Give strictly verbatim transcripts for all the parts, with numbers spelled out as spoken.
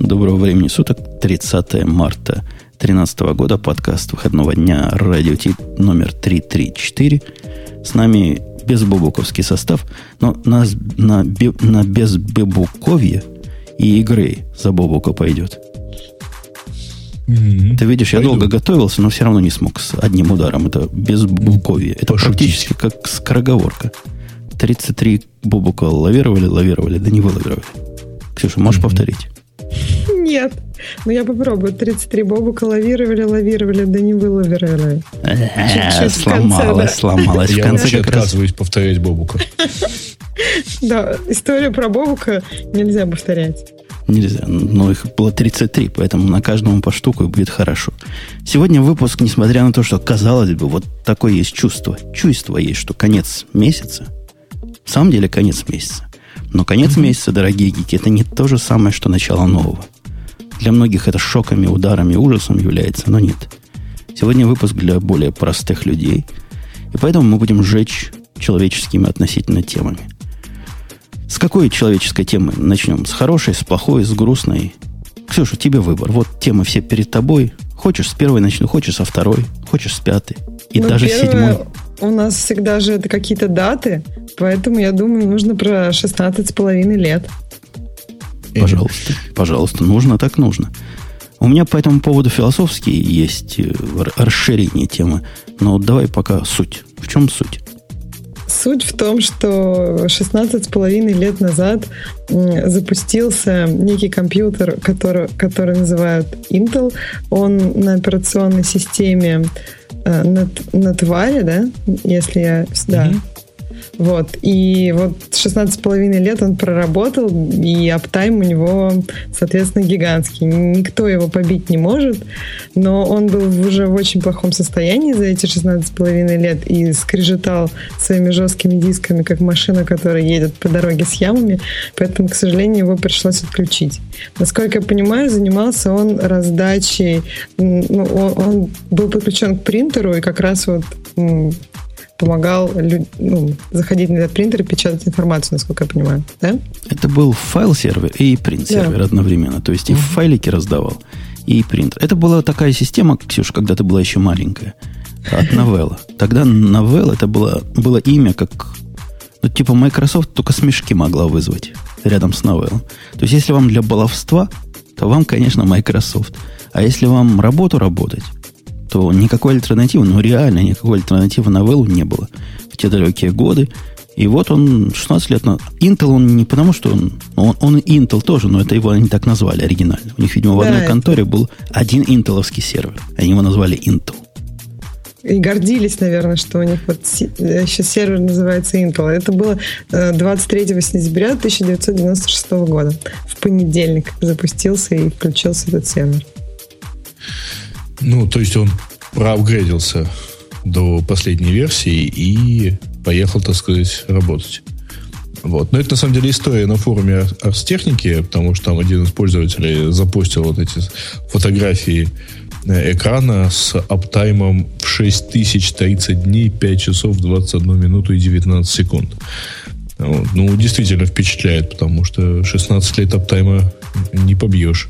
Доброго времени суток, тридцатое марта две тысячи тринадцатого года, подкаст выходного дня, радио Ти номер триста тридцать четыре. С нами безбобуковский состав, но на, на, на безбобуковье и игры за бобука пойдет. Mm-hmm. Ты видишь, Пойду. я долго готовился, но все равно не смог с одним ударом. Это безбобуковье. Это Пошутить. Практически как скороговорка. тридцать три бобука лавировали, лавировали, да не вылавировали. Ксюша, можешь mm-hmm. повторить? Нет. Ну, я попробую. тридцать три бобука лавировали, лавировали, да не вылавировали. Сломалась, сломалась. Я вообще отказываюсь повторять бобука. Да, историю про бобука нельзя повторять. Нельзя. Но их было тридцать три, поэтому на каждому по штуку и будет хорошо. Сегодня выпуск, несмотря на то, что, казалось бы, вот такое есть чувство. Чувство есть, что конец месяца. В самом деле конец месяца. Но конец mm-hmm. месяца, дорогие гики, это не то же самое, что начало нового. Для многих это шоками, ударами, ужасом является, но нет. Сегодня выпуск для более простых людей. И поэтому мы будем жечь человеческими относительно темами. С какой человеческой темы начнем? С хорошей, с плохой, с грустной? Ксюша, тебе выбор. Вот темы все перед тобой. Хочешь с первой начну, хочешь со второй, хочешь с пятой. И ну, даже с седьмой. У нас всегда же это какие-то даты, поэтому, я думаю, нужно про шестнадцать с половиной лет. Пожалуйста, пожалуйста, нужно, так нужно. У меня по этому поводу философские есть расширение темы, но давай пока суть. В чем суть? Суть в том, что шестнадцать с половиной лет назад запустился некий компьютер, который, который называют Intel. Он на операционной системе на, на твари, да, если я... Да. Mm-hmm. Вот. И вот шестнадцать с половиной лет он проработал, и аптайм у него, соответственно, гигантский. Никто его побить не может, но он был уже в очень плохом состоянии за эти шестнадцать с половиной лет и скрежетал своими жесткими дисками, как машина, которая едет по дороге с ямами, поэтому, к сожалению, его пришлось отключить. Насколько я понимаю, занимался он раздачей, ну, он, он был подключен к принтеру и как раз вот... помогал ну, заходить на этот принтер и печатать информацию, насколько я понимаю, да? Это был файл-сервер и принт-сервер да. одновременно. То есть и uh-huh. файлики раздавал, и принтер. Это была такая система, Ксюша, когда ты была еще маленькая, от Novell. Тогда Novell это было, было имя, как ну, типа Microsoft только смешки могла вызвать рядом с Novell. То есть если вам для баловства, то вам, конечно, Microsoft. А если вам работу работать, то никакой альтернативы, ну реально никакой альтернативы Novell не было в те далекие годы. И вот он шестнадцать лет назад. Intel он не потому, что он... Он, он и Intel тоже, но это его они так назвали оригинально. У них, видимо, в да, одной это... конторе был один интеловский сервер. Они его назвали Intel. И гордились, наверное, что у них вот сейчас сервер называется Intel. Это было двадцать третьего сентября тысяча девятьсот девяносто шестого года. В понедельник запустился и включился этот сервер. Ну, то есть он проапгрейдился до последней версии и поехал, так сказать, работать. Вот. Но это, на самом деле, история на форуме Ars Technica, потому что там один из пользователей запостил вот эти фотографии экрана с аптаймом в шесть тысяч тридцать дней, пять часов, двадцать одну минуту и девятнадцать секунд. Вот. Ну, действительно впечатляет, потому что шестнадцать лет аптайма не побьешь.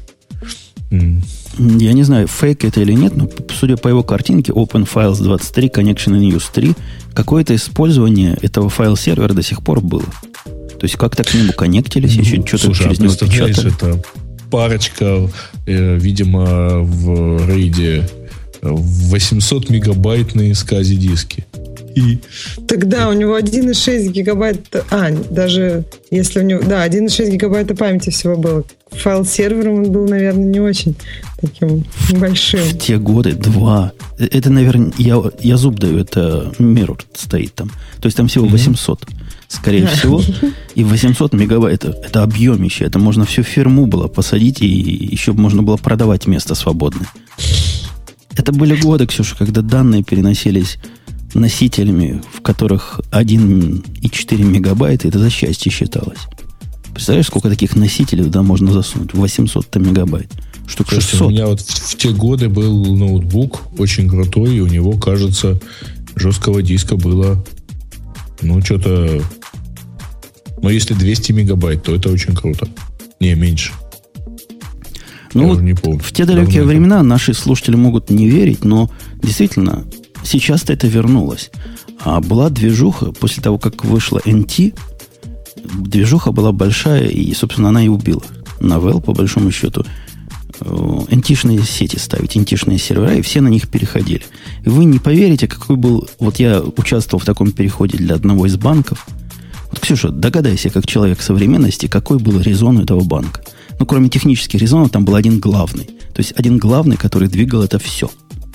Я не знаю, фейк это или нет, но судя по его картинке OpenFiles двадцать три, Connection in Use три, какое-то использование этого файл-сервера до сих пор было. То есть как-то к нему коннектились, ну, еще что-то слушай, через а него печатали. Это парочка, э, видимо, в рейде восемьсот мегабайтные скази диски. И... Тогда у него один и шесть гигабайт, а, даже если у него, да, один и шесть гигабайта памяти всего было. Файл-сервером он был, наверное, не очень таким большим. В те годы два. Это, наверное, я, я зуб даю, это Mirror стоит там. То есть там всего восемьсот, скорее всего. И восемьсот мегабайт, это, это объемище. Это можно всю фирму было посадить, и еще можно было продавать место свободное. Это были годы, Ксюша, когда данные переносились носителями, в которых один и четыре мегабайта, это за счастье считалось. Представляешь, сколько таких носителей туда можно засунуть? восемьсот мегабайт. Штук шестьсот. Слушайте, у меня вот в, в те годы был ноутбук очень крутой, и у него, кажется, жесткого диска было, ну, что-то... Ну, если двести мегабайт, то это очень круто. Не, меньше. Ну, вот не помню. В те далекие Давно времена не наши слушатели могут не верить, но действительно, сейчас-то это вернулось. А была движуха, после того, как вышла эн ти, движуха была большая, и, собственно, она и убила Novell, по большому счету. эн ти-шные сети ставить, эн ти-шные сервера, и все на них переходили. И вы не поверите, какой был... Вот я участвовал в таком переходе для одного из банков. Вот, Ксюша, догадайся, как человек современности, какой был резон у этого банка. Ну, кроме технических резонов, там был один главный. То есть, один главный, который двигал это все.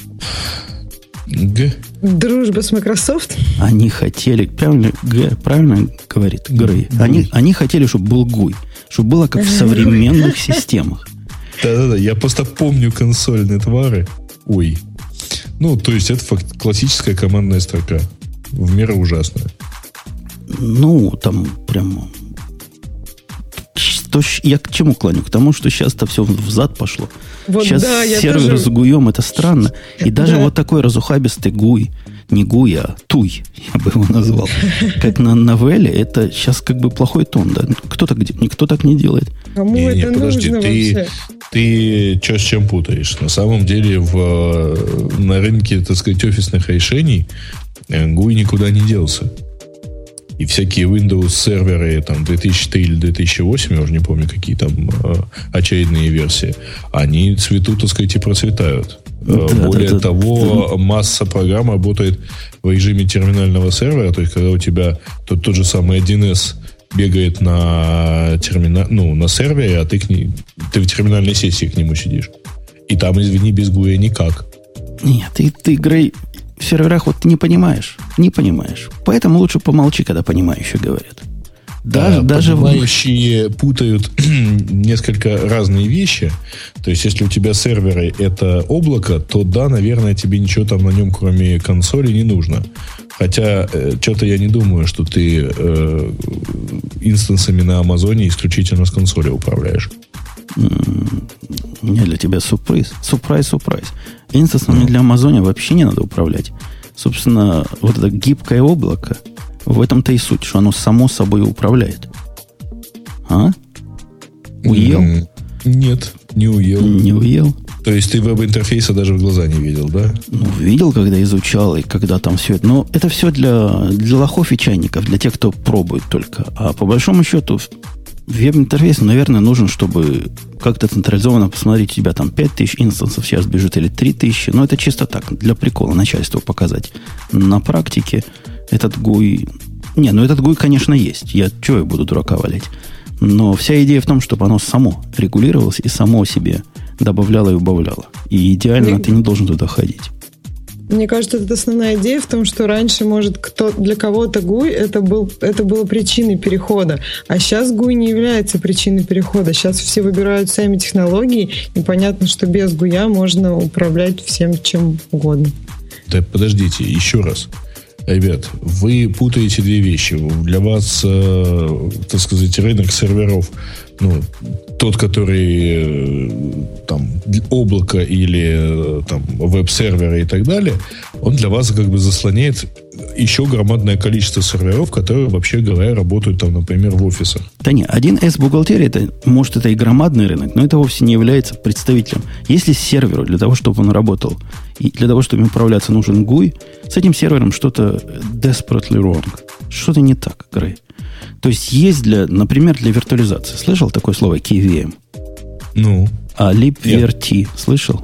Г. Дружба с Microsoft? Они хотели... Правильно, Г, правильно говорит Грей. Они, они хотели, чтобы был гуй. Чтобы было как в современных системах. Да-да-да, я просто помню консольные твары. Ой. Ну, то есть, это факт, классическая командная строка. В меру ужасная. Ну, там прямо... Что, я к чему клоню? К тому, что сейчас-то все взад пошло. Вот сейчас да, сервер тоже... с гуем, это странно. И даже да. вот такой разухабистый гуй, не гуй, а туй, я бы его назвал, как на новелле, это сейчас как бы плохой тон. Да? Кто так, никто так не делает. Кому не, это не, подожди, нужно ты, вообще? Ты что с чем путаешь? На самом деле в, на рынке, так сказать, офисных решений гуй никуда не делся. И всякие Windows серверы там две тысячи три или две тысячи восемь, я уже не помню, какие там э, очередные версии, они цветут, так сказать, и процветают. Да, Более да, того, да. масса программ работает в режиме терминального сервера, то есть когда у тебя тот, тот же самый один эс бегает на, термина, ну, на сервере, а ты, к ней, ты в терминальной сессии к нему сидишь. И там, извини, без гуя никак. Нет, ты, ты Грей, в серверах вот ты не понимаешь. Не понимаешь. Поэтому лучше помолчи, когда понимающие говорят. Даже, да, даже понимающие в... путают несколько разные вещи. То есть, если у тебя серверы это облако, то да, наверное, тебе ничего там на нем, кроме консоли, не нужно. Хотя, э, что-то я не думаю, что ты э, инстансами на Амазоне исключительно с консоли управляешь. У меня для тебя сюрприз. Сюрприз, сюрприз. Инстансами mm. для Амазона вообще не надо управлять. Собственно, вот это гибкое облако, в этом-то и суть, что оно само собой управляет. А? Уел? Mm. Нет, не уел. Не уел? То есть ты веб-интерфейса даже в глаза не видел, да? Ну, видел, когда изучал, и когда там все это. Но это все для, для лохов и чайников, для тех, кто пробует только. А по большому счету, веб-интерфейс, наверное, нужен, чтобы как-то централизованно посмотреть, у тебя там пять тысяч инстансов сейчас бежит или три тысячи. Но это чисто так, для прикола, начальству показать. На практике этот гуй... Не, ну этот гуй, конечно, есть. Я чего я буду дурака валять? Но вся идея в том, чтобы оно само регулировалось и само себе добавляло и убавляло. И идеально Мне... ты не должен туда ходить. Мне кажется, это основная идея в том, что раньше, может, кто, для кого-то гуй это, был, это было причиной перехода, а сейчас гуй не является причиной перехода. Сейчас все выбирают сами технологии, и понятно, что без гуя можно управлять всем чем угодно. Да подождите, еще раз. Ребят, вы путаете две вещи. Для вас, э, так сказать, рынок серверов, ну, тот, который э, там облако или э, там веб-серверы и так далее, он для вас как бы заслоняет еще громадное количество серверов, которые, вообще говоря, работают там, например, в офисах. Да не, один эс бухгалтерии, это, может, это и громадный рынок, но это вовсе не является представителем. Если серверу для того, чтобы он работал, и для того, чтобы им управляться, нужен гуй, с этим сервером что-то desperately wrong. Что-то не так, Грей. То есть есть для, например, для виртуализации. Слышал такое слово кей ви эм? Ну? А libvirt слышал?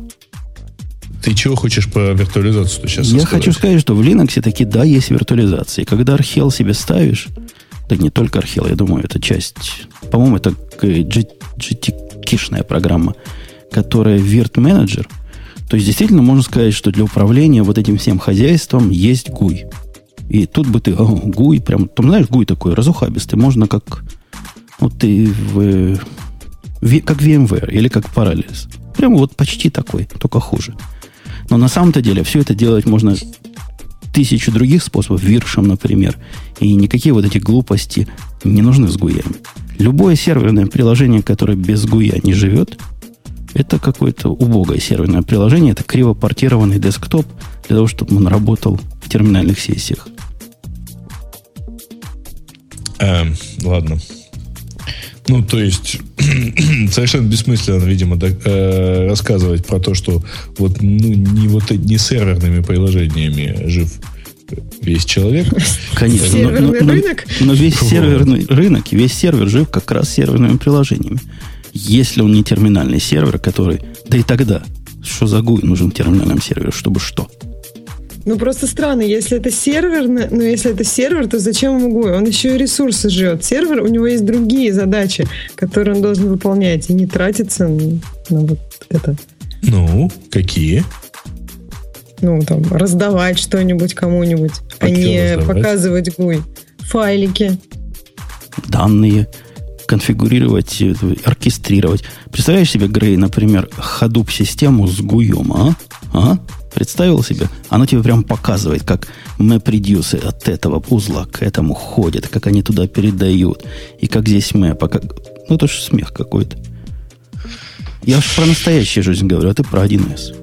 Ты чего хочешь по виртуализацию сейчас Я сказать? хочу сказать, что в Linux таки да, есть виртуализация. И когда Archel себе ставишь, да не только Archel, я думаю, это часть, по-моему, это джи ти кей-шная программа, которая Virt Manager, то есть действительно можно сказать, что для управления вот этим всем хозяйством есть гуй. И тут бы ты, о, гуй, прям, там, знаешь, гуй такой, разухабистый, можно как, вот ты в, в, как VMware или как Parallels. Прямо вот почти такой, только хуже. Но на самом-то деле все это делать можно тысячу других способов, виршем, например. И никакие вот эти глупости не нужны с гуями. Любое серверное приложение, которое без гуя не живет, это какое-то убогое серверное приложение. Это криво портированный десктоп для того, чтобы он работал в терминальных сессиях. Эм, ладно. Ну, то есть, совершенно бессмысленно, видимо, да, э, рассказывать про то, что вот, ну, не, вот, не серверными приложениями жив весь человек. Конечно. Серверный но, но, рынок? Но, но весь серверный рынок, весь сервер жив как раз серверными приложениями. Если он не терминальный сервер, который... Да и тогда, что за гуй нужен терминальным серверу, чтобы что? Ну, просто странно, если это сервер, ну, если это сервер, то зачем ему гуй? Он еще и ресурсы жрет. Сервер, у него есть другие задачи, которые он должен выполнять, и не тратиться на, на вот это. Ну, какие? Ну, там, раздавать что-нибудь кому-нибудь, а, а не показывать гуй. Файлики. Данные. Конфигурировать, оркестрировать. Представляешь себе, Грей, например, Hadoop-систему с гуем, а? А? Представил себе? Оно тебе прям показывает, как MapReduce от этого узла к этому ходят, как они туда передают, и как здесь мэп. Как... Ну, это же смех какой-то. Я уж про настоящую жизнь говорю, а ты про один эс.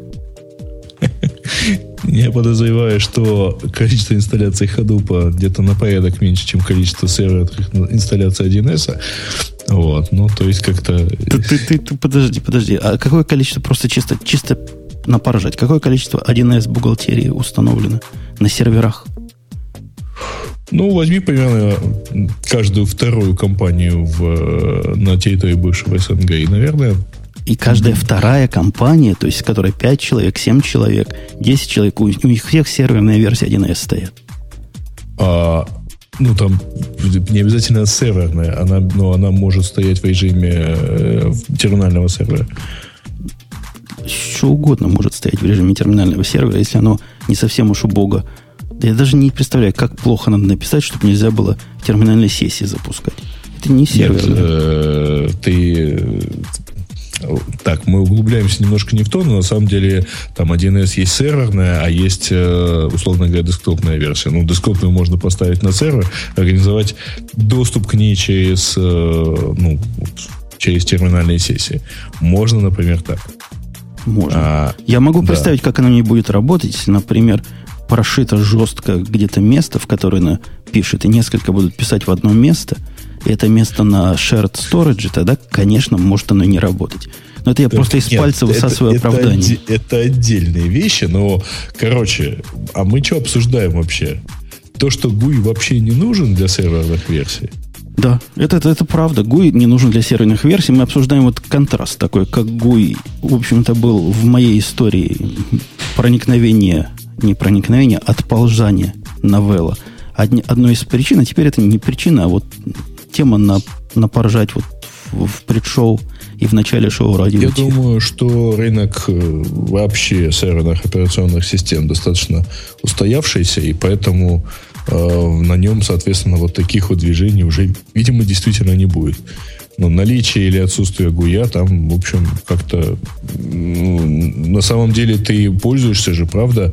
Я подозреваю, что количество инсталляций Hadoop где-то на порядок меньше, чем количество серверных инсталляций один эс. Вот, ну, то есть как-то... Ты, ты, ты, ты, подожди, подожди. А какое количество, просто чисто, чисто на поржать, какое количество один эс бухгалтерии установлено на серверах? Ну, возьми примерно каждую вторую компанию в, на территории бывшего СНГ, и, наверное... И каждая вторая компания, то есть, в которой пять человек, семь человек, десять человек, у них всех серверная версия один эс стоят. А, ну, там не обязательно серверная, она, но она может стоять в режиме э, терминального сервера. Что угодно может стоять в режиме терминального сервера, если оно не совсем уж убого. Я даже не представляю, как плохо надо написать, чтобы нельзя было терминальные сессии запускать. Это не сервер. Нет, э, ты... Так, мы углубляемся немножко не в то, но на самом деле там один эс есть серверная, а есть, условно говоря, десктопная версия. Ну, десктопную можно поставить на сервер, организовать доступ к ней через, ну, через терминальные сессии. Можно, например, так. Можно. А, Я могу да. представить, как оно не будет работать, если, например, прошито жестко где-то место, в которое она пишет, и несколько будут писать в одно место, и это место на shared storage, тогда, конечно, может оно и не работать. Но это я так просто из нет, пальца высасываю это, оправдание. Это, это отдельные вещи, но, короче, а мы что обсуждаем вообще? То, что гуй вообще не нужен для серверных версий? Да, это, это, это правда. гуй не нужен для серверных версий. Мы обсуждаем вот контраст такой, как гуй, в общем-то, был в моей истории проникновение, не проникновение, отползание новелла. Одни, одной из причин, а теперь это не причина, а вот тема на, на поржать вот в, в предшоу и в начале шоу радио. Я думаю, что рынок вообще серверных операционных систем достаточно устоявшийся, и поэтому э, на нем, соответственно, вот таких вот движений уже, видимо, действительно не будет. Но наличие или отсутствие гуя там, в общем, как-то... Ну, на самом деле ты пользуешься же, правда...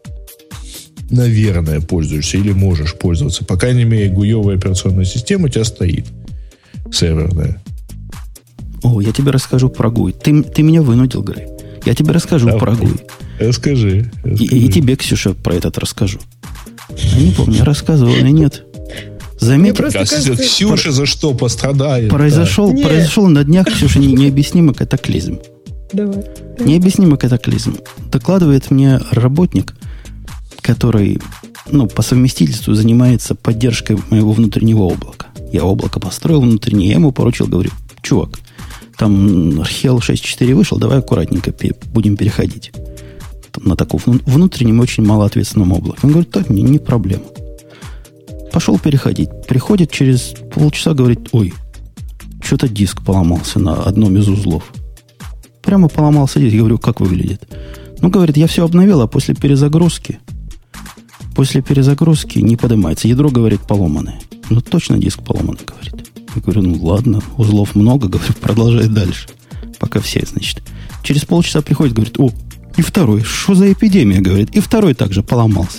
Наверное, пользуешься или можешь пользоваться. По крайней мере, гуевая операционная система у тебя стоит. Серверная. О, я тебе расскажу про гуй. Ты, ты меня вынудил, Грей. Я тебе расскажу Давай. про гуй. Расскажи. расскажи. И, и тебе, Ксюша, про этот расскажу. Я не помню, я рассказывал или нет. Заметил. Кажется... Ксюша за что пострадает? Произошел, да. произошел на днях, Ксюша, необъяснимый катаклизм. Давай. Необъяснимый катаклизм. Докладывает мне работник, который, ну, по совместительству занимается поддержкой моего внутреннего облака. Я облако построил внутреннее, я ему поручил, говорю, чувак, там Хел шесть четыре вышел, давай аккуратненько будем переходить там, на таком внутреннем, очень малоответственном облаке. Он говорит, так, не, не проблема. Пошел переходить. Приходит через полчаса, говорит, ой, что-то диск поломался на одном из узлов. Прямо поломался диск. Я говорю, как выглядит? Ну, говорит, я все обновил, а после перезагрузки После перезагрузки не поднимается. Ядро, говорит, поломанное. Ну, точно диск поломанный, говорит. Я говорю, ну, ладно, узлов много, говорю, продолжай дальше. Пока все, значит. Через полчаса приходит, говорит, о, и второй, что за эпидемия, говорит. И второй также поломался.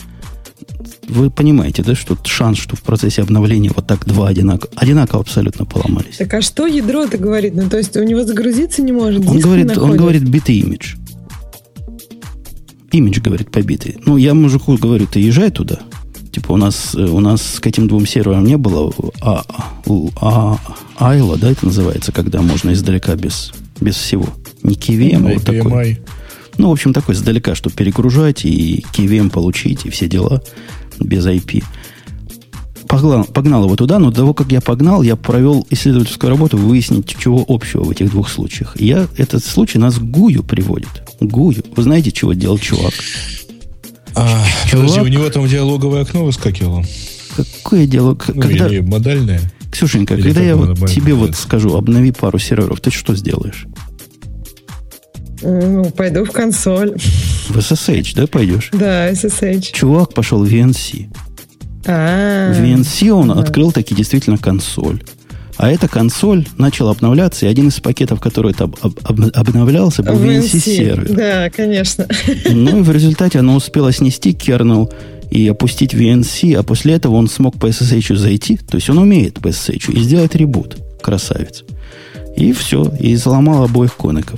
Вы понимаете, да, что шанс, что в процессе обновления вот так два одинаково, одинаково абсолютно поломались. Так а что ядро-то говорит? Ну, то есть у него загрузиться не может, он говорит, он говорит, битый имидж. Имидж, говорит, побитый. Ну, я мужику говорю, ты езжай туда, Типа у нас, у нас к этим двум серверам не было а, а, айла, да, это называется, когда можно издалека без, без всего. Не кей ви эм, а вот такой. Ну, в общем, такой издалека, чтобы перегружать и кей ви эм получить, и все дела без ай пи. Погнал, погнал его туда, но до того, как я погнал, я провел исследовательскую работу, выяснить, чего общего в этих двух случаях. Я, этот случай нас к Гую приводит. Гую. Вы знаете, чего делал чувак? А, чувак? Подожди, у него там диалоговое окно выскакивало. Какое диалог? Ну, когда... или модальное. Ксюшенька, или когда я вот тебе вот скажу, обнови пару серверов, ты что сделаешь? Ну, пойду в консоль. В эс эс эйч, да, пойдешь? Да, эс эс эйч. Чувак пошел в ви эн си. А-а-а. В ви эн си он открыл таки действительно консоль. А эта консоль начала обновляться, и один из пакетов, который об, об, обновлялся, был ви эн си-сервер. Да, конечно. Ну и в результате она успела снести кернел и опустить ви эн си, а после этого он смог по эс эс эйч зайти, то есть он умеет по эс эс эйч, и сделать ребут. Красавец. И все, и взломал обоих конеков.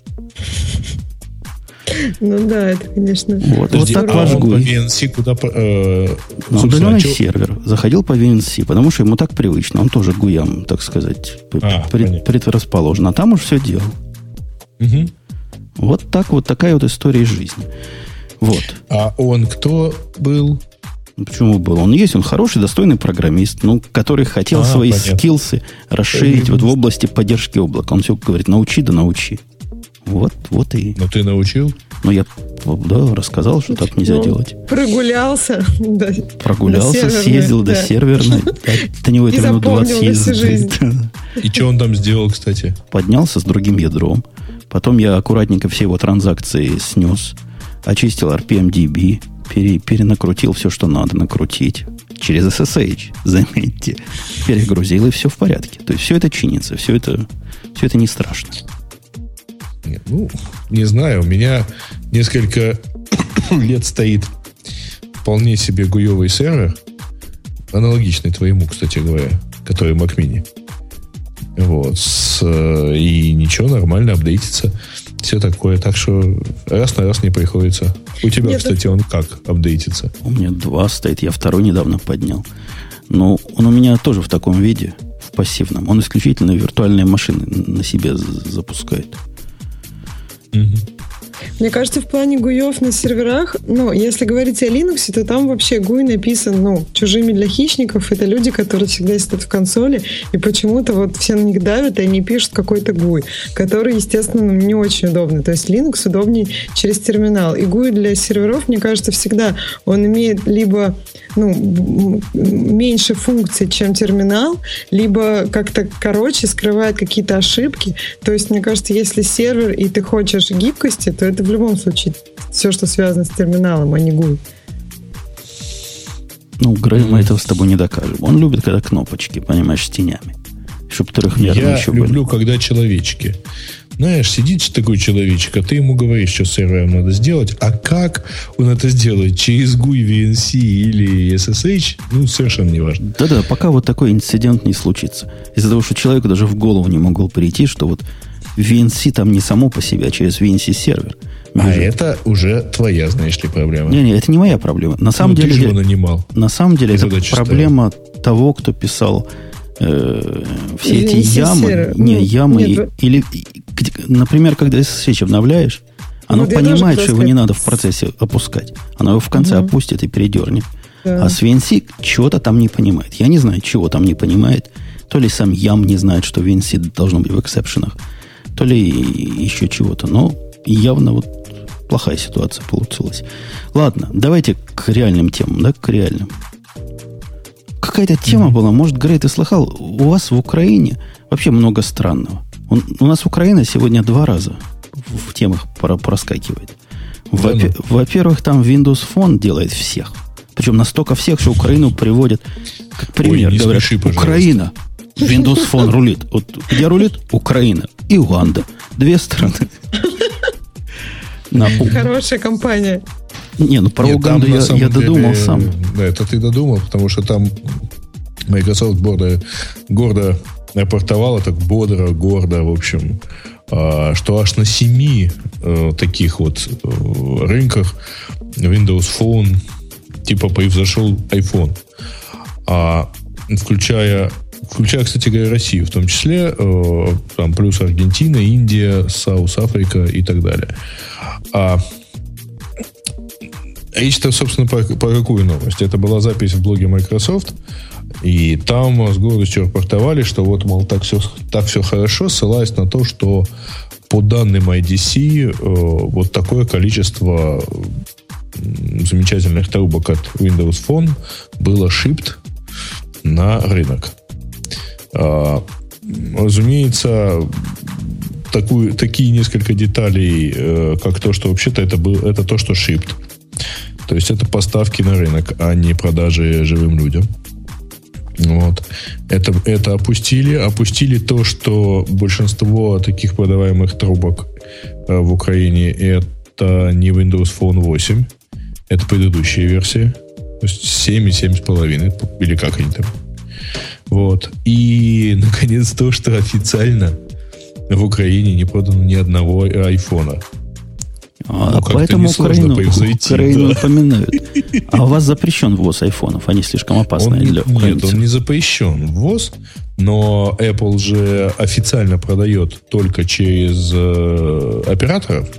Ну да, это, конечно. Вот, вот так ваш он Гуй. по ви эн си куда... Э, ну, удаленный сервер. Заходил по ви эн си, потому что ему так привычно. Он тоже гуям, так сказать, а, пред, предрасположен. А там уж все делал. Угу. Вот так вот такая вот история из жизни. Вот. А он кто был? Почему был? Он есть, он хороший, достойный программист, ну, который хотел а, свои понятно. скиллсы расширить вот в области поддержки облака. Он все говорит, научи да научи. Вот, вот и... Но ты научил? Ну, я, да, рассказал, что так нельзя ну, делать. Прогулялся. Да, прогулялся, съездил да. до серверной. До него это минут двадцать ездил. И что он там сделал, кстати? Поднялся с другим ядром. Потом я аккуратненько все его транзакции снес. Очистил ар пи эм ди би. Пере, перенакрутил все, что надо накрутить. Через эс эс эйч, заметьте. Перегрузил, и все в порядке. То есть все это чинится. Все это, все это не страшно. Нет, ну, не знаю, у меня несколько лет стоит вполне себе гуевый сервер, аналогичный твоему, кстати говоря, который Mac Mini. Вот. С, и ничего, нормально апдейтится. Все такое. Так что раз на раз не приходится. У тебя, Нет, кстати, он как апдейтится? У меня два стоит. Я второй недавно поднял. Но он у меня тоже в таком виде, в пассивном. Он исключительно виртуальные машины на себе запускает. Мне кажется, в плане гуев на серверах, ну, если говорить о Linux, то там вообще гуй написан, ну, чужими для хищников. Это люди, которые всегда сидят в консоли, и почему-то вот все на них давят, и они пишут какой-то гуй, который, естественно, не очень удобный. То есть Linux удобнее через терминал. И гуй для серверов, мне кажется, всегда он имеет либо, ну, меньше функций, чем терминал, либо как-то короче скрывает какие-то ошибки. То есть, мне кажется, если сервер, и ты хочешь гибкости, то это в любом случае все, что связано с терминалом, а не гуй. Ну, Грей, мы этого с тобой не докажем. Он любит, когда кнопочки, понимаешь, с тенями. Чтобы трехмерные Я еще люблю, были. когда человечки. Знаешь, сидит такой человечек, а ты ему говоришь, что с сервером надо сделать, а как он это сделает? Через гуй, ви эн си или эс эс эйч? Ну, совершенно не важно. Да-да, пока вот такой инцидент не случится. Из-за того, что человеку даже в голову не могло прийти, что вот ви эн си там не само по себе, а через ви эн си сервер. А это уже твоя, знаешь ли, проблема. Не-не, это не моя проблема. На самом ну, деле, ты же его нанимал. На самом деле, это проблема ставил. того, кто писал э, все ви эн си эти ямы. Сервер. Не, ну, ямы. Нет, и, или, например, когда эс эс эйч обновляешь, оно вот понимает, что его не надо в процессе опускать. Оно его в конце угу. опустит и передернет. Да. А с ви эн си чего-то там не понимает. Я не знаю, чего там не понимает. То ли сам ям не знает, что ви эн си должно быть в эксепшенах, то ли еще чего-то. Но явно вот плохая ситуация получилась. Ладно, давайте к реальным темам, да, к реальным. Какая-то тема mm-hmm. была, может, Грей, ты слыхал, у вас в Украине вообще много странного. Он, у нас Украина сегодня два раза в, в темах проскакивает. Во- да, ну. Во-первых, там Windows Phone делает всех. Причем настолько всех, что Украину приводят как пример. Ой, говорят, смеши, Украина, Windows Phone рулит. Вот где рулит? Украина и Уганда. Две страны. На... Хорошая компания. Не, ну про Нет, Уганду я, я додумал деле, сам. Да, это ты додумал, потому что там Microsoft гордо, гордо рапортовала, так бодро, гордо, в общем, что аж на семи таких вот рынках Windows Phone типа произошел iPhone. А включая, включая, кстати говоря, Россию в том числе, э, там плюс Аргентина, Индия, Саус-Африка и так далее. А речь-то, собственно, по, по какую новость? Это была запись в блоге Microsoft, и там с гордостью рапортовали, что вот, мол, так все, так все хорошо, ссылаясь на то, что по данным ай ди си э, вот такое количество замечательных трубок от Windows Phone было shipped на рынок. А, разумеется, такую, такие несколько деталей, э, как то, что вообще-то это, был, это то, что shipped. То есть это поставки на рынок, а не продажи живым людям. Вот. Это, это опустили. Опустили то, что большинство таких продаваемых трубок э, в Украине это не Windows Phone восемь, это предыдущая версия. То есть семь и семь с половиной, или как они там. Вот. И, наконец, то, что официально в Украине не продано ни одного айфона. А, ну, поэтому Украину, Украину да. упоминают. А у вас запрещен ввоз айфонов? Они слишком опасные он, для украинцев. Нет, он не запрещен ввоз, но Apple же официально продает только через э, операторов.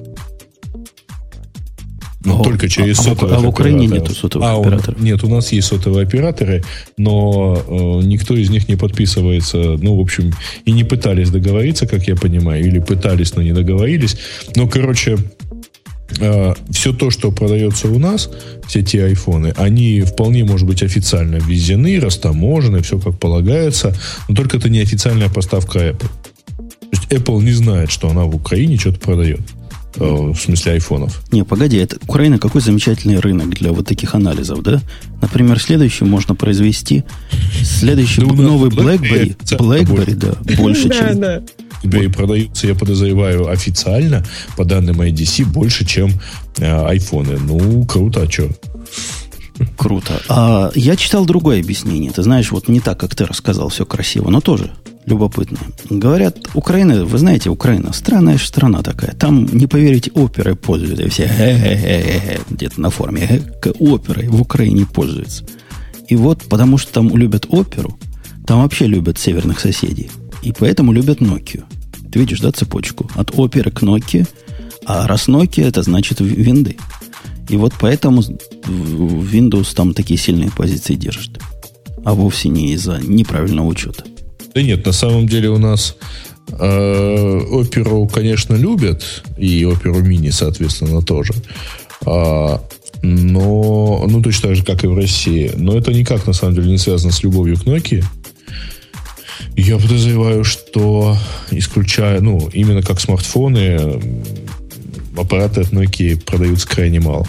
Ну, О, только через а, сотовых а в Украине операторов. нету сотовых а, операторов? Он, нет, у нас есть сотовые операторы, но э, никто из них не подписывается. Ну, в общем, и не пытались договориться, как я понимаю, или пытались, но не договорились. Но, короче, э, все то, что продается у нас, все те айфоны, они вполне, может быть, официально ввезены, растаможены, все как полагается, но только это не официальная поставка Apple. То есть Apple не знает, что она в Украине что-то продает. В смысле айфонов. Не, погоди, это Украина какой замечательный рынок для вот таких анализов, да? Например, следующий можно произвести. Следующий да новый BlackBerry. BlackBerry, да, больше, чем... Да, Тебе и продаются, я подозреваю, официально, по данным ай ди си, больше, чем э, айфоны. Ну, круто, а что? Круто. А я читал другое объяснение. Ты знаешь, вот не так, как ты рассказал, все красиво, но тоже любопытно. Говорят, Украина, вы знаете, Украина, странная же страна такая. Там, не поверите, оперой пользуются. И все э-э-э-э, где-то на форуме оперой в Украине пользуются. И вот, потому что там любят оперу, там вообще любят северных соседей. И поэтому любят Nokia. Ты видишь, да, цепочку? От оперы к Nokia. А раз Nokia, это значит винды. И вот поэтому Windows там такие сильные позиции держит. А вовсе не из-за неправильного учета. Да нет, на самом деле у нас э, оперу, конечно, любят, и оперу мини, соответственно, тоже. А, но, ну, точно так же, как и в России. Но это никак, на самом деле, не связано с любовью к Nokia. Я подозреваю, что, исключая, ну, именно как смартфоны, аппараты от Nokia продаются крайне мало.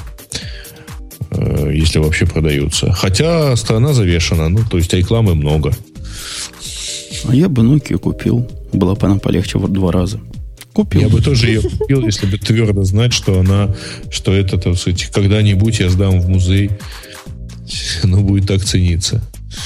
Если вообще продаются. Хотя страна завешена, ну, то есть рекламы много. А я бы Nokia купил. Была бы она полегче в два раза. Купил. Я бы тоже ее купил, если бы твердо знать, что она, что это, так сказать, когда-нибудь я сдам в музей, оно будет так цениться.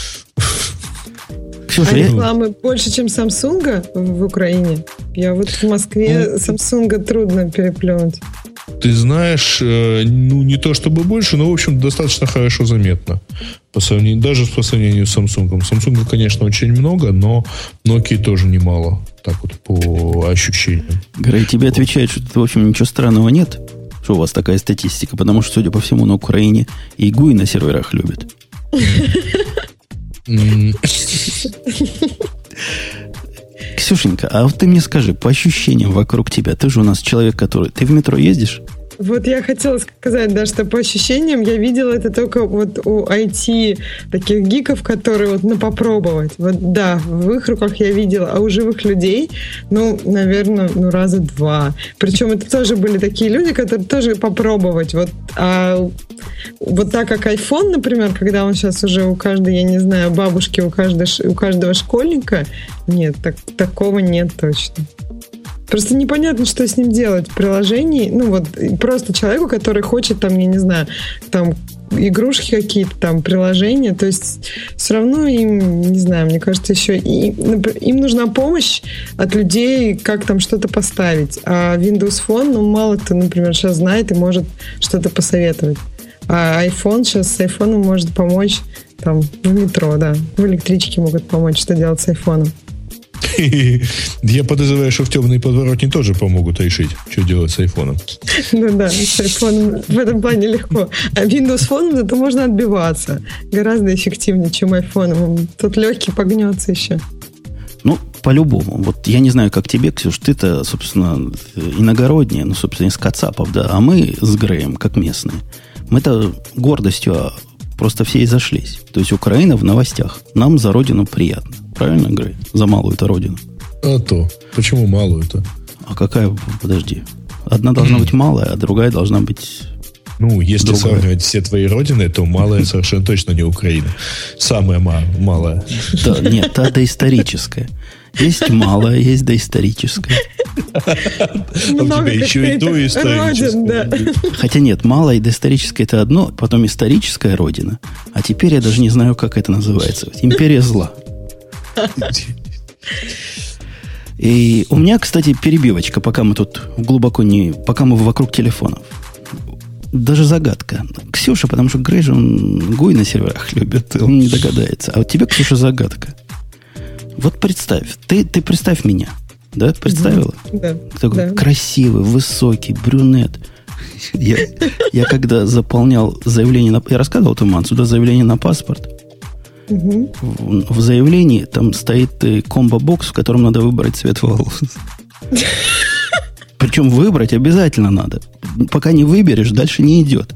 Ксюша, а рекламы я... больше, чем Samsung в Украине? Я вот в Москве ну, Samsung трудно переплюнуть. Ты знаешь, ну, не то чтобы больше, но, в общем, достаточно хорошо заметно. По сравнению, даже по сравнению с Samsung. Samsung, конечно, очень много, но Nokia тоже немало. Так вот, по ощущениям. Грей, тебе вот. Отвечают, что, в общем, ничего странного нет, что у вас такая статистика, потому что, судя по всему, на Украине и гуи на серверах любят. Ксюшенька, а вот ты мне скажи, по ощущениям вокруг тебя, ты же у нас человек, который... Ты в метро ездишь? Вот я хотела сказать, да, что по ощущениям я видела это только вот у ай ти таких гиков, которые вот на попробовать. Вот да, в их руках я видела, а у живых людей, ну, наверное, ну, раза два. Причем это тоже были такие люди, которые тоже попробовать. Вот, а вот так как iPhone, например, когда он сейчас уже у каждой, я не знаю, бабушки, у каждого, у каждого школьника, нет, так, такого нет точно. Просто непонятно, что с ним делать в приложении. Ну, вот просто человеку, который хочет, там, я не знаю, там, игрушки какие-то, там, приложения. То есть все равно им, не знаю, мне кажется, еще и, им нужна помощь от людей, как там что-то поставить. А Windows Phone, ну, мало кто, например, сейчас знает и может что-то посоветовать. А iPhone сейчас с айфоном может помочь там в метро, да. В электричке могут помочь, что делать с айфоном. Я подозреваю, что в темной подворотне тоже помогут решить, что делать с айфоном. Ну да, с айфоном в этом плане легко. А Windows Phone это можно отбиваться. Гораздо эффективнее, чем айфоном. Тут легкий погнется еще. Ну, по-любому. Вот я не знаю, как тебе, Ксюш, ты-то, собственно, иногородняя, ну, собственно, из кацапов, да, а мы с Греем, как местные, мы-то гордостью просто все и зашлись. То есть Украина в новостях. Нам за родину приятно. Правильно, Грей? За малую-то родину. А то. Почему малую-то? А какая, подожди. Одна должна быть малая, а другая должна быть... Ну, если другая. Сравнивать все твои родины, то малая совершенно точно не Украина. Самая малая. Да, нет, та доисторическая. Есть малая, есть доисторическая. А у тебя еще и доисторическая. Хотя нет, малая и доисторическая это одно, потом историческая родина. А теперь я даже не знаю, как это называется. Империя зла. И у меня, кстати, перебивочка, пока мы тут глубоко не... Пока мы вокруг телефонов. Даже загадка. Ксюша, потому что Грей же он гуй на серверах любит, он не догадается. А вот тебе, Ксюша, загадка. Вот представь, ты, ты представь меня, да? Представила? Да. Такой да. красивый, высокий, брюнет. Я, я когда заполнял заявление на... Я рассказывал Туман, сюда заявление на паспорт. Угу. В, в заявлении там стоит комбо-бокс, в котором надо выбрать цвет волос. Причем выбрать обязательно надо. Пока не выберешь, дальше не идет.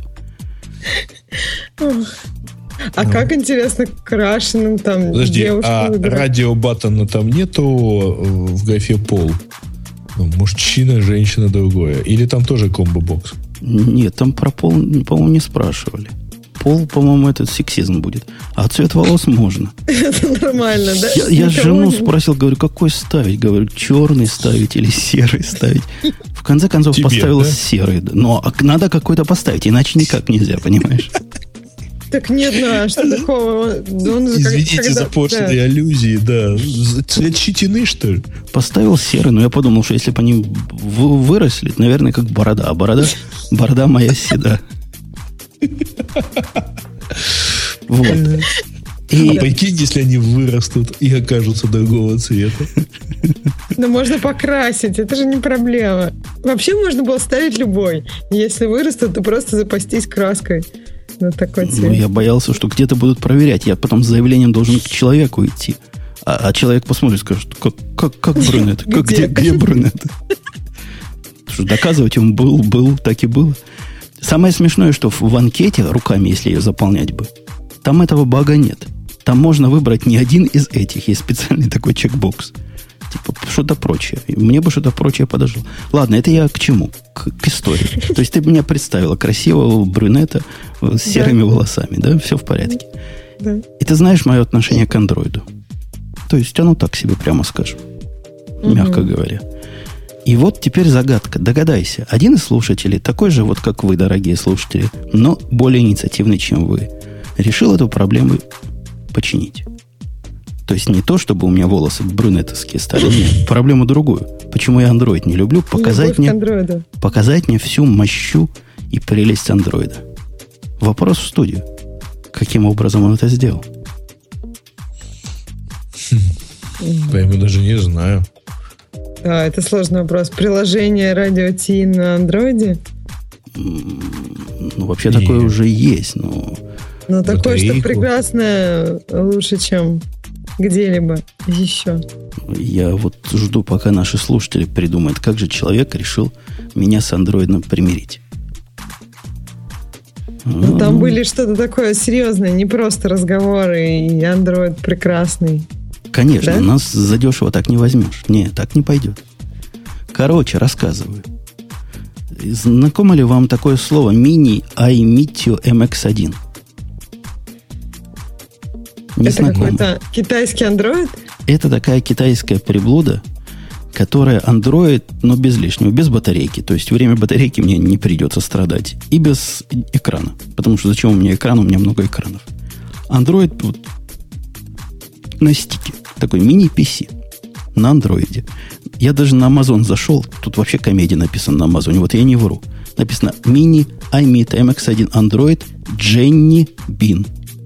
А ну. Как интересно крашеным там Подожди, девушку а выбирать? Радио-баттона там нету в графе пол? Ну, мужчина, женщина, другое. Или там тоже комбо-бокс? Нет, там про пол, по-моему, не спрашивали. Пол, по-моему, этот сексизм будет. А цвет волос можно. Это нормально, да? Я, я жену спросил, говорю, какой ставить? Говорю, черный ставить или серый ставить? В конце концов, Тебе, поставила да? серый. Но надо какой-то поставить, иначе никак нельзя, понимаешь? Так нет, ну а что такого? Он, Извините когда, за пошлые да. аллюзии, да. Цвет щетины, что ли? Поставил серый, но я подумал, что если бы они выросли, наверное, как борода. А борода, борода моя седа. Вот. И... А прикинь, если они вырастут и окажутся другого цвета. Ну, можно покрасить, это же не проблема. Вообще можно было ставить любой. Если вырастут, то просто запастись краской. На такой цвет. Ну, я боялся, что где-то будут проверять. Я потом с заявлением должен к человеку идти. А, а человек посмотрит и скажет, как, как, как брюнет? Как, где, где брюнет? Что доказывать ему был, был, так и было. Самое смешное, что в анкете, руками, если ее заполнять бы, там этого бага нет. Там можно выбрать не один из этих. Есть специальный такой чекбокс. Типа что-то прочее. Мне бы что-то прочее подошло. Ладно, это я к чему? К, к истории. То есть ты меня представила красивого брюнета с серыми да. волосами, да? Все в порядке. Да. И ты знаешь мое отношение к андроиду. То есть оно так себе, прямо скажем. Угу. Мягко говоря. И вот теперь загадка. Догадайся. Один из слушателей, такой же вот, как вы, дорогие слушатели, но более инициативный, чем вы, решил эту проблему починить. То есть не то, чтобы у меня волосы брюнетовские стали. Нет, проблему другую. Почему я андроид не люблю? Показать мне, показать мне всю мощу и прелесть андроида. Вопрос в студию. Каким образом он это сделал? Прямо даже не знаю. Да, это сложный вопрос. Приложение Радио Ти на андроиде? Ну, вообще Нет. такое уже есть, но... Ну, такое, что прекрасное, лучше, чем где-либо еще. Я вот жду, пока наши слушатели придумают, как же человек решил меня с андроидом примирить. Ну, там были что-то такое серьезное, не просто разговоры, и андроид прекрасный. Конечно, да? Нас задешево так не возьмешь. Не, так не пойдет. Короче, рассказываю. Знакомо ли вам такое слово Mini iMeetio эм икс один? Не Это знакомо. Какой-то китайский андроид? Это такая китайская приблуда, которая андроид, но без лишнего, без батарейки. То есть время батарейки мне не придется страдать. И без экрана. Потому что зачем у меня экран? У меня много экранов. Андроид вот, на стике. Такой мини-пи си на андроиде. Я даже на Amazon зашел. Тут вообще комедия написана на Амазоне. Вот я не вру. Написано Mini iMeet эм икс один Android Jenny Bean.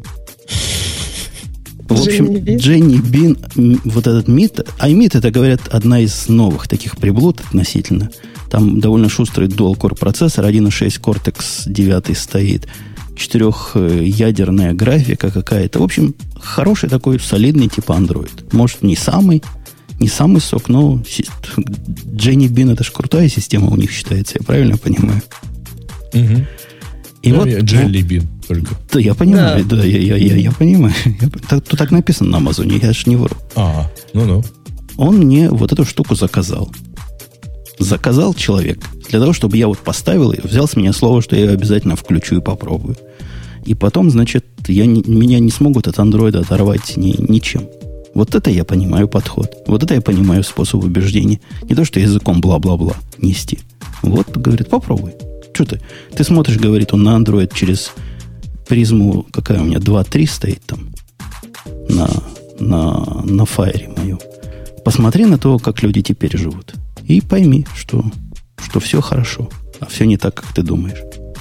В общем, Jenny Bean, вот этот Meet, iMeet, это, говорят, одна из новых таких приблуд относительно. Там довольно шустрый dual-core процессор, один и шесть Cortex девять стоит, четырехъядерная графика какая-то. В общем, хороший такой солидный типа Android. Может, не самый, не самый сок, но Jenny Bean это же крутая система у них считается, я правильно понимаю? Угу. И да, вот, Jelly Bean только. Да, я понимаю, да, да я, я, я, я понимаю. Я, так, тут так написано на Амазоне, я же не вру. А, ну-ну. Он мне вот эту штуку заказал. Заказал человек для того, чтобы я вот поставил ее, взял с меня слово, что я ее обязательно включу и попробую. И потом, значит, я не, меня не смогут от андроида оторвать ни, ничем. Вот это я понимаю подход. Вот это я понимаю способ убеждения. Не то, что языком бла-бла-бла нести. Вот, говорит, попробуй. Что ты? Ты смотришь, говорит, он на Android через призму, какая у меня, два три стоит там, на, на, на Fire мою. Посмотри на то, как люди теперь живут. И пойми, что, что все хорошо, а все не так, как ты думаешь.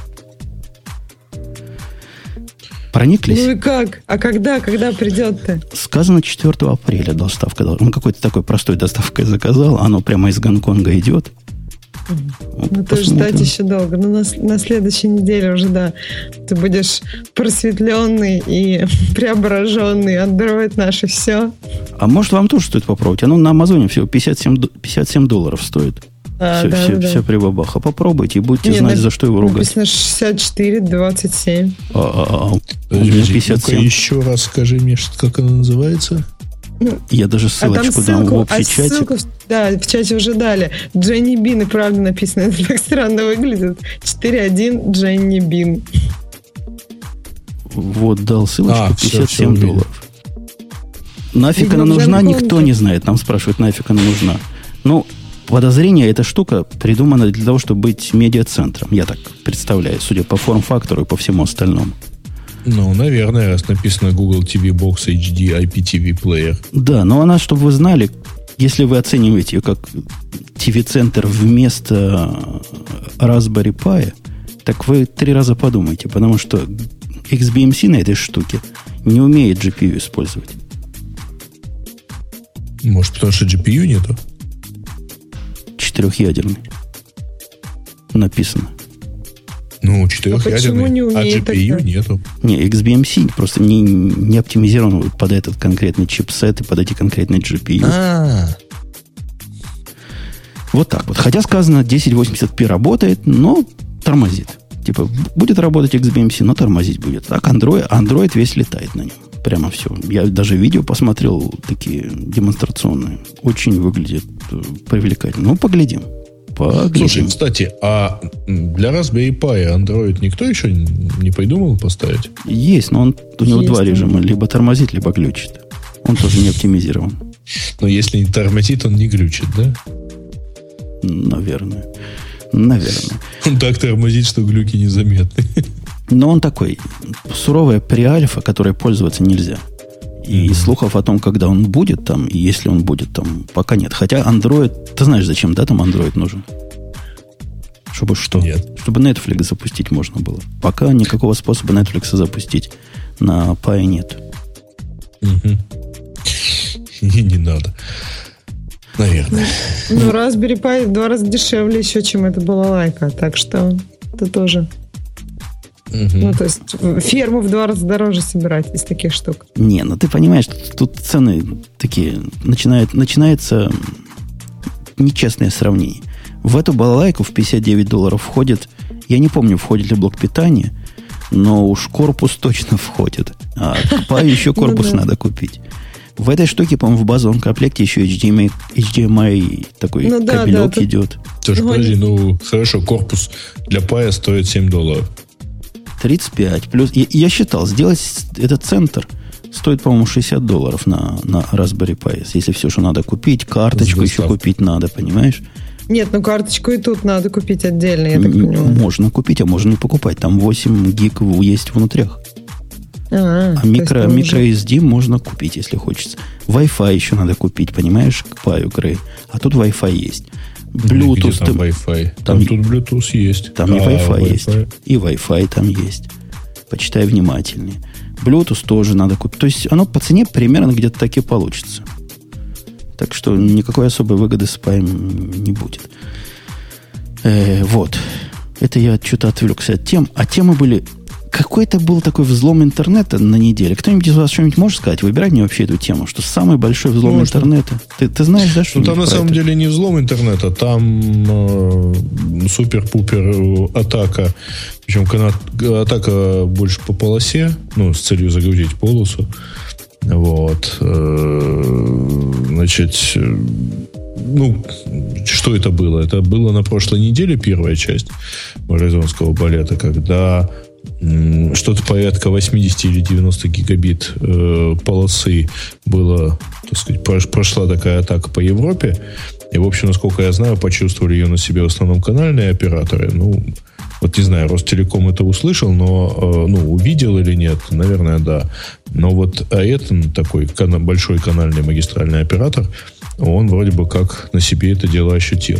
Прониклись? Ну и как? А когда? Когда придет-то? Сказано четвёртого апреля доставка. Он какой-то такой простой доставкой заказал. Оно прямо из Гонконга идет. Ну, то ждать еще долго. Ну, на, на следующей неделе уже, да, ты будешь просветленный и преображенный. Android наше все. А может, вам тоже стоит попробовать? Оно на Амазоне всего пятьдесят семь, пятьдесят семь долларов стоит. А, все, да, все, да. все прибабаха. Попробуйте и будете Не, знать, на, за что его ругать. Написано шестьдесят четыре двадцать семь. А, а, а, у Подожди, меня пятьдесят семь. еще раз скажи мне, как она называется? Я даже ссылочку а дам ссылку, в общий а чатик. Ссылку, да, в чате уже дали. Jenny Bean, и правда написано. Это так странно выглядит. четыре один Jenny Bean. Вот, дал ссылочку, А, пятьдесят семь все, все долларов. Нафиг Видимо, она нужна, в никто Гонконге. не знает. Нам спрашивают, нафиг она нужна. Ну, подозрение, эта штука придумана для того, чтобы быть медиацентром. Я так представляю, судя по форм-фактору и по всему остальному. Ну, наверное, раз написано Google ти ви Box эйч ди ай пи ти ви Player. Да, но она, чтобы вы знали, если вы оцениваете ее как ти ви-центр вместо Raspberry Pi, так вы три раза подумайте, потому что икс би эм си на этой штуке не умеет джи пи ю использовать. Может, потому что джи пи ю нету? Четырехъядерный. Написано. Ну, А четырехъядерный, почему не а умеет джи пи ю тогда? нету. Не, икс би эм си просто не, не оптимизирован под этот конкретный чипсет и под эти конкретные джи пи ю. А, Вот так вот. Хотя сказано, десять восемьдесят пи работает, но тормозит. Типа, будет работать икс би эм си, но тормозить будет. Так, Android, Android весь летает на нем. Прямо все. Я даже видео посмотрел, такие демонстрационные. Очень выглядит э, привлекательно. Ну, поглядим. Поглядим. слушай, кстати, а для Raspberry Pi Android никто еще не придумал поставить? Есть, но он, у него Есть, два да. режима. Либо тормозит, либо глючит. Он тоже не оптимизирован. Но если не тормозит, он не глючит, да? Наверное. Наверное. Он так тормозит, что глюки незаметны. Но он такой, суровая преальфа, которой пользоваться нельзя. И Mm-hmm. слухов о том, когда он будет там, и если он будет там, пока нет. Хотя Android, ты знаешь, зачем, да, там Android нужен? Чтобы что? Нет. Чтобы Netflix запустить можно было. Пока никакого способа Netflix запустить на Pi нет. Мгм. И не надо. Наверное. Ну, Raspberry Pi в два раза дешевле еще, чем это была лайка. Так что это тоже. Мгм. Ну, то есть ферму в два раза дороже собирать из таких штук. Не, ну ты понимаешь, тут, тут цены такие, начинает, начинается нечестное сравнение. В эту балалайку в пятьдесят девять долларов входит, я не помню, входит ли блок питания, но уж корпус точно входит. А к Pi еще корпус Ну да. надо купить. В этой штуке, по-моему, в базовом комплекте еще эйч ди эм ай, эйч ди эм ай такой Ну да, кабелек да, тут- идет. Слушай, Ну, подожди, они- ну хорошо, корпус для Pi стоит семь долларов. тридцать пять плюс. Я, я считал, сделать этот центр стоит, по-моему, шестьдесят долларов на, на Raspberry Pi. Если все, что надо купить, карточку С еще доставкой. купить надо, понимаешь? Нет, ну карточку и тут надо купить отдельно, я так М, понимаю. Можно купить, а можно не покупать. Там восемь гиг в- есть внутрях. А, А то есть микро, там микро уже- эс ди можно купить, если хочется. Wi-Fi еще надо купить, понимаешь, к Pi Grey. А тут Wi-Fi есть. Bluetooth. Там Wi-Fi. Там, там тут Bluetooth есть. Там а, и Wi-Fi, Wi-Fi есть. И Wi-Fi там есть. Почитай внимательнее. Bluetooth тоже надо купить. То есть оно по цене примерно где-то так и получится. Так что никакой особой выгоды с паем не будет. Э, вот. Это я что-то отвлекся от тем. А темы были... Какой-то был такой взлом интернета на неделе. Кто-нибудь из вас что-нибудь может сказать? Выбирать мне вообще эту тему. Что самый большой взлом Можно. интернета. Ты, ты знаешь, да, что... Ну, там на самом это? деле не взлом интернета. Там э, супер-пупер атака. Причем кана- атака больше по полосе. Ну, с целью загрузить полосу. Вот. Э, значит... Ну, что это было? Это было на прошлой неделе первая часть Аризонского балета, когда м, что-то порядка восемьдесят или девяносто гигабит э, полосы было, так сказать, прошла такая атака по Европе. И, в общем, насколько я знаю, почувствовали ее на себе в основном канальные операторы. Ну, вот не знаю, Ростелеком это услышал, но, э, ну, увидел или нет, наверное, да. Но вот АЭТ, такой кана- большой канальный магистральный оператор, он вроде бы как на себе это дело ощутил.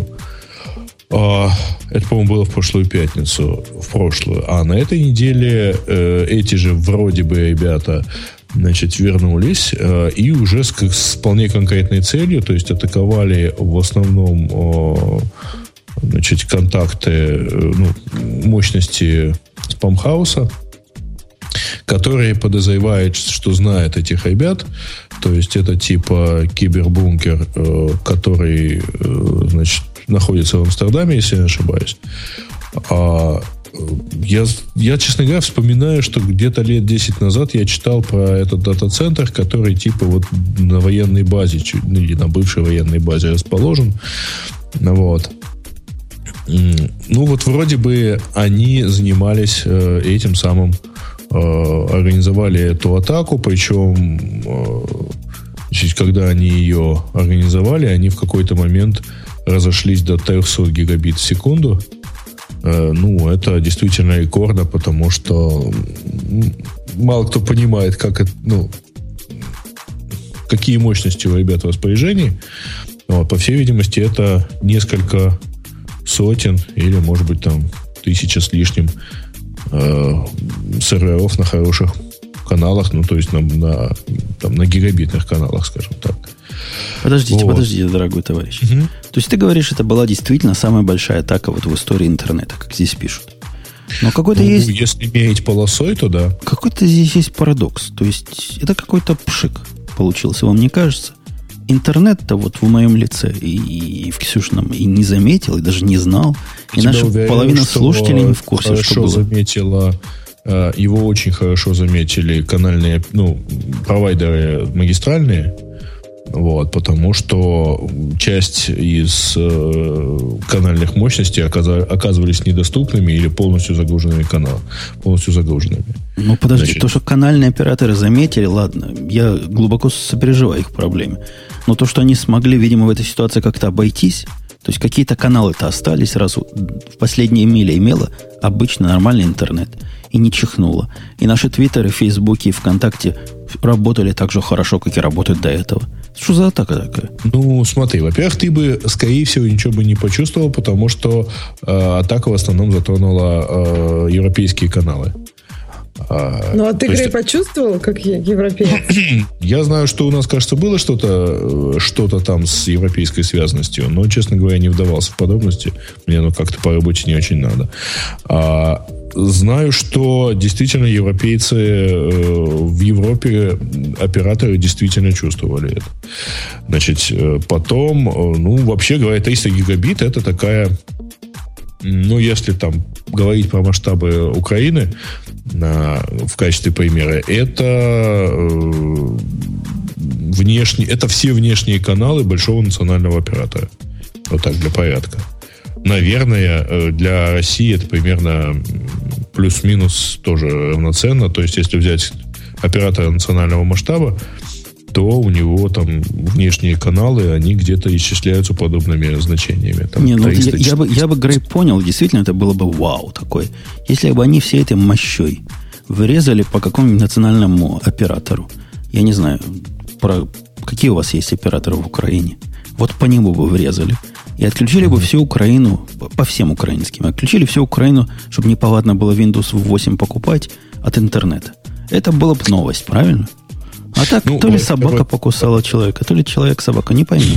А, это, по-моему, было в прошлую пятницу, в прошлую. А на этой неделе э, эти же вроде бы ребята, значит, вернулись э, и уже с, с вполне конкретной целью, то есть атаковали в основном э, значит, контакты, э, ну, мощности спамхауса, который подозревает, что знает этих ребят. То есть это типа кибербункер, э, который э, значит, находится в Амстердаме, если я не ошибаюсь. А я, я, честно говоря, вспоминаю, что где-то лет десять назад я читал про этот дата-центр, который типа вот на военной базе, или на бывшей военной базе расположен. Вот. Ну вот вроде бы они занимались э, этим самым, организовали эту атаку, причем когда они ее организовали, они в какой-то момент разошлись до триста гигабит в секунду. Ну, это действительно рекордно, потому что мало кто понимает, как это, ну, какие мощности у ребят в распоряжении. Вот, по всей видимости, это несколько сотен или, может быть, там тысяча с лишним серверов на хороших каналах, ну, то есть на, на, там, на гигабитных каналах, скажем так. Подождите, вот. подождите, дорогой товарищ. Угу. То есть ты говоришь, это была действительно самая большая атака вот в истории интернета, как здесь пишут. Но какой-то ну, есть... Если мерить полосой, то да. Какой-то здесь есть парадокс. То есть это какой-то пшик получился, вам не кажется? Интернет-то вот в моем лице и, и в Ксюшином и не заметил, и даже не знал. И наша уверен, половина слушателей не в курсе, хорошо что было. Заметила, его очень хорошо заметили канальные, ну, провайдеры магистральные. Вот, потому что часть из э, канальных мощностей оказа- оказывались недоступными или полностью загруженными каналами. Полностью загруженными. Ну, подожди, Значит, то, что канальные операторы заметили, ладно, я глубоко сопереживаю их проблеме. Но то, что они смогли, видимо, в этой ситуации как-то обойтись, то есть какие-то каналы-то остались, раз в последние мили имело обычно нормальный интернет и не чихнуло. И наши твиттеры, фейсбуки и ВКонтакте работали так же хорошо, как и работают до этого. Что за атака такая? Ну, смотри, во-первых, ты бы, скорее всего, ничего бы не почувствовал, потому что э, атака в основном затронула э, европейские каналы. Ну, а ты, Грей, есть... почувствовал, как европеец? Я знаю, что у нас, кажется, было что-то, что-то там с европейской связанностью, но, честно говоря, не вдавался в подробности. Мне ну как-то по работе не очень надо. А, знаю, что действительно европейцы э, в Европе операторы действительно чувствовали это. Значит, потом, ну, вообще говоря, триста гигабит это такая... Ну, если там говорить про масштабы Украины на, в качестве примера, это э, внешне, это все внешние каналы большого национального оператора. Вот так, для порядка. Наверное, для России это примерно плюс-минус тоже равноценно. То есть, если взять оператора национального масштаба, то у него там внешние каналы, они где-то исчисляются подобными значениями. Там, Не, ну, я, я, бы, я бы, Грей, понял, действительно, это было бы вау такой. Если бы они всей этой мощой вырезали по какому-нибудь национальному оператору, я не знаю, про какие у вас есть операторы в Украине, вот по нему бы врезали. И отключили бы всю Украину, по всем украинским, отключили всю Украину, чтобы неповадно было Windows восемь покупать от интернета. Это была бы новость, правильно? А так, ну, то ли собака покусала человека, то ли человек собака, не пойму.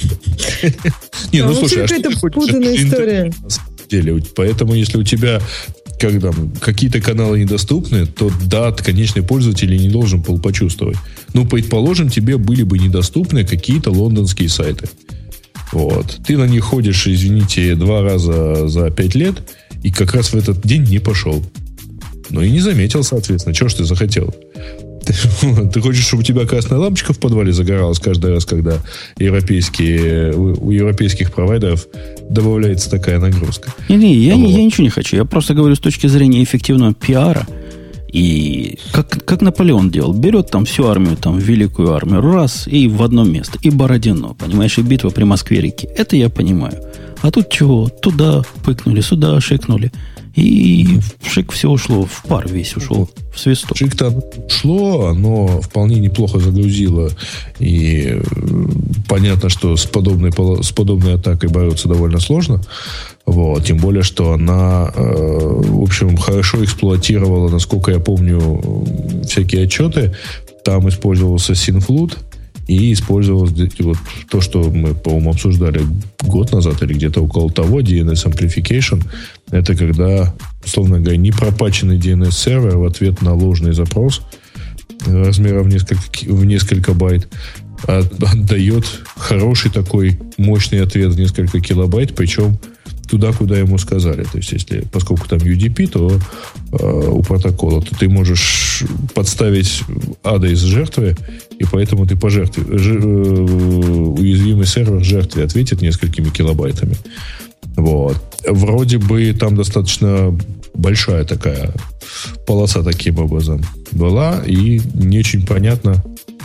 Не, ну слушай, а что ты хочешь? История. Поэтому, если у тебя когда какие-то каналы недоступны, то да, конечный пользователь не должен был почувствовать. Ну, предположим, тебе были бы недоступны какие-то лондонские сайты. Вот. Ты на них ходишь, извините, два раза за пять лет, и как раз в этот день не пошел. Ну и не заметил, соответственно. Чего ж ты захотел? Ты, ты хочешь, чтобы у тебя красная лампочка в подвале загоралась каждый раз, когда европейские, у, у европейских провайдеров добавляется такая нагрузка? Не, не, я, не, я ничего не хочу. Я просто говорю с точки зрения эффективного пиара. И как, как Наполеон делал. Берет там всю армию, там великую армию, раз, и в одно место. И Бородино, понимаешь, и битва при Москве-реке. Это я понимаю. А тут чего? Туда пыкнули, сюда шикнули. И шик все ушло, в пар весь ушел, в свисток. Шик-то ушло, оно вполне неплохо загрузило. И понятно, что с подобной, с подобной атакой бороться довольно сложно. Вот. Тем более, что она, в общем, хорошо эксплуатировала, насколько я помню, всякие отчеты. Там использовался Synflood. И использовалось вот то, что мы, по-моему, обсуждали год назад или где-то около того, ди эн эс Amplification. Это когда, условно говоря, непропаченный ди эн эс-сервер в ответ на ложный запрос размером в несколько, в несколько байт отдает хороший такой мощный ответ в несколько килобайт, причем туда, куда ему сказали. То есть, если, поскольку там ю ди пи, то э, у протокола, то ты можешь подставить адрес жертвы, и поэтому ты по жертве, ж, э, уязвимый сервер жертве ответит несколькими килобайтами. Вот. Вроде бы там достаточно большая такая полоса таким образом была, и не очень понятно,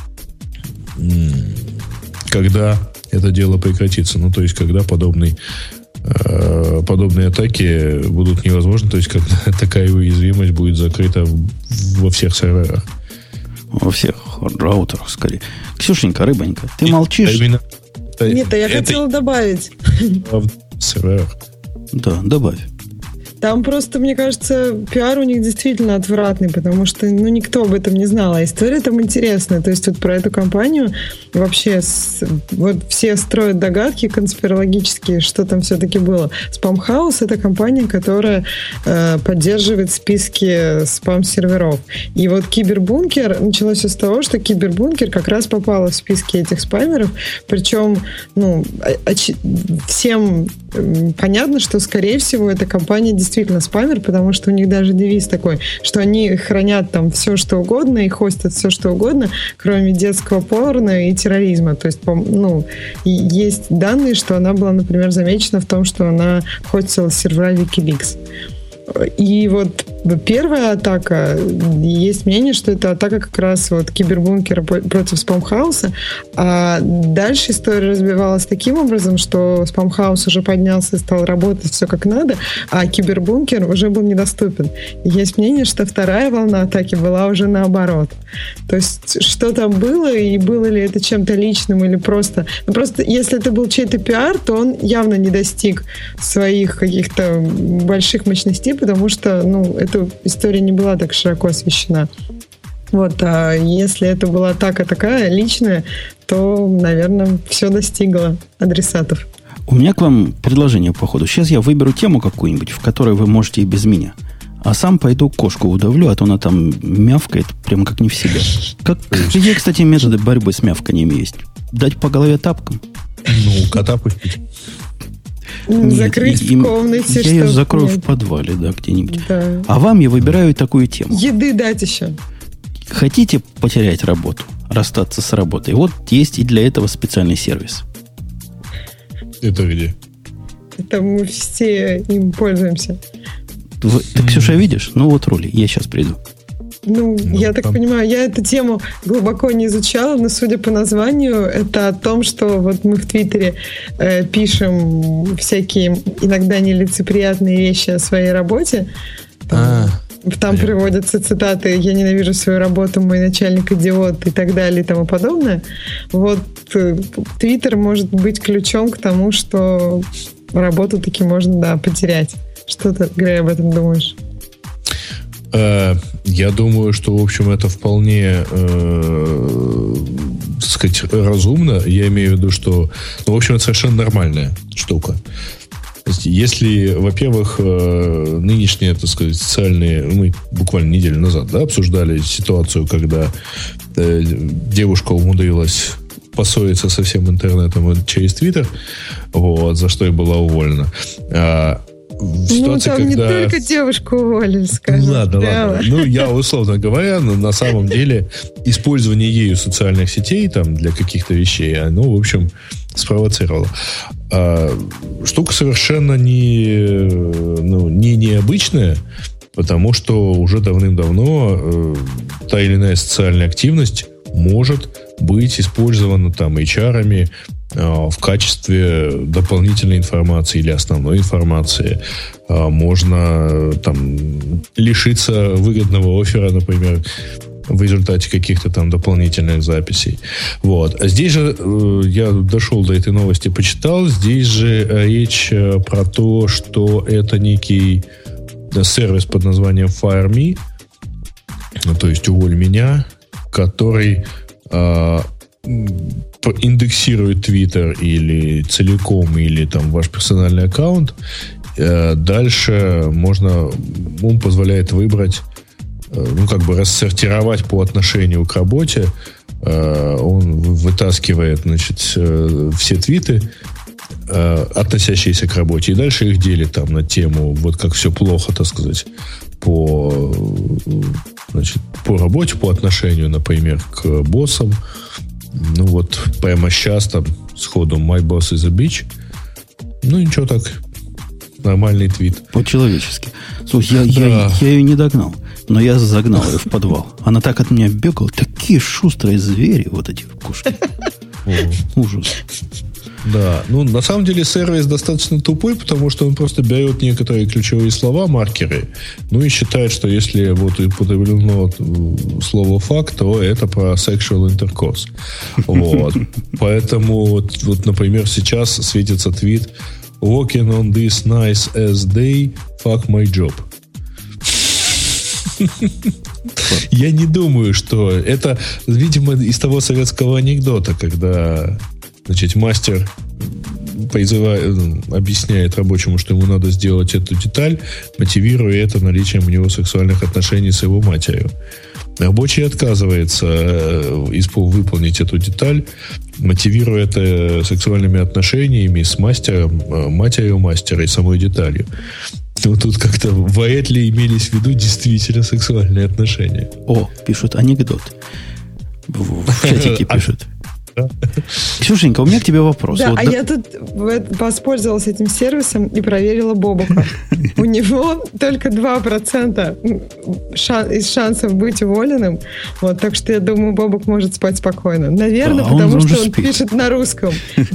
когда это дело прекратится. Ну, то есть, когда подобный подобные атаки будут невозможны, то есть когда такая уязвимость будет закрыта во всех серверах. Во всех раутерах, скорее. Ксюшенька, рыбонька, ты молчишь? Именно... Нет, а я это... хотела добавить. В серверах. Да, добавь. Там просто, мне кажется, пиар у них действительно отвратный, потому что, ну, никто об этом не знал, а история там интересная. То есть вот про эту компанию вообще с, вот все строят догадки конспирологические, что там все-таки было. Spamhaus — это компания, которая э, поддерживает списки спам-серверов. И вот Кибербункер, началось все с того, что Кибербункер как раз попала в списки этих спамеров, причем, ну, оч- всем понятно, что, скорее всего, эта компания действительно спамер, потому что у них даже девиз такой, что они хранят там все, что угодно, и хостят все, что угодно, кроме детского порно и терроризма. То есть, ну, есть данные, что она была, например, замечена в том, что она хостила сервера WikiLeaks. И вот первая атака, есть мнение, что это атака как раз вот Кибербункера против Спамхауса, а дальше история развивалась таким образом, что Спамхаус уже поднялся и стал работать все как надо, а Кибербункер уже был недоступен. И есть мнение, что вторая волна атаки была уже наоборот. То есть что там было, и было ли это чем-то личным, или просто... Ну, просто если это был чей-то пиар, то он явно не достиг своих каких-то больших мощностей, потому что, ну, эта история не была так широко освещена. Вот, а если это была атака такая личная, то, наверное, все достигло адресатов. У меня к вам предложение по ходу. Сейчас я выберу тему какую-нибудь, в которой вы можете и без меня. А сам пойду кошку удавлю, а то она там мявкает, прямо как не в себя. Как, какие, кстати, методы борьбы с мявканием есть? Дать по голове тапком? Ну, кота пустить. Нет, закрыть и, в комнате. Я ее закрою нет. в подвале, да, где-нибудь. Да. А вам я выбираю такую тему. Еды дать еще. Хотите потерять работу, расстаться с работой? Вот есть и для этого специальный сервис. Это где? Это мы все им пользуемся. Вы, ты, Ксюша, видишь? Ну вот роли, я сейчас приду. Ну, ну, я так там... понимаю, я эту тему глубоко не изучала, но, судя по названию, это о том, что вот мы в Твиттере э, пишем всякие иногда нелицеприятные вещи о своей работе. Там, Там Понятно. Приводятся цитаты «я ненавижу свою работу, мой начальник идиот» и так далее и тому подобное. Вот Твиттер может быть ключом к тому, что работу таки можно, да, потерять. Что ты, Грей, об этом думаешь? Я думаю, что, в общем, это вполне, э, так сказать, разумно. Я имею в виду, что, ну, в общем, это совершенно нормальная штука. Если, во-первых, нынешние, так сказать, социальные... Мы буквально неделю назад, да, обсуждали ситуацию, когда э, девушка умудрилась поссориться со всем интернетом через Твиттер, вот, за что и была уволена. А, ну, там когда... не только девушку уволили, скажем. Ладно, прямо. ладно. Ну, я, условно говоря, на самом деле использование ею социальных сетей там для каких-то вещей, оно, в общем, спровоцировало. А, штука совершенно не, ну, не необычная, потому что уже давным-давно э, та или иная социальная активность может быть использована там эйч ар-ами э, в качестве дополнительной информации или основной информации. Э, можно там лишиться выгодного оффера, например, в результате каких-то там дополнительных записей. Вот. А здесь же э, я дошел до этой новости, почитал. Здесь же речь э, про то, что это некий да, сервис под названием FireMe, ну, то есть уволь меня, который э, индексирует Twitter или целиком, или там ваш персональный аккаунт. Э, дальше можно, он позволяет выбрать, ну, как бы рассортировать по отношению к работе. Он вытаскивает, значит, все твиты, относящиеся к работе, и дальше их делит там на тему, вот как все плохо, так сказать, по, значит, по работе, по отношению, например, к боссам. Ну, вот прямо сейчас там сходу «My boss is a bitch». Ну, ничего так. Нормальный твит. По-человечески. Слушай, я, да. я, я ее не догнал, но я загнал ее в подвал. Она так от меня бегала. Такие шустрые звери, вот эти кошки. Ужас. Да, ну на самом деле сервис достаточно тупой, потому что он просто берет некоторые ключевые слова, маркеры, ну и считает, что если вот употреблено слово «факт», то это про sexual intercourse. Вот. Поэтому, вот, вот, например, сейчас светится твит «Walking on this nice ass day, fuck my job». Я не думаю, что это, видимо, из того советского анекдота, когда, значит, мастер призывает, объясняет рабочему, что ему надо сделать эту деталь, мотивируя это наличием у него сексуальных отношений с его матерью. Рабочий отказывается выполнить эту деталь, мотивируя это сексуальными отношениями с мастером, матерью мастера и самой деталью. Ну, тут как-то вряд ли имелись в виду действительно сексуальные отношения. О, пишут анекдот. В, в чатике пишут. Ксюшенька, у меня к тебе вопрос. Да, вот, а да... я тут воспользовалась этим сервисом и проверила Бобука. У него только два процента из шансов быть уволенным. Вот, так что я думаю, Бобук может спать спокойно. Наверное, потому что он пишет на русском.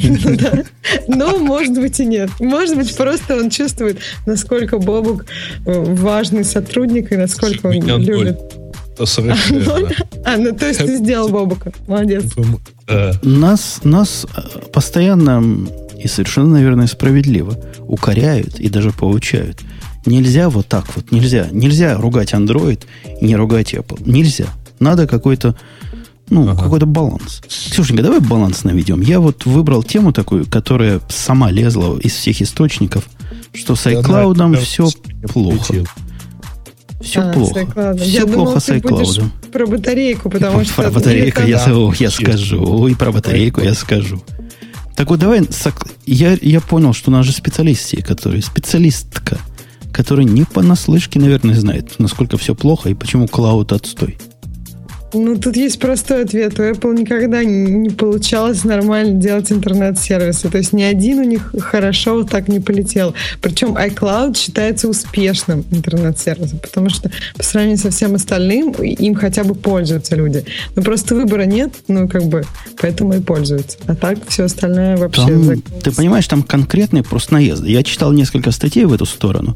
Но, может быть, и нет. Может быть, просто он чувствует, насколько Бобук важный сотрудник и насколько он любит. Совершенно. А, ну то есть ты сделал Бобука. Молодец. Нас, нас постоянно и совершенно, наверное, справедливо укоряют и даже поучают. Нельзя вот так вот, нельзя. Нельзя ругать Android и не ругать Apple. Нельзя. Надо какой-то, ну, ага. какой-то баланс. Ксюшенька, давай баланс наведем. Я вот выбрал тему такую, которая сама лезла из всех источников, что с iCloud да, все плохо. Летел. Все а, плохо. Все я плохо думала, с iCloud. Про батарейку, потому что... Про батарейку я, да. я скажу. И про батарейку я скажу. Так вот, давай... Я, я понял, что у нас же специалист, который, специалистка, который не понаслышке, наверное, знает, насколько все плохо и почему клауд отстой. Ну, тут есть простой ответ. У Apple никогда не получалось нормально делать интернет-сервисы. То есть ни один у них хорошо вот так не полетел. Причем iCloud считается успешным интернет-сервисом, потому что по сравнению со всем остальным им хотя бы пользуются люди. Но просто выбора нет, ну, как бы, поэтому и пользуются. А так все остальное вообще... Там, ты понимаешь, там конкретные просто наезды. Я читал несколько статей в эту сторону.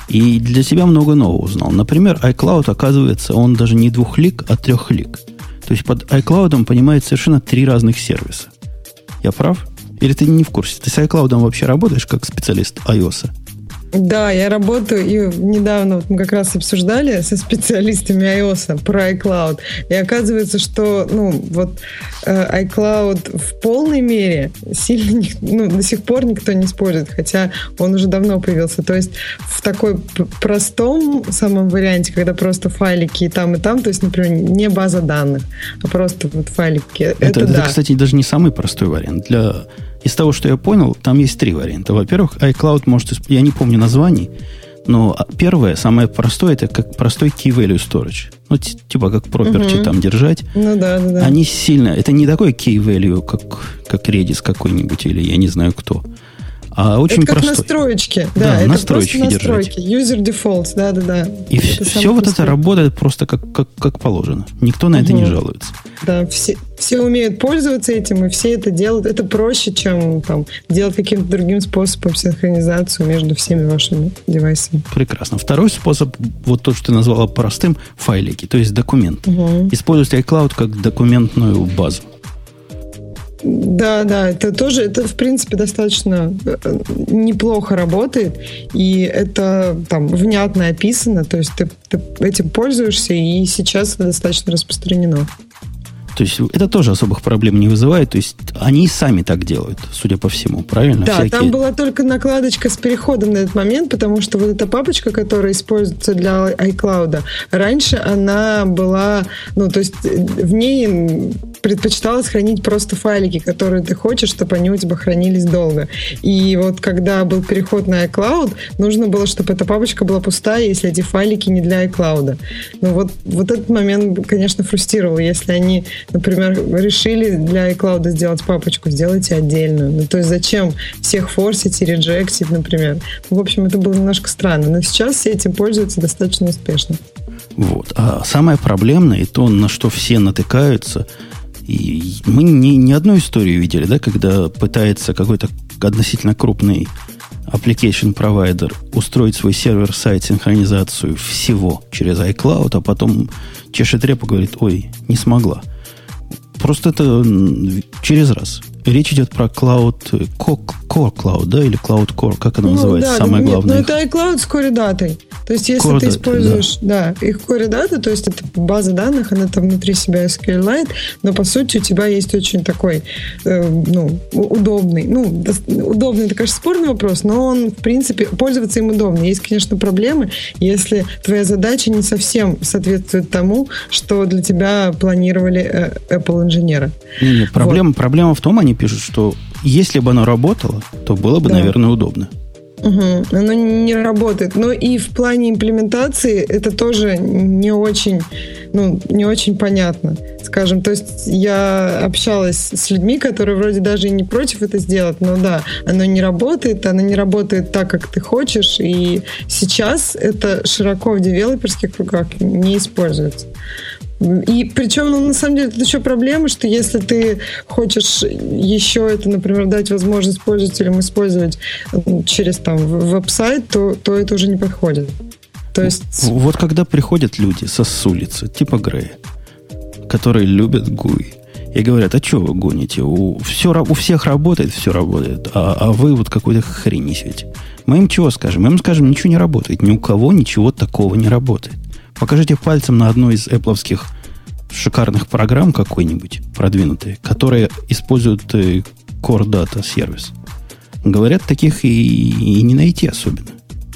И для себя много нового узнал. Например, iCloud, оказывается, он даже не двухлик, а трехлик. То есть под iCloud понимает совершенно три разных сервиса. Я прав? Или ты не в курсе? Ты с iCloud вообще работаешь как специалист iOS? Да, я работаю, и недавно вот мы как раз обсуждали со специалистами iOS про iCloud, и оказывается, что ну, вот, э, iCloud в полной мере сильно ну, до сих пор никто не использует, хотя он уже давно появился. То есть в такой простом самом варианте, когда просто файлики и там, и там, то есть, например, не база данных, а просто вот файлики. Это, это, это да. Кстати, даже не самый простой вариант. Для... Из того, что я понял, там есть три варианта. Во-первых, iCloud может... Я не помню названий, но первое, самое простое, это как простой key value storage. Ну, типа как property угу. там держать. Ну да, да, да. Они сильно... Это не такой key value, как, как Redis какой-нибудь, или я не знаю кто. А очень это как простой. Настроечки. Да, да это настройки просто настройки. Держать. User defaults, да-да-да. И это все вот это работает просто как, как, как положено. Никто на угу. это не жалуется. Да, все, все умеют пользоваться этим, и все это делают. Это проще, чем там, делать каким-то другим способом синхронизацию между всеми вашими девайсами. Прекрасно. Второй способ, вот то, что ты назвала простым, файлики, то есть документ. Угу. Использовать iCloud как документную базу. Да, да, это тоже, это в принципе достаточно неплохо работает, и это там внятно описано, то есть ты, ты этим пользуешься, и сейчас это достаточно распространено. То есть это тоже особых проблем не вызывает. То есть они сами так делают, судя по всему, правильно? Да, Всякие... там была только накладочка с переходом на этот момент, потому что вот эта папочка, которая используется для iCloud, раньше она была, ну, то есть в ней предпочиталось хранить просто файлики, которые ты хочешь, чтобы они у тебя хранились долго. И вот когда был переход на iCloud, нужно было, чтобы эта папочка была пустая, если эти файлики не для iCloud. Ну вот, вот этот момент, конечно, фрустрировал. Если они, например, решили для iCloud сделать папочку, сделайте отдельную. Ну, то есть зачем всех форсить и реджектить, например? В общем, это было немножко странно. Но сейчас все этим пользуются достаточно успешно. Вот. А самое проблемное, и то, на что все натыкаются, и мы не, не одну историю видели, да, когда пытается какой-то относительно крупный application провайдер устроить свой сервер-сайт синхронизацию всего через iCloud, а потом чешет репу и говорит, ой, не смогла. Просто это через раз. Речь идет про Cloud, Core Cloud, да, или Cloud Core, как оно ну, называется, да, самое нет, главное. Ну, это iCloud с Core датой. То есть, если Core ты используешь, да. да, их Core дата, то есть, это база данных, она там внутри себя SQLite, но, по сути, у тебя есть очень такой, э, ну, удобный, ну, удобный, это, конечно, спорный вопрос, но он, в принципе, пользоваться им удобно. Есть, конечно, проблемы, если твоя задача не совсем соответствует тому, что для тебя планировали э, Apple-инженеры. Не, не, проблема, вот. проблема в том, они пишут, что если бы оно работало, то было бы, да. наверное, удобно. Угу. Оно не работает. Но и в плане имплементации это тоже не очень, ну, не очень понятно, скажем. То есть я общалась с людьми, которые вроде даже и не против это сделать, но да, оно не работает, оно не работает так, как ты хочешь, и сейчас это широко в девелоперских кругах не используется. И причем, ну, на самом деле, это еще проблема, что если ты хочешь еще это, например, дать возможность пользователям использовать через там веб-сайт, то, то это уже не подходит. То есть... Вот когда приходят люди со с улицы, типа Грея, которые любят гуи, и говорят, а что вы гоните? У, все, у всех работает, все работает, а, а вы вот какой-то хрень несете. Мы им чего скажем? Мы им скажем, ничего не работает. Ни у кого ничего такого не работает. Покажите пальцем на одну из Apple'овских шикарных программ какой-нибудь продвинутые, которые используют Core Data сервис. Говорят, таких и, и не найти особенно.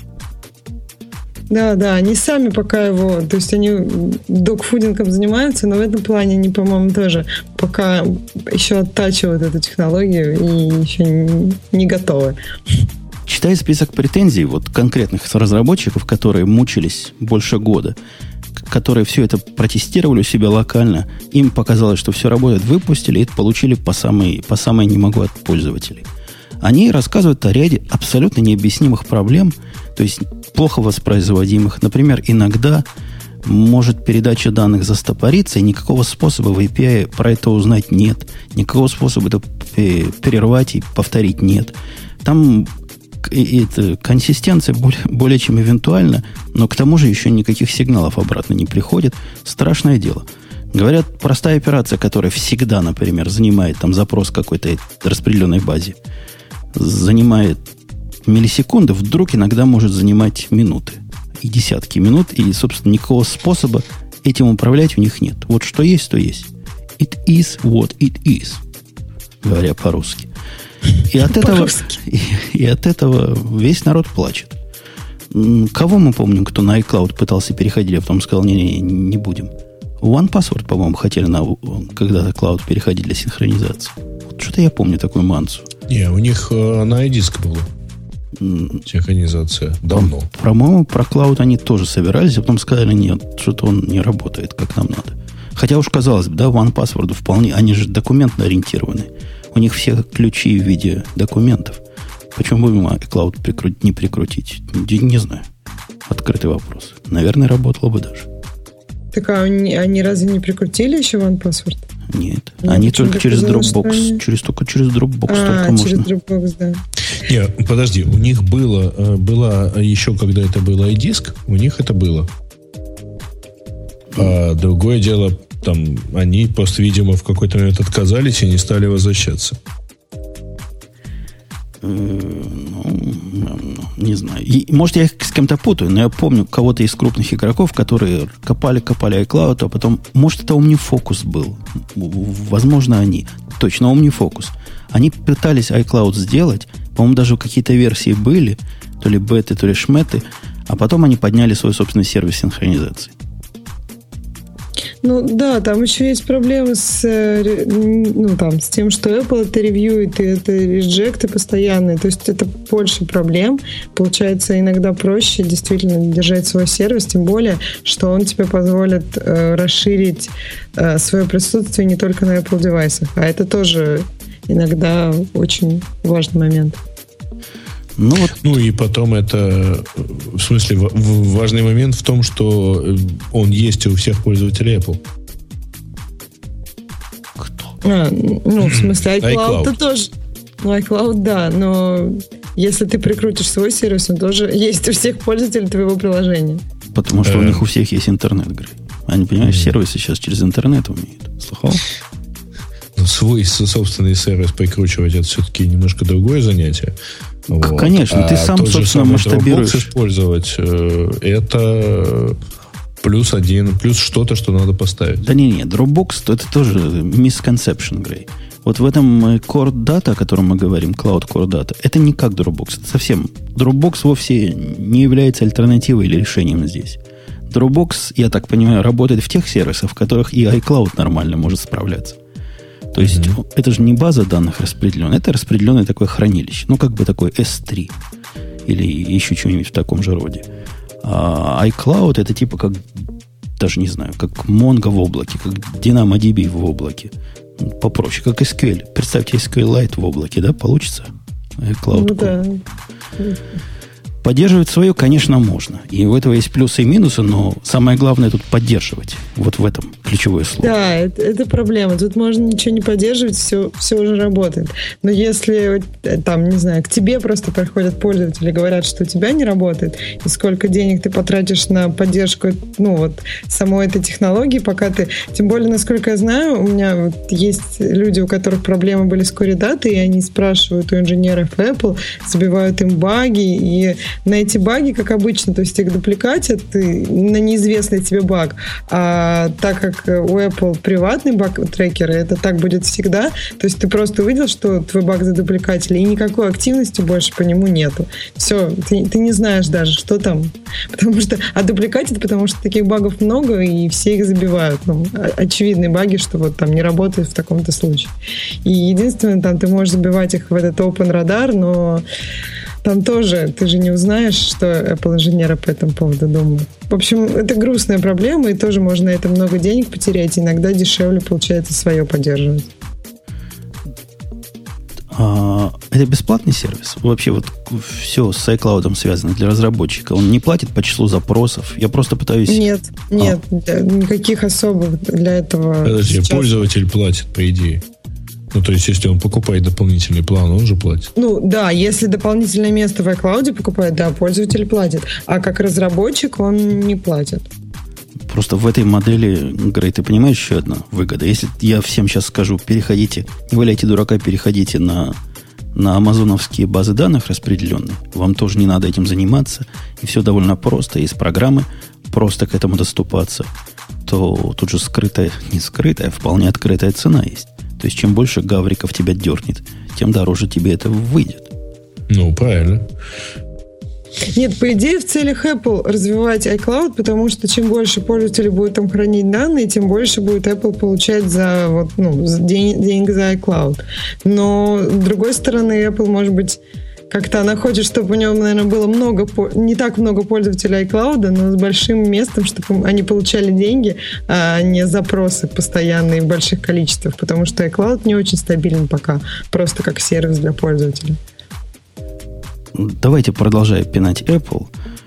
Да, да, они сами пока его, то есть они догфудингом занимаются, но в этом плане они, по-моему, тоже пока еще оттачивают эту технологию и еще не, не готовы. Читая список претензий вот конкретных разработчиков, которые мучились больше года, которые все это протестировали у себя локально, им показалось, что все работает, выпустили и получили по самой, по самой не могу от пользователей. Они рассказывают о ряде абсолютно необъяснимых проблем, то есть плохо воспроизводимых. Например, иногда может передача данных застопориться, и никакого способа в эй пи ай про это узнать нет. Никакого способа это перервать и повторить нет. Там И, и это, консистенция более, более чем эвентуальна, но к тому же еще никаких сигналов обратно не приходит. Страшное дело. Говорят, простая операция, которая всегда, например, занимает там запрос какой-то распределенной базе, занимает миллисекунды, вдруг иногда может занимать минуты. И десятки минут, и, собственно, никакого способа этим управлять у них нет. Вот что есть, то есть. It is what it is, говоря по-русски. И от, этого, и, и от этого весь народ плачет. Кого мы помним, кто на iCloud пытался переходить, а потом сказал, не-не, не будем. OnePassword, по-моему, хотели на, когда-то Cloud переходить для синхронизации. Вот что-то я помню такую мансу. Не, у них э, на iDisk было синхронизация. Давно. По-моему, про Cloud они тоже собирались, а потом сказали, нет, что-то он не работает, как нам надо. Хотя уж казалось бы, да, OnePassword вполне, они же документно ориентированы. У них все ключи в виде документов. Почему бы iCloud прикрутить, не прикрутить? Не, не знаю. Открытый вопрос. Наверное, работало бы даже. Так а они, они разве не прикрутили еще OnePassword? Нет. Нет, они только через Dropbox. Они... Через, только через Dropbox а, только через можно. Dropbox, да. Нет, подожди. У них было, было еще, когда это был iDisk, у них это было. А другое дело, там, они просто, видимо, в какой-то момент отказались и не стали возвращаться. Ну, не знаю. И, может, я их с кем-то путаю, но я помню кого-то из крупных игроков, которые копали-копали iCloud, а потом, может, это OmniFocus был. Возможно, они. Точно, OmniFocus. Они пытались iCloud сделать, по-моему, даже какие-то версии были, то ли беты, то ли шметы, а потом они подняли свой собственный сервис синхронизации. Ну да, там еще есть проблемы с, ну, там, с тем, что Apple это ревьюет, и это реджекты постоянные. То есть это больше проблем. Получается, иногда проще действительно держать свой сервис, тем более, что он тебе позволит э, расширить э, свое присутствие не только на Apple девайсах. А это тоже иногда очень важный момент. Ну, вот. Ну и потом это, в смысле, важный момент в том, что он есть у всех пользователей Apple. Кто? А, ну, в смысле, iCloud, iCloud. тоже. Ну, iCloud, да, но если ты прикрутишь свой сервис, он тоже есть у всех пользователей твоего приложения. Потому что у них у всех есть интернет, Грей. Они, понимаешь, сервисы сейчас через интернет умеют. Слыхал? Свой собственный сервис прикручивать, это все-таки немножко другое занятие. Вот. Конечно, а ты сам, собственно, масштабируешь. Dropbox использовать, э, это плюс один, плюс что-то, что надо поставить. Да не, не, Dropbox, это тоже misconception, Грей. Вот в этом Core Data, о котором мы говорим, Cloud Core Data, это не как Dropbox. Это совсем. Dropbox вовсе не является альтернативой или решением здесь. Dropbox, я так понимаю, работает в тех сервисах, в которых и iCloud нормально может справляться. То есть, mm-hmm. это же не база данных распределенная, это распределенное такое хранилище. Ну, как бы такой эс три. Или еще что-нибудь в таком же роде. А iCloud это типа как, даже не знаю, как Mongo в облаке, как DynamoDB в облаке. Попроще, как эс кью эль. Представьте эс кью эль Lite в облаке, да, получится? iCloud. Ну, да. Поддерживать свое, конечно, можно. И у этого есть плюсы и минусы, но самое главное тут поддерживать. Вот в этом ключевое слово. Да, это, это проблема. Тут можно ничего не поддерживать, все, все уже работает. Но если, там, не знаю, к тебе просто приходят пользователи, говорят, что у тебя не работает, и сколько денег ты потратишь на поддержку, ну, вот, самой этой технологии, пока ты... Тем более, насколько я знаю, у меня вот есть люди, у которых проблемы были с Core Data, и они спрашивают у инженеров Apple, забивают им баги, и на эти баги, как обычно, то есть их дупликатят на неизвестный тебе баг. А так как у Apple приватный баг-трекер, это так будет всегда, то есть ты просто увидел, что твой баг задупликатили, и никакой активности больше по нему нету. Все, ты, ты не знаешь даже, что там. Потому что, а дупликатит, потому что таких багов много, и все их забивают. Ну, очевидные баги, что вот там не работает в таком-то случае. И единственное, там ты можешь забивать их в этот open радар, но там тоже ты же не узнаешь, что Apple инженеры по этому поводу думают. В общем, это грустная проблема, и тоже можно на это много денег потерять. Иногда дешевле получается свое поддерживать. А, это бесплатный сервис? Вообще вот все с iCloud связано для разработчика. Он не платит по числу запросов? Я просто пытаюсь... Нет, нет, а. никаких особых для этого... Подожди, сейчас... пользователь платит, по идее. Ну, то есть, если он покупает дополнительный план, он же платит. Ну, да, если дополнительное место в iCloud покупает, да, пользователь платит. А как разработчик он не платит. Просто в этой модели, Грей, ты понимаешь еще одна выгода? Если я всем сейчас скажу, переходите, не валяйте дурака, переходите на, на амазоновские базы данных распределенные, вам тоже не надо этим заниматься, и все довольно просто, есть программы, просто к этому доступаться, то тут же скрытая, не скрытая, а вполне открытая цена есть. То есть, чем больше гавриков тебя дернет, тем дороже тебе это выйдет. Ну, правильно. Нет, по идее, в целях Apple развивать iCloud, потому что чем больше пользователей будет там хранить данные, тем больше будет Apple получать за, вот, ну, за день, деньги за iCloud. Но, с другой стороны, Apple, может быть, как-то она хочет, чтобы у него, наверное, было много, не так много пользователей iCloud, но с большим местом, чтобы они получали деньги, а не запросы постоянные в больших количествах, потому что iCloud не очень стабилен пока, просто как сервис для пользователей. Давайте продолжая пинать Apple.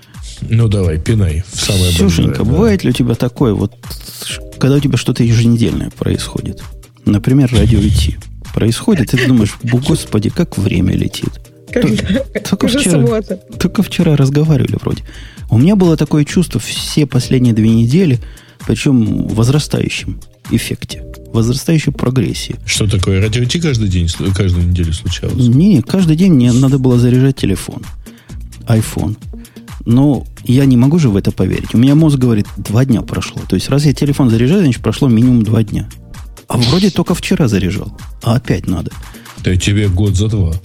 Ну, давай, пинай. В самое Ксюшенька, большое, бывает да. ли у тебя такое, вот, когда у тебя что-то еженедельное происходит? Например, радио ай ти. Происходит, и ты думаешь, господи, как время летит. Когда? Только Уже вчера, суббота. только вчера разговаривали вроде. У меня было такое чувство все последние две недели, причем в возрастающем эффекте, в возрастающей прогрессии. Что такое? Радио ай ти каждый день, каждую неделю случалось? Не, каждый день мне надо было заряжать телефон, iPhone. Но я не могу же в это поверить. У меня мозг говорит, два дня прошло. То есть, раз я телефон заряжаю, значит, прошло минимум два дня. А вроде только вчера заряжал, а опять надо. Да тебе год за два.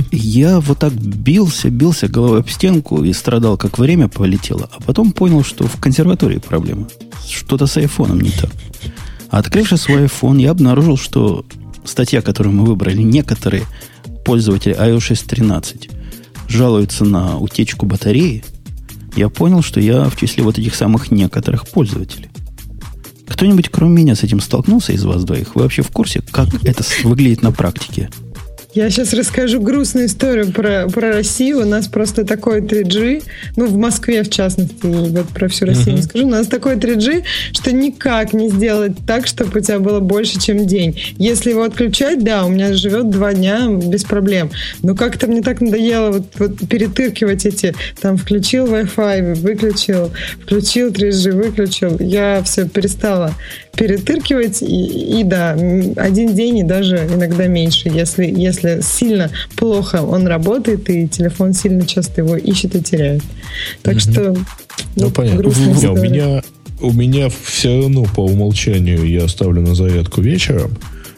Я вот так бился, бился головой об стенку и страдал, как время полетело. А потом понял, что в консерватории проблема. Что-то с айфоном не так. А открывши свой iPhone, я обнаружил, что статья, которую мы выбрали, некоторые пользователи ай о эс шесть тринадцать жалуются на утечку батареи. Я понял, что я в числе вот этих самых некоторых пользователей. Кто-нибудь, кроме меня, с этим столкнулся из вас двоих? Вы вообще в курсе, как это выглядит на практике? Я сейчас расскажу грустную историю про, про Россию. У нас просто такой три джи, ну, в Москве, в частности, и вот про всю Россию uh-huh. не скажу. У нас такой три джи, что никак не сделать так, чтобы у тебя было больше, чем день. Если его отключать, да, у меня живет два дня без проблем. Но как-то мне так надоело вот, вот перетыркивать эти, там, включил Wi-Fi, выключил, включил три джи, выключил. Я все перестала перетыркивать, и, и да, один день и даже иногда меньше, если, если сильно плохо он работает, и телефон сильно часто его ищет и теряет. Так mm-hmm. что ну, вот, понятно. Не, у меня, у меня все равно по умолчанию я ставлю на зарядку вечером,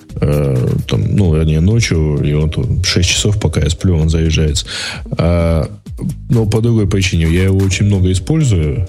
э, там, ну, вернее, ночью, и он тут шесть часов, пока я сплю, он заряжается. А, но по другой причине, я его очень много использую,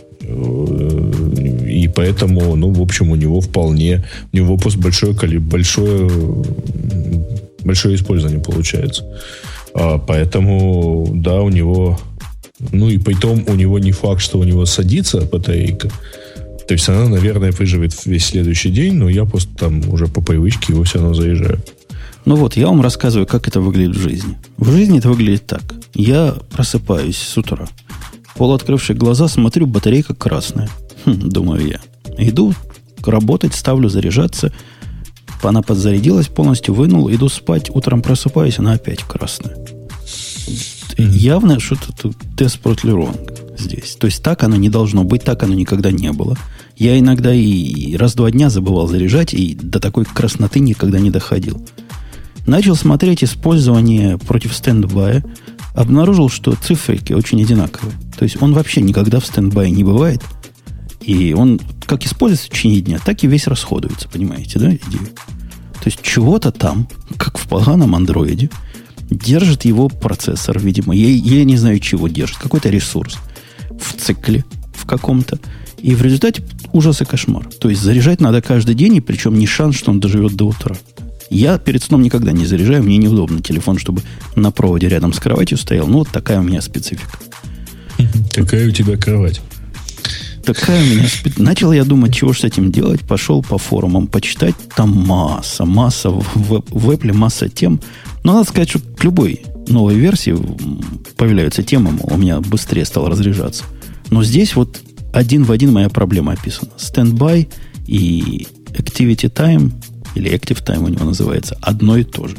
и поэтому, ну, в общем, у него вполне, у него просто большое, большое, большое использование получается. А, поэтому, да, у него, ну, и притом у него не факт, что у него садится батарейка. То есть она, наверное, выживет весь следующий день, но я просто там уже по привычке его все равно заряжаю. Ну вот, я вам рассказываю, как это выглядит в жизни. В жизни это выглядит так. Я просыпаюсь с утра. Полуоткрывшие глаза, смотрю, батарейка красная. Хм, думаю я. Иду работать, ставлю заряжаться. Она подзарядилась полностью, вынул, иду спать. Утром просыпаюсь, она опять красная. Mm-hmm. Явно что-то тут desperately wrong здесь. То есть так оно не должно быть, так оно никогда не было. Я иногда и раз-два дня забывал заряжать, и до такой красноты никогда не доходил. Начал смотреть использование против стендбая. Обнаружил, что циферки очень одинаковые. То есть он вообще никогда в стендбай не бывает. И он как используется в течение дня, так и весь расходуется. Понимаете, да, идею? То есть чего-то там, как в поганом андроиде, держит его процессор, видимо. Я, я не знаю, чего держит. Какой-то ресурс в цикле в каком-то. И в результате ужас и кошмар. То есть заряжать надо каждый день, и причем не шанс, что он доживет до утра. Я перед сном никогда не заряжаю, мне неудобно телефон, чтобы на проводе рядом с кроватью стоял. Ну, вот такая у меня специфика. Какая у тебя кровать? Такая у меня специфика. Начал я думать, чего же с этим делать. Пошел по форумам почитать. Там масса, масса в, в Apple, масса тем. Но надо сказать, что к любой новой версии появляются темы, у меня быстрее стало разряжаться. Но здесь вот один в один моя проблема описана. Standby и Activity Time или Active Time у него называется, одно и то же.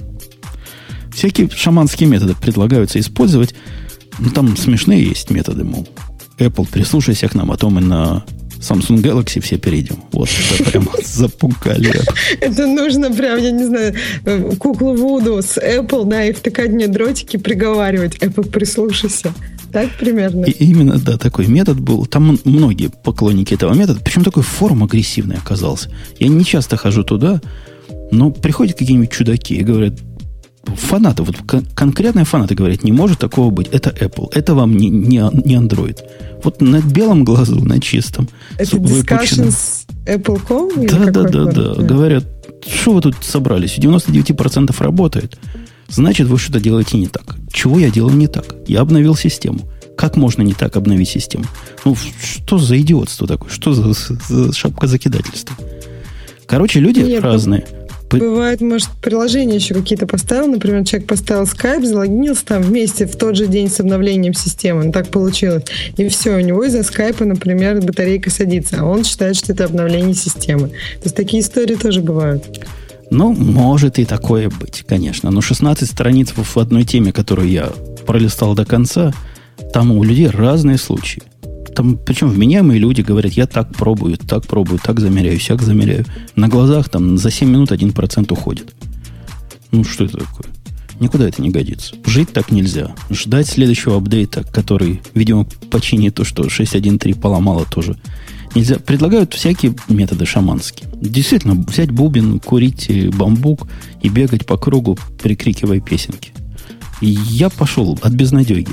Всякие шаманские методы предлагаются использовать. Ну, там смешные есть методы, мол. Apple, прислушайся к нам, а то мы на Samsung Galaxy все перейдем. Вот это прямо запугали. Это нужно прям, я не знаю, куклу Вуду с Apple, да, и втыкать мне дротики, приговаривать. Apple, прислушайся. Так примерно? И именно, да, такой метод был. Там многие поклонники этого метода, причем такой форум агрессивный оказался. Я не часто хожу туда, но приходят какие-нибудь чудаки и говорят, фанаты, вот кон- конкретные фанаты говорят, не может такого быть, это Apple, это вам не, не, не Android. Вот на белом глазу, на чистом. Это discussion с Apple точка ком? Да, да, да, да. Говорят, что вы тут собрались? девяносто девять процентов работает. Значит, вы что-то делаете не так. Чего я делаю не так? Я обновил систему. Как можно не так обновить систему? Ну, что за идиотство такое? Что за, за шапка закидательства? Короче, люди Нет, разные. Бывает, может, приложения еще какие-то поставил. Например, человек поставил Skype, залогинился там вместе в тот же день с обновлением системы. Ну, так получилось. И все, у него из-за Skype, например, батарейка садится. А он считает, что это обновление системы. То есть такие истории тоже бывают. Ну, может и такое быть, конечно. Но шестнадцать страниц в одной теме, которую я пролистал до конца, там у людей разные случаи. Там, причем вменяемые люди говорят, я так пробую, так пробую, так замеряю, сяк замеряю. На глазах там за семь минут один процент уходит. Ну, что это такое? Никуда это не годится. Жить так нельзя. Ждать следующего апдейта, который, видимо, починит то, что шесть точка один точка три поломало, тоже нельзя. Предлагают всякие методы шаманские. Действительно, взять бубен, курить бамбук и бегать по кругу, прикрикивая песенки. И я пошел от безнадеги.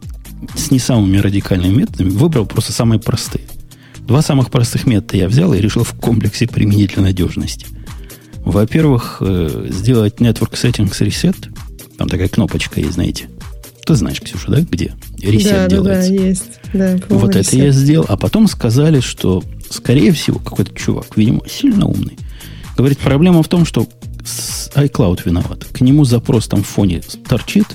С не самыми радикальными методами выбрал просто самые простые. Два самых простых метода я взял и решил в комплексе применить для надежности. Во-первых, сделать Network Settings Reset. Там такая кнопочка есть, знаете. Ты знаешь, Ксюша, да, где? Reset да, делается. Да, да, есть. Да, вот reset. Это я сделал. А потом сказали, что, скорее всего, какой-то чувак, видимо, сильно умный, говорит, проблема в том, что iCloud виноват. К нему запрос там в фоне торчит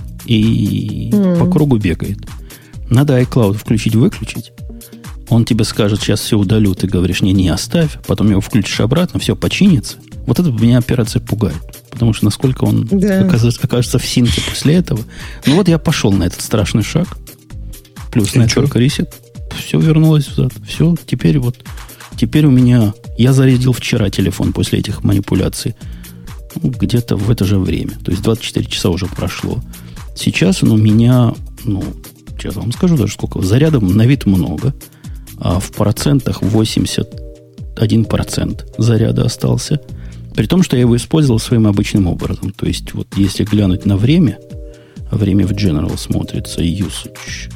и mm. по кругу бегает. Надо iCloud включить-выключить. Он тебе скажет, сейчас все удалю. Ты говоришь, не, не оставь. Потом его включишь обратно, все починится. Вот это меня операция пугает. Потому что насколько он да. окажется, окажется в синке после этого. Ну вот я пошел на этот страшный шаг. Плюс Network Reset. Все вернулось взад. Все, теперь вот... Теперь у меня... Я зарядил вчера телефон после этих манипуляций. Ну, где-то в это же время. То есть двадцать четыре часа уже прошло. Сейчас он у меня... Ну, сейчас вам скажу даже сколько. Зарядом на вид много. А в процентах восемьдесят один процент заряда остался. При том, что я его использовал своим обычным образом. То есть, вот если глянуть на время, время в General смотрится, usage,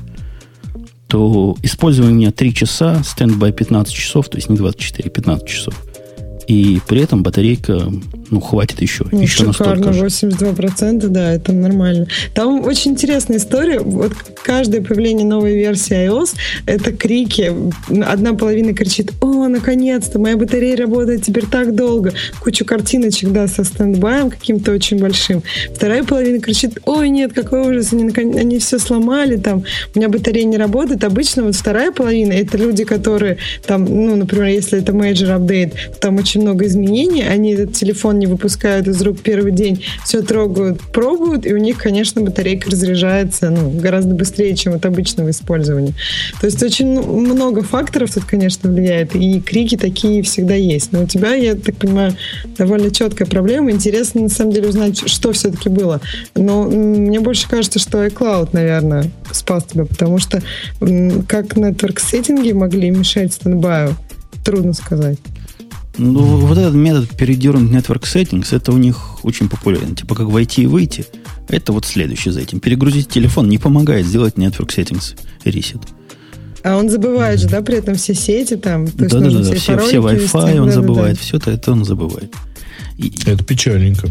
то использование у меня три часа, стендбай пятнадцать часов, то есть не двадцать четыре, пятнадцать часов. И при этом батарейка, ну, хватит еще. Ну, еще шикарно, восемьдесят два процента, да, это нормально. Там очень интересная история. Вот каждое появление новой версии iOS, это крики. Одна половина кричит, о, наконец-то, моя батарея работает теперь так долго. Кучу картиночек, да, со стендбаем каким-то очень большим. Вторая половина кричит, ой, нет, какой ужас, они, они все сломали, там, у меня батарея не работает. Обычно вот вторая половина, это люди, которые там, ну, например, если это major update, там очень много изменений, они этот телефон не выпускают из рук первый день, все трогают, пробуют, и у них, конечно, батарейка разряжается ну, гораздо быстрее, чем от обычного использования. То есть очень много факторов тут, конечно, влияет, и крики такие всегда есть. Но у тебя, я так понимаю, довольно четкая проблема. Интересно, на самом деле, узнать, что все-таки было. Но мне больше кажется, что iCloud, наверное, спас тебя, потому что как network-сеттинги могли мешать стендбаю, трудно сказать. Ну, вот этот метод передернуть Network Settings, это у них очень популярен. Типа как войти и выйти. Это вот следующее за этим. Перегрузить телефон не помогает сделать Network Settings Reset. А он забывает же, да, при этом все сети там? То да, да, да, все, все, все Wi-Fi вести. он да, забывает, да, да. Все это, это он забывает. И... Это печальненько.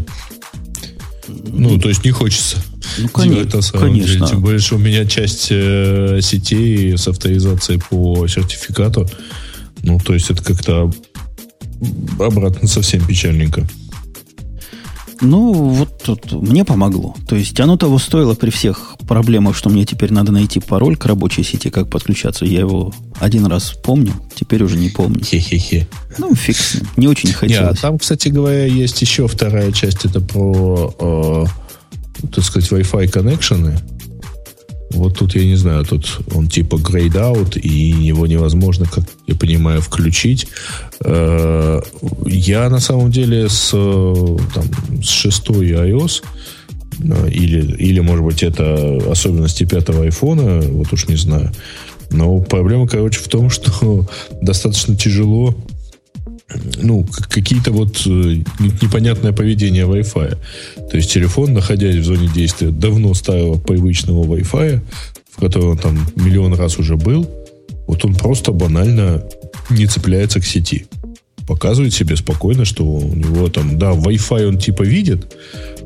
Ну, то есть не хочется. Ну, конечно, это, конечно. Деле. Тем более, что у меня часть э, сетей с авторизацией по сертификату. Ну, то есть это как-то обратно совсем печальненько. Ну, вот тут мне помогло. То есть оно того стоило при всех проблема, что мне теперь надо найти пароль к рабочей сети, как подключаться. Я его один раз помню, теперь уже не помню. Хе-хе-хе. Ну, фиг с ним. Не очень хотелось. Нет, там, кстати говоря, есть еще вторая часть. Это про, э, так сказать, Wi-Fi коннекшены. Вот тут, я не знаю, тут он типа grayed out, и его невозможно, как я понимаю, включить. Э, я, на самом деле, с, там, с шестой iOS Или, или, может быть, это особенности пятого айфона, вот уж не знаю. Но проблема, короче, в том, что достаточно тяжело, ну, какие-то вот непонятное поведение Wi-Fi. То есть телефон, находясь в зоне действия давно старого привычного Wi-Fi, в котором он там миллион раз уже был, вот он просто банально не цепляется к сети. Показывает себе спокойно, что у него там, да, Wi-Fi он типа видит,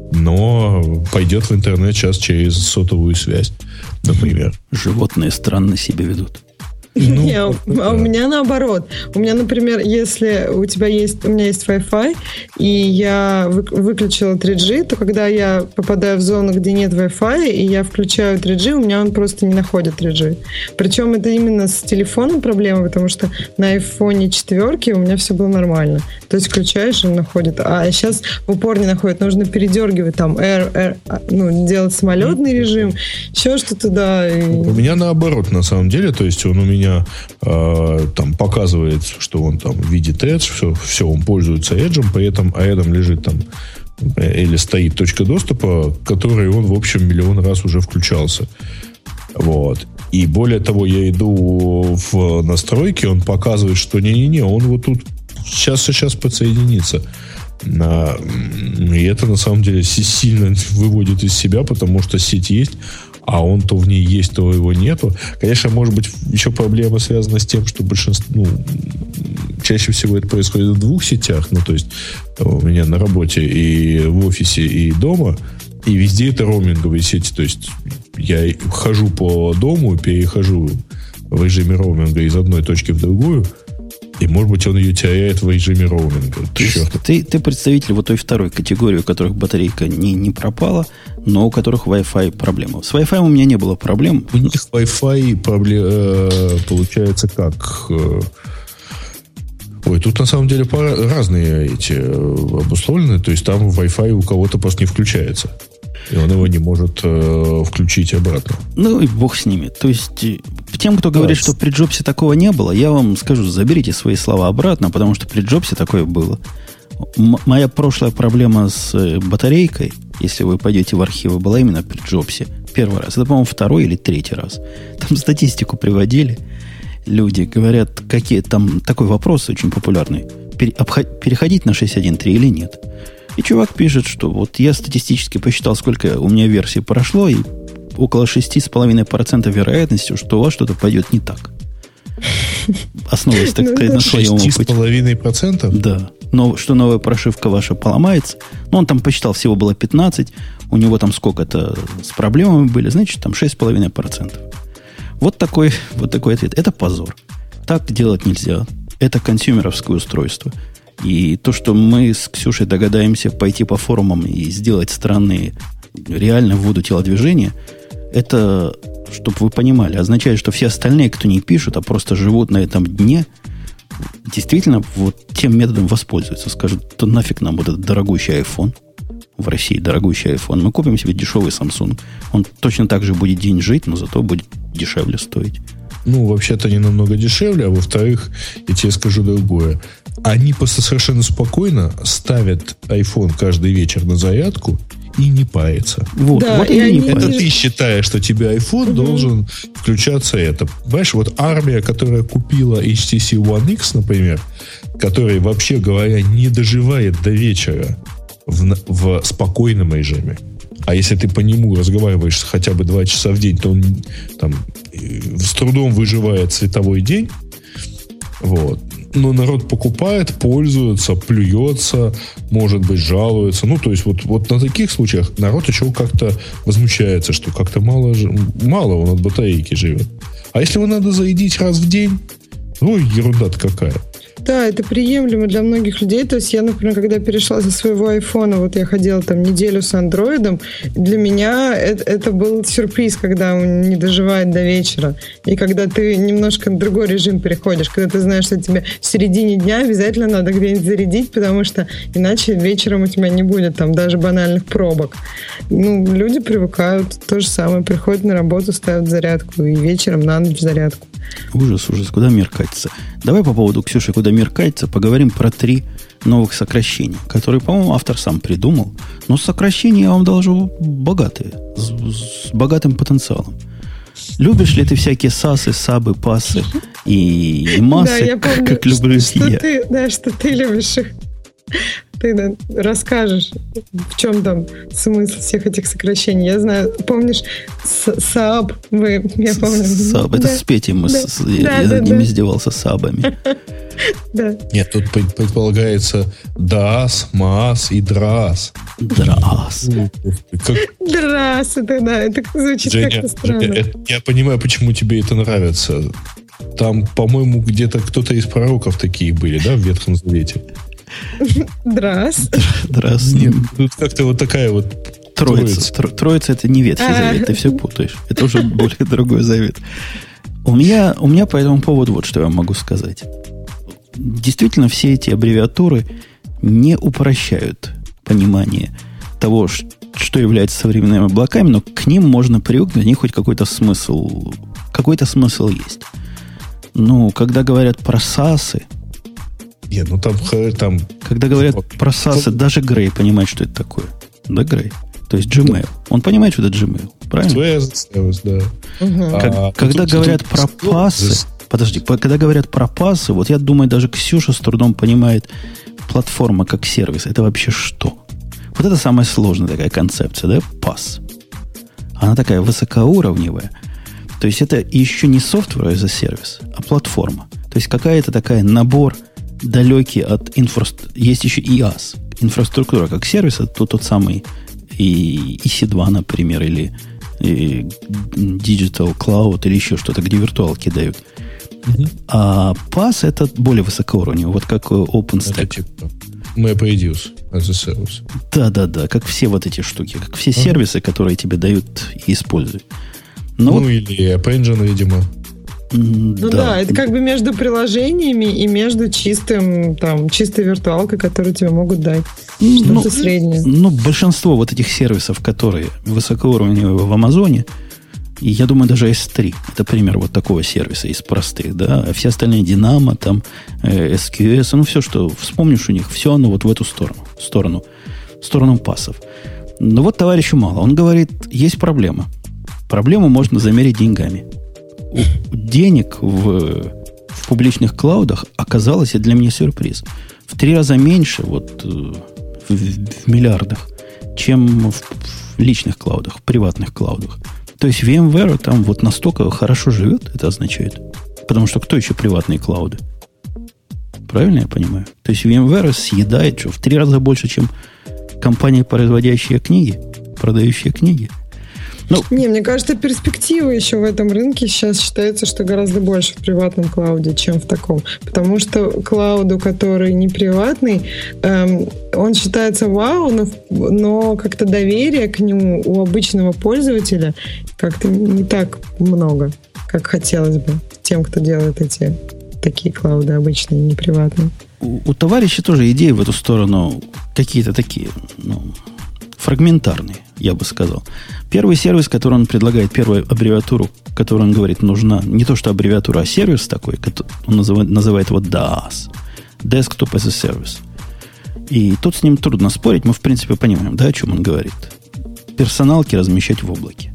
но пойдет в интернет сейчас через сотовую связь, например. Животные странно себя ведут. Ну, Не, а да. У меня наоборот. У меня, например, если у тебя есть, у меня есть Wi-Fi, и я вы, выключила три джи, то когда я попадаю в зону, где нет Wi-Fi, и я включаю три джи, у меня он просто не находит три джи. Причем это именно с телефоном проблема, потому что на айфоне четверке у меня все было нормально. То есть включаешь, он находит. А сейчас в упор не находит. Нужно передергивать там, R, R, ну, делать самолетный режим, еще что-то, да. И... У меня наоборот, на самом деле. То есть он у меня Э, там показывает, что он там видит Edge, все, все, он пользуется Edge, при этом, а рядом лежит там или стоит точка доступа, который он, в общем, миллион раз уже включался. Вот. И более того, я иду в настройки, он показывает, что не-не-не, он вот тут сейчас сейчас подсоединится. На... И это на самом деле сильно выводит из себя, потому что сеть есть, а он то в ней есть, то его нету. Конечно, может быть, еще проблема связана с тем, что большинство, ну, чаще всего это происходит в двух сетях. Ну, то есть у меня на работе и в офисе, и дома, и везде это роуминговые сети. То есть я хожу по дому, перехожу в режиме роуминга из одной точки в другую, и, может быть, он ее теряет в режиме роуминга. Ты, ты представитель вот той второй категории, у которых батарейка не, не пропала, но у которых Wi-Fi проблема. С Wi-Fi у меня не было проблем. У них Wi-Fi проблем, э, получается как... Э, ой, тут на самом деле пара, разные эти э, обусловлены. То есть там Wi-Fi у кого-то просто не включается. И он его не может э, включить обратно. Ну и бог с ними. То есть тем, кто говорит, да, что при Джобсе такого не было, я вам скажу, заберите свои слова обратно, потому что при Джобсе такое было. М- моя прошлая проблема с батарейкой, если вы пойдете в архивы, была именно при Джобсе. Первый раз. Это, по-моему, второй или третий раз. Там статистику приводили. Люди говорят, какие там... Такой вопрос очень популярный. Пере- обход- переходить на шестьдесят один точка три или нет? И чувак пишет, что вот я статистически посчитал, сколько у меня версий прошло, и около шесть целых пять десятых процента вероятности, что у вас что-то пойдет не так. Основываясь, так сказать, на своем опыте. шесть целых пять десятых процента? Да. Но что новая прошивка ваша поломается. Ну, он там посчитал, всего было пятнадцать. У него там сколько-то с проблемами были. Значит, там шесть целых пять десятых процента. Вот такой, вот такой ответ. Это позор. Так делать нельзя. Это консюмеровское устройство. И то, что мы с Ксюшей догадаемся пойти по форумам и сделать странные, реально в воду телодвижения, это, чтобы вы понимали, означает, что все остальные, кто не пишут, а просто живут на этом дне, действительно вот тем методом воспользуются. Скажут, то нафиг нам вот этот дорогущий iPhone. В России дорогущий iPhone. Мы купим себе дешевый Samsung. Он точно так же будет день жить, но зато будет дешевле стоить. Ну, вообще-то не намного дешевле, а во-вторых, я тебе скажу другое. Они просто совершенно спокойно ставят iPhone каждый вечер на зарядку и не парятся. Вот, да, вот и и не это парятся. ты считаешь, что тебе iPhone угу. должен включаться это. Понимаешь, вот армия, которая купила эйч ти си One X, например, которая, вообще говоря, не доживает до вечера в, в спокойном режиме. А если ты по нему разговариваешь хотя бы два часа в день, то он там с трудом выживает световой день. Вот. Но народ покупает, пользуется, плюется, может быть, жалуется. Ну, то есть, вот, вот на таких случаях народ еще как-то возмущается, что как-то мало, мало он от батарейки живет. А если его надо зарядить раз в день, ну, ерунда-то какая. Да, это приемлемо для многих людей. То есть я, например, когда перешла со своего айфона, вот я ходила там неделю с андроидом, для меня это, это был сюрприз, когда он не доживает до вечера. И когда ты немножко на другой режим переходишь, когда ты знаешь, что тебе в середине дня обязательно надо где-нибудь зарядить, потому что иначе вечером у тебя не будет там даже банальных пробок. Ну, люди привыкают. То же самое. Приходят на работу, ставят зарядку, и вечером на ночь зарядку. Ужас, ужас. Куда мир катится? Давай по поводу, Ксюши, куда мир катится, поговорим про три новых сокращения, которые, по-моему, автор сам придумал. Но сокращения, я вам должу, богатые. С, с богатым потенциалом. Любишь ли ты всякие сасы, сабы, пасы и, и массы, да, я помню, как люблю что, я? Что ты, да, что ты любишь их. Ты да, расскажешь, в чем там смысл всех этих сокращений. Я знаю, помнишь, СААБ, вы, я помню. СААБ, это да. с Петей мы, да. с, да, я да, над ними да. издевался, СААБами. Да. Нет, тут предполагается ДАС, МАС и ДРАС. ДРАС. Как... ДРАС, это да, это звучит Женя, как-то странно. Женя, я понимаю, почему тебе это нравится. Там, по-моему, где-то кто-то из пророков такие были, да, в Ветхом Завете? Драс. Драс. Нет, тут как-то вот такая вот Троица. Троица, Троица это не Ветхий Завет, ты все путаешь. Это уже более другой завет. У меня, у меня по этому поводу вот что я могу сказать. Действительно, все эти аббревиатуры не упрощают понимание того, что является современными облаками, но к ним можно привыкнуть, у них хоть какой-то смысл, какой-то смысл есть. Ну, когда говорят про САСы, Нет, ну там, там... Когда говорят про САСы, даже Грей понимает, что это такое. Да, Грей? То есть Gmail. Он понимает, что это Gmail. Правильно? Service, да. Угу. Как, А, когда тут, говорят тут, про тут, пасы... здесь... Подожди, когда говорят про пасы, вот я думаю, даже Ксюша с трудом понимает платформа как сервис. Это вообще что? Вот это самая сложная такая концепция, да? Пас. Она такая высокоуровневая. То есть это еще не software as a service, а платформа. То есть какая-то такая набор далекий от инфраструктуры. Есть еще и ас. Инфраструктура как сервис, это тот, тот самый и, и си два, например, или и Digital Cloud, или еще что-то, где виртуалки дают. Mm-hmm. А пас это более высокоуровневый, вот как OpenStack. Это типа MapReduce as a service. Да-да-да, как все вот эти штуки, как все mm-hmm. сервисы, которые тебе дают и используют. Но ну, вот, или App Engine, видимо. Ну да. да, это как бы между приложениями и между чистым, там, чистой виртуалкой, которую тебе могут дать. Что-то ну, среднее. Ну, большинство вот этих сервисов, которые высокоуровневые в Амазоне, и я думаю, даже эс три, это пример вот такого сервиса из простых, да, а все остальные Dynamo, там, эс кью эс, ну, все, что вспомнишь у них, все оно вот в эту сторону, в сторону, в сторону пасов. Но вот товарищу мало. Он говорит, есть проблема. Проблему можно замерить деньгами. Денег в, в публичных клаудах оказалось, и для меня сюрприз, в три раза меньше, вот в, в миллиардах, чем в, в личных клаудах, в приватных клаудах. То есть VMware там вот настолько хорошо живет, это означает. Потому что кто еще приватные клауды? Правильно я понимаю? То есть VMware съедает что, в три раза больше, чем компания, производящая книги, продающая книги. Ну, не, мне кажется, перспектива еще в этом рынке сейчас считается, что гораздо больше в приватном клауде, чем в таком. Потому что клауду, который не приватный, эм, он считается вау, но, но как-то доверие к нему у обычного пользователя как-то не так много, как хотелось бы тем, кто делает эти такие клауды обычные, не приватные. У, у товарища тоже идеи в эту сторону какие-то такие, ну, фрагментарные, я бы сказал. Первый сервис, который он предлагает, первую аббревиатуру, которую он говорит, нужна не то что аббревиатура, а сервис такой, он называет, называет его дас, Desktop as a Service. И тут с ним трудно спорить, мы в принципе понимаем, да, о чем он говорит. Персоналки размещать в облаке.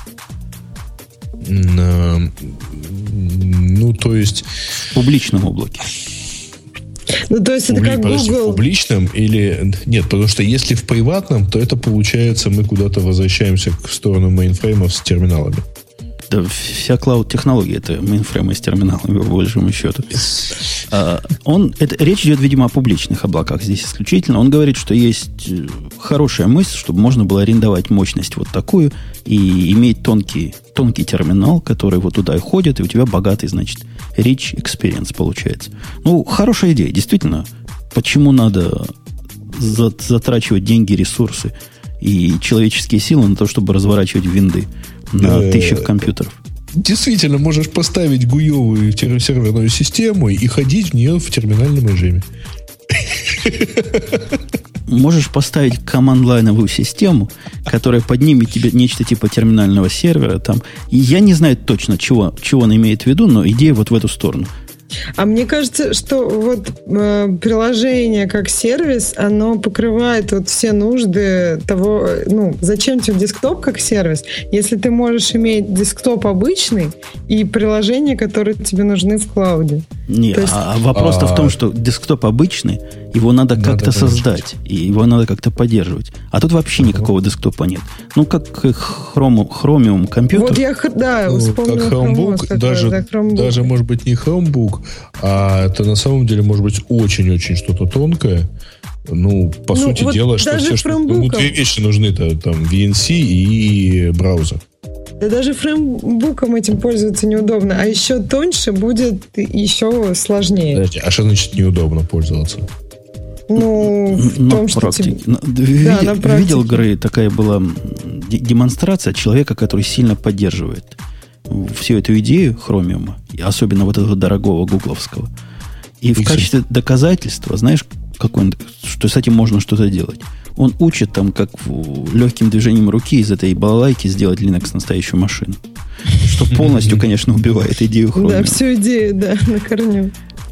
Ну, то есть... В публичном облаке. Ну, то есть это как Подожди, Google. В публичном или... Нет, потому что если в приватном, то это получается, мы куда-то возвращаемся в сторону мейнфреймов с терминалами. Да, вся клауд-технология это мейнфреймы с терминалами, по большому счету. А, он, это, речь идет, видимо, о публичных облаках здесь исключительно. Он говорит, что есть хорошая мысль, чтобы можно было арендовать мощность вот такую и иметь тонкий, тонкий терминал, который вот туда и ходит, и у тебя богатый, значит, Rich experience получается. Ну, хорошая идея, действительно. Почему надо затрачивать деньги, ресурсы и человеческие силы на то, чтобы разворачивать винды на тысячах компьютеров? Действительно, можешь поставить гуевую серверную систему и ходить в нее в терминальном режиме. Можешь поставить команд-лайновую систему, которая поднимет тебе нечто типа терминального сервера. Там. И я не знаю точно, чего, чего она имеет в виду, но идея вот в эту сторону. А мне кажется, что вот э, приложение как сервис, оно покрывает вот все нужды того, ну, зачем тебе десктоп как сервис, если ты можешь иметь десктоп обычный и приложения, которые тебе нужны в клауде. Нет, есть... а вопрос-то а... в том, что десктоп обычный, его надо, надо как-то создать, и его надо как-то поддерживать. А тут вообще uh-huh. никакого десктопа нет. Ну, как Chrome, Chromium компьютер. Вот я, да, ну, вспомнил как Chromebook, такое, даже, да, Chromebook. даже, может быть, не Chromebook, а это на самом деле может быть очень-очень что-то тонкое. Ну, по ну, сути вот дела, что все, что ну, две вещи нужны-то, там, ви эн си и браузер. Да даже фреймбуком этим пользоваться неудобно. А еще тоньше будет еще сложнее. Подождите, а что значит неудобно пользоваться? Ну, в на том, что практике. тебе... На, да, на практике. Видел, Грей, такая была демонстрация человека, который сильно поддерживает всю эту идею Chromium, особенно вот этого дорогого гугловского. И в качестве доказательства, знаешь, как он, что с этим можно что-то делать. Он учит там, как легким движением руки из этой балалайки сделать Linux настоящую машину. Что полностью, конечно, убивает идею Chromium. Да, всю идею, да, на корню.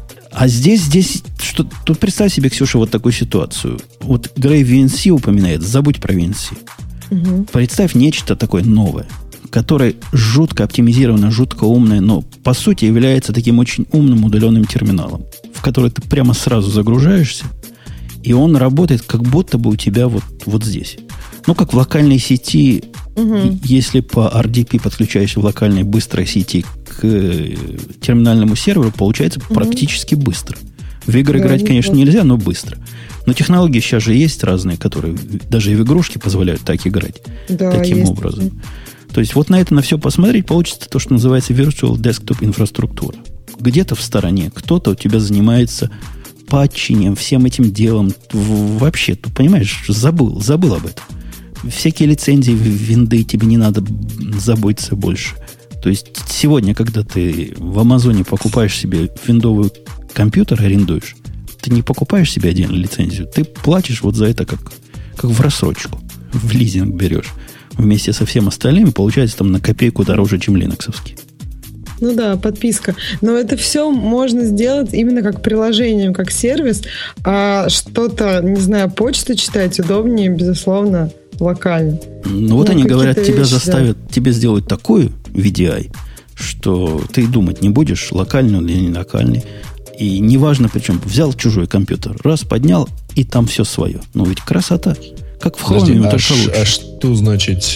А здесь, здесь, что, тут представь себе, Ксюша, вот такую ситуацию. Вот Грей ви эн си упоминает, забудь про ви эн си. Угу. Представь нечто такое новое, которое жутко оптимизировано, жутко умное, но по сути является таким очень умным удаленным терминалом, в который ты прямо сразу загружаешься, и он работает как будто бы у тебя вот, вот здесь. Ну, как в локальной сети, угу. если по ар ди пи подключаешься в локальной быстрой сети к терминальному серверу, получается угу. практически быстро. В игры да, играть, конечно, просто. Нельзя, но быстро. Но технологии сейчас же есть разные, которые даже и в игрушки позволяют так играть. Да, таким есть. Образом. То есть вот на это на все посмотреть, получится то, что называется Virtual Desktop инфраструктура. Где-то в стороне кто-то у тебя занимается патчением, всем этим делом. Вообще, ты понимаешь, забыл, забыл об этом. Всякие лицензии, винды, тебе не надо заботиться больше. То есть сегодня, когда ты в Амазоне покупаешь себе виндовый компьютер, арендуешь, ты не покупаешь себе отдельно лицензию, ты платишь вот за это как, как в рассрочку, в лизинг берешь. Вместе со всем остальным, получается там на копейку дороже, чем линоксовский. Ну да, подписка. Но это все можно сделать именно как приложением, как сервис. А что-то, не знаю, почту читать удобнее, безусловно, локально. Ну вот ну, они говорят, тебя вещи, заставят, да. тебе сделать такую ви ди ай, что ты думать не будешь, локальный или не локальный. И неважно, причем, взял чужой компьютер, раз, поднял, и там все свое. Ну ведь красота. Как в Chromium, а, только ш, лучше. А что значит,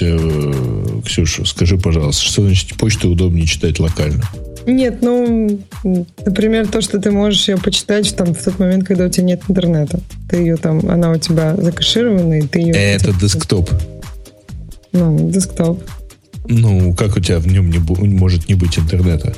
э, Ксюша, скажи, пожалуйста, что значит почту удобнее читать локально? Нет, ну, например, то, что ты можешь ее почитать там, в тот момент, когда у тебя нет интернета. Ты ее там, она у тебя закэширована, и ты ее... Это десктоп. Ну, десктоп. Ну, как у тебя в нем не бу- может не быть интернета?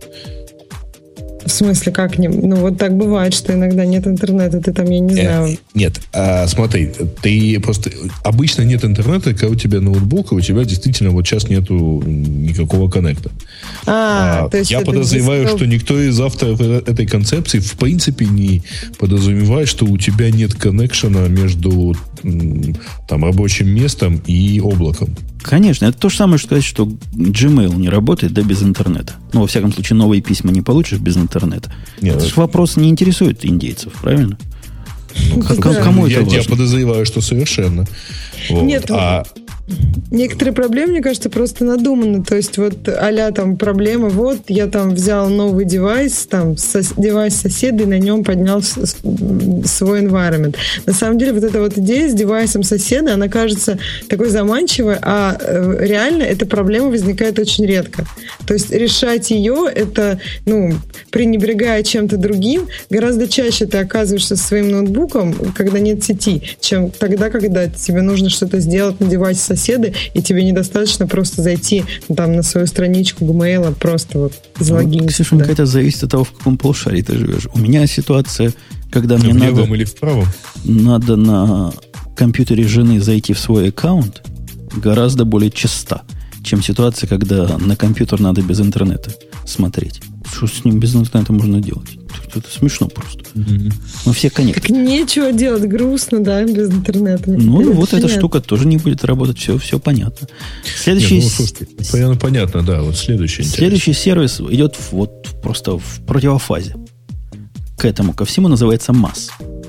В смысле, как не... Ну, вот так бывает, что иногда нет интернета, ты там, я не знаю... Э, нет, а, смотри, ты просто... Обычно нет интернета, когда у тебя ноутбук, и у тебя действительно вот сейчас нету никакого коннекта. А, а, то есть я подозреваю, десктоп... что никто из авторов этой концепции в принципе не подразумевает, что у тебя нет коннекшена между там, рабочим местом и облаком. Конечно, это то же самое, что сказать, что Gmail не работает, да, без интернета. Ну, во всяком случае, новые письма не получишь без интернета. Нет, это же вопрос не интересует индейцев, правильно? Ну, как, да. Кому я, это важно? Я подозреваю, что совершенно. Вот. Нет, а... некоторые проблемы, мне кажется, просто надуманы. То есть вот а-ля там проблема, вот я там взял новый девайс, там сос- девайс соседа и на нем поднял с- свой environment. На самом деле вот эта вот идея с девайсом соседа, она кажется такой заманчивой, а э, реально эта проблема возникает очень редко. То есть решать ее, это, ну, пренебрегая чем-то другим, гораздо чаще ты оказываешься со своим ноутбуком, когда нет сети, чем тогда, когда тебе нужно что-то сделать на девайсе соседы, и тебе недостаточно просто зайти там на свою страничку Gmail, просто вот залогиниться. Ну, Ксюшенька, это зависит от того, в каком полушарии ты живешь. У меня ситуация, когда в мне надо... В левом или в правом? Надо на компьютере жены зайти в свой аккаунт, гораздо более часто, чем ситуация, когда на компьютер надо без интернета смотреть. Что с ним без интернета можно делать? Это смешно просто. Mm-hmm. Мы все коннекты. Так нечего делать, грустно, да, без интернета. Ну, ну вот эта штука тоже не будет работать, все, все понятно. Следующий... Нет, ну, слушайте, понятно, понятно, да, вот следующий. Следующий сервис идет вот просто в противофазе к этому, ко всему, называется масс.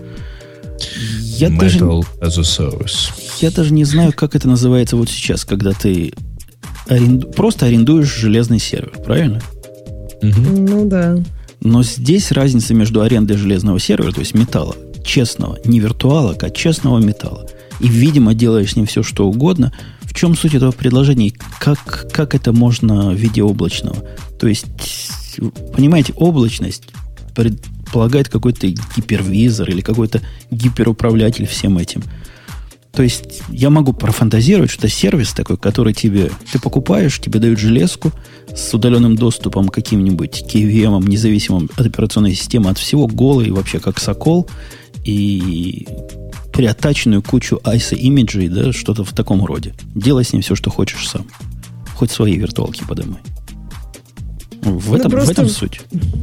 Я Metal даже, as a service. Я даже не знаю, как это называется вот сейчас, когда ты аренду, просто арендуешь железный сервер, правильно? Угу. Ну да. Но здесь разница между арендой железного сервера, то есть металла, честного, не виртуала, а честного металла, и, видимо, делаешь с ним все, что угодно. В чем суть этого предложения? Как, как это можно в виде облачного? То есть, понимаете, облачность предполагает какой-то гипервизор или какой-то гиперуправлятель всем этим. То есть я могу профантазировать, что это сервис такой, который тебе... Ты покупаешь, тебе дают железку с удаленным доступом к каким-нибудь кей ви эм, независимым от операционной системы, от всего, голый, вообще как сокол, и приоттаченную кучу ай эс имиджей, да, что-то в таком роде. Делай с ним все, что хочешь сам. Хоть свои виртуалки подымай. В этом, в этом суть.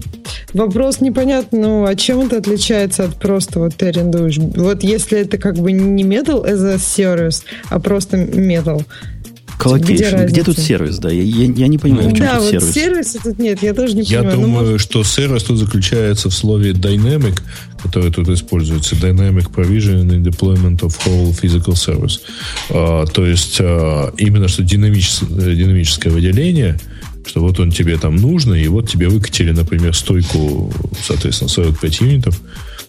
Вопрос непонятно, ну, а чем это отличается от просто вот ты арендуешь? Вот если это как бы не Metal as a service, а просто Metal. Колокейшн. Где, где тут сервис, да? Я, я, я не понимаю, в чем да, тут вот сервис. сервиса тут нет, я тоже не я понимаю. Я думаю, ну, может... что сервис тут заключается в слове dynamic, которое тут используется. Dynamic provision and deployment of whole physical service. А, то есть, а, именно что динамическое, динамическое выделение, что вот он тебе там нужно, и вот тебе выкатили, например, стойку, соответственно, сорок пять юнитов,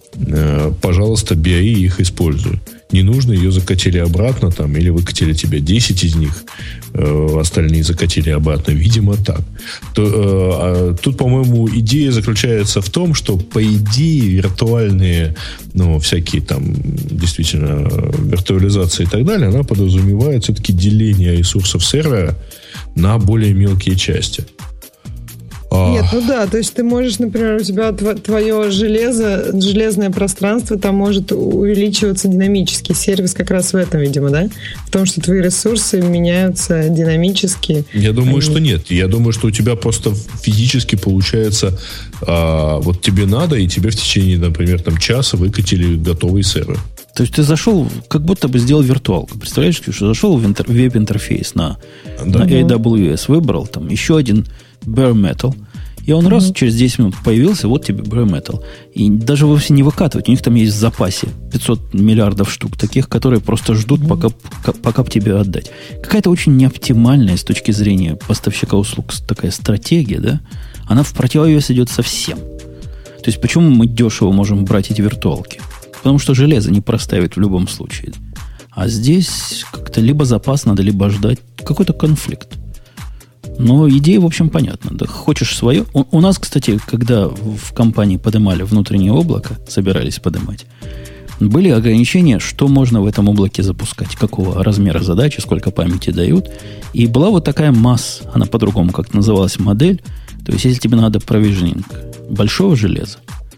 э, пожалуйста, би эй их используй. Не нужно, ее закатили обратно, там, или выкатили тебе десять из них, э, остальные закатили обратно. Видимо, так. То, э, а тут, по-моему, идея заключается в том, что, по идее, виртуальные, ну, всякие там, действительно, виртуализации и так далее, она подразумевает все-таки деление ресурсов сервера на более мелкие части. Нет, ну да, то есть ты можешь, например, у тебя твое железо, железное пространство там может увеличиваться динамически. Сервис как раз в этом, видимо, да? В том, что твои ресурсы меняются динамически. Я думаю, Они... что нет. Я думаю, что у тебя просто физически получается, а, вот тебе надо, и тебе в течение, например, там, часа выкатили готовый сервер. То есть ты зашел, как будто бы сделал виртуалку. Представляешь, что зашел в интер- веб-интерфейс на, да. на эй дабл ю эс, выбрал там еще один bare metal, и он mm-hmm. раз через десять минут появился, вот тебе bare metal. И даже вовсе не выкатывать. У них там есть в запасе пятьсот миллиардов штук таких, которые просто ждут, mm-hmm. пока, пока, пока бы тебе отдать. Какая-то очень неоптимальная с точки зрения поставщика услуг такая стратегия, да? Она в противовес идет совсем. То есть почему мы дешево можем брать эти виртуалки? Потому что железо не проставит в любом случае. А здесь как-то либо запас надо, либо ждать. Какой-то конфликт. Но идея, в общем, понятна. Да, хочешь свое. У, у нас, кстати, когда в компании поднимали внутреннее облако, собирались поднимать, были ограничения, что можно в этом облаке запускать, какого размера задачи, сколько памяти дают. И была вот такая масс, она по-другому как называлась, модель. То есть, если тебе надо провиженинг большого железа,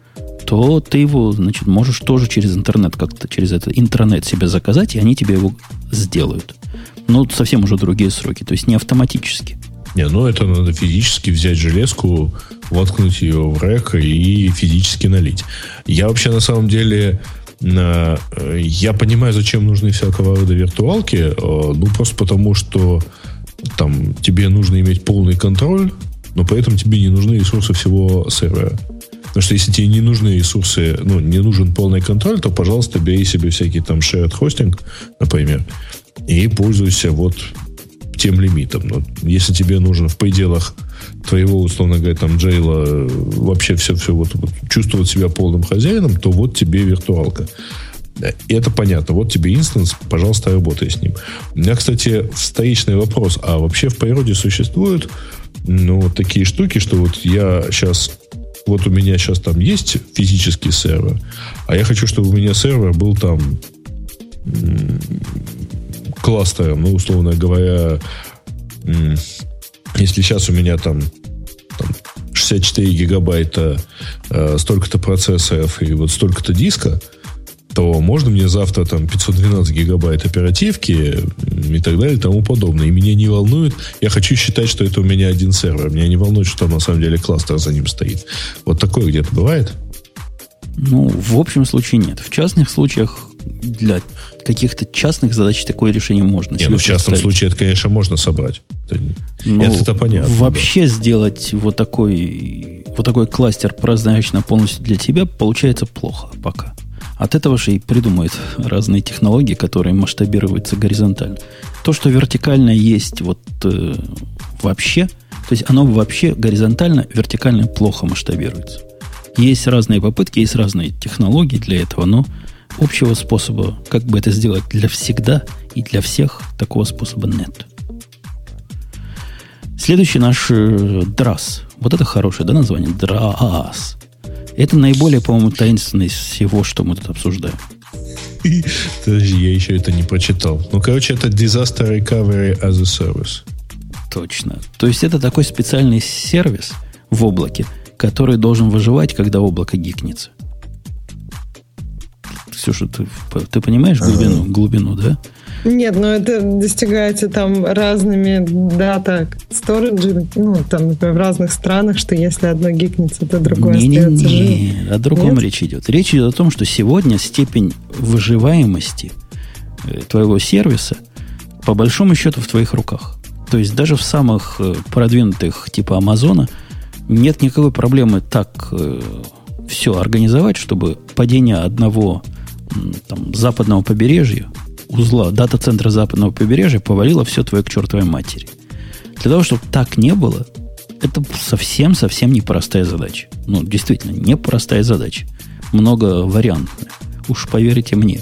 то ты его, значит, можешь тоже через интернет как-то, через этот интернет себе заказать, и они тебе его сделают. Но совсем уже другие сроки, то есть не автоматически. Не, ну это надо физически взять железку, воткнуть ее в рэк и физически налить. Я вообще на самом деле, я понимаю, зачем нужны всякого рода виртуалки, ну просто потому, что там тебе нужно иметь полный контроль, но при этом тебе не нужны ресурсы всего сервера. Потому что если тебе не нужны ресурсы, ну, не нужен полный контроль, то, пожалуйста, бери себе всякий там shared hosting, например, и пользуйся вот тем лимитом. Но если тебе нужно в пределах твоего, условно говоря, там, джейла вообще все-все вот, вот, чувствовать себя полным хозяином, то вот тебе виртуалка. И это понятно. Вот тебе инстанс, пожалуйста, работай с ним. У меня, кстати, встречный вопрос. А вообще в природе существуют, ну, вот такие штуки, что вот я сейчас... Вот у меня сейчас там есть физический сервер, а я хочу, чтобы у меня сервер был там кластером. Ну, условно говоря, если сейчас у меня там, там шестьдесят четыре гигабайта, э, столько-то процессоров и вот столько-то диска, то можно мне завтра там пятьсот двенадцать гигабайт оперативки и так далее и тому подобное. И меня не волнует. Я хочу считать, что это у меня один сервер. Меня не волнует, что там на самом деле кластер за ним стоит. Вот такое где-то бывает? Ну, в общем случае нет. В частных случаях для каких-то частных задач такое решение можно. Не, ну, в частном случае это, конечно, можно собрать. Это, ну, это понятно. Вообще да. Сделать вот такой, вот такой кластер прозрачно полностью для тебя получается плохо пока. От этого же и придумают разные технологии, которые масштабируются горизонтально. То, что вертикально есть вот э, вообще, то есть оно вообще горизонтально, вертикально плохо масштабируется. Есть разные попытки, есть разные технологии для этого, но общего способа, как бы это сделать для всегда и для всех, такого способа нет. Следующий наш драс. Вот это хорошее, да, название? драс. Это наиболее, по-моему, таинственное из всего, что мы тут обсуждаем. Подожди, я еще это не прочитал. Ну, короче, это Disaster Recovery as a Service. Точно. То есть это такой специальный сервис в облаке, который должен выживать, когда облако гикнется. Ксюша, ты, ты понимаешь глубину, глубину, да? Нет, но это достигается там разными дата сториджами, ну, там, например, в разных странах, что если одно гикнется, то другое не, остается не, не, живым. О другом Нет? речь идет. Речь идет о том, что сегодня степень выживаемости твоего сервиса по большому счету в твоих руках. То есть даже в самых продвинутых типа Амазона нет никакой проблемы так э, все организовать, чтобы падение одного там, западного побережья, узла, дата-центра западного побережья повалило все твое к чертовой матери. Для того, чтобы так не было, это совсем-совсем непростая задача. Ну, действительно, непростая задача. Многовариантная. Уж поверьте мне.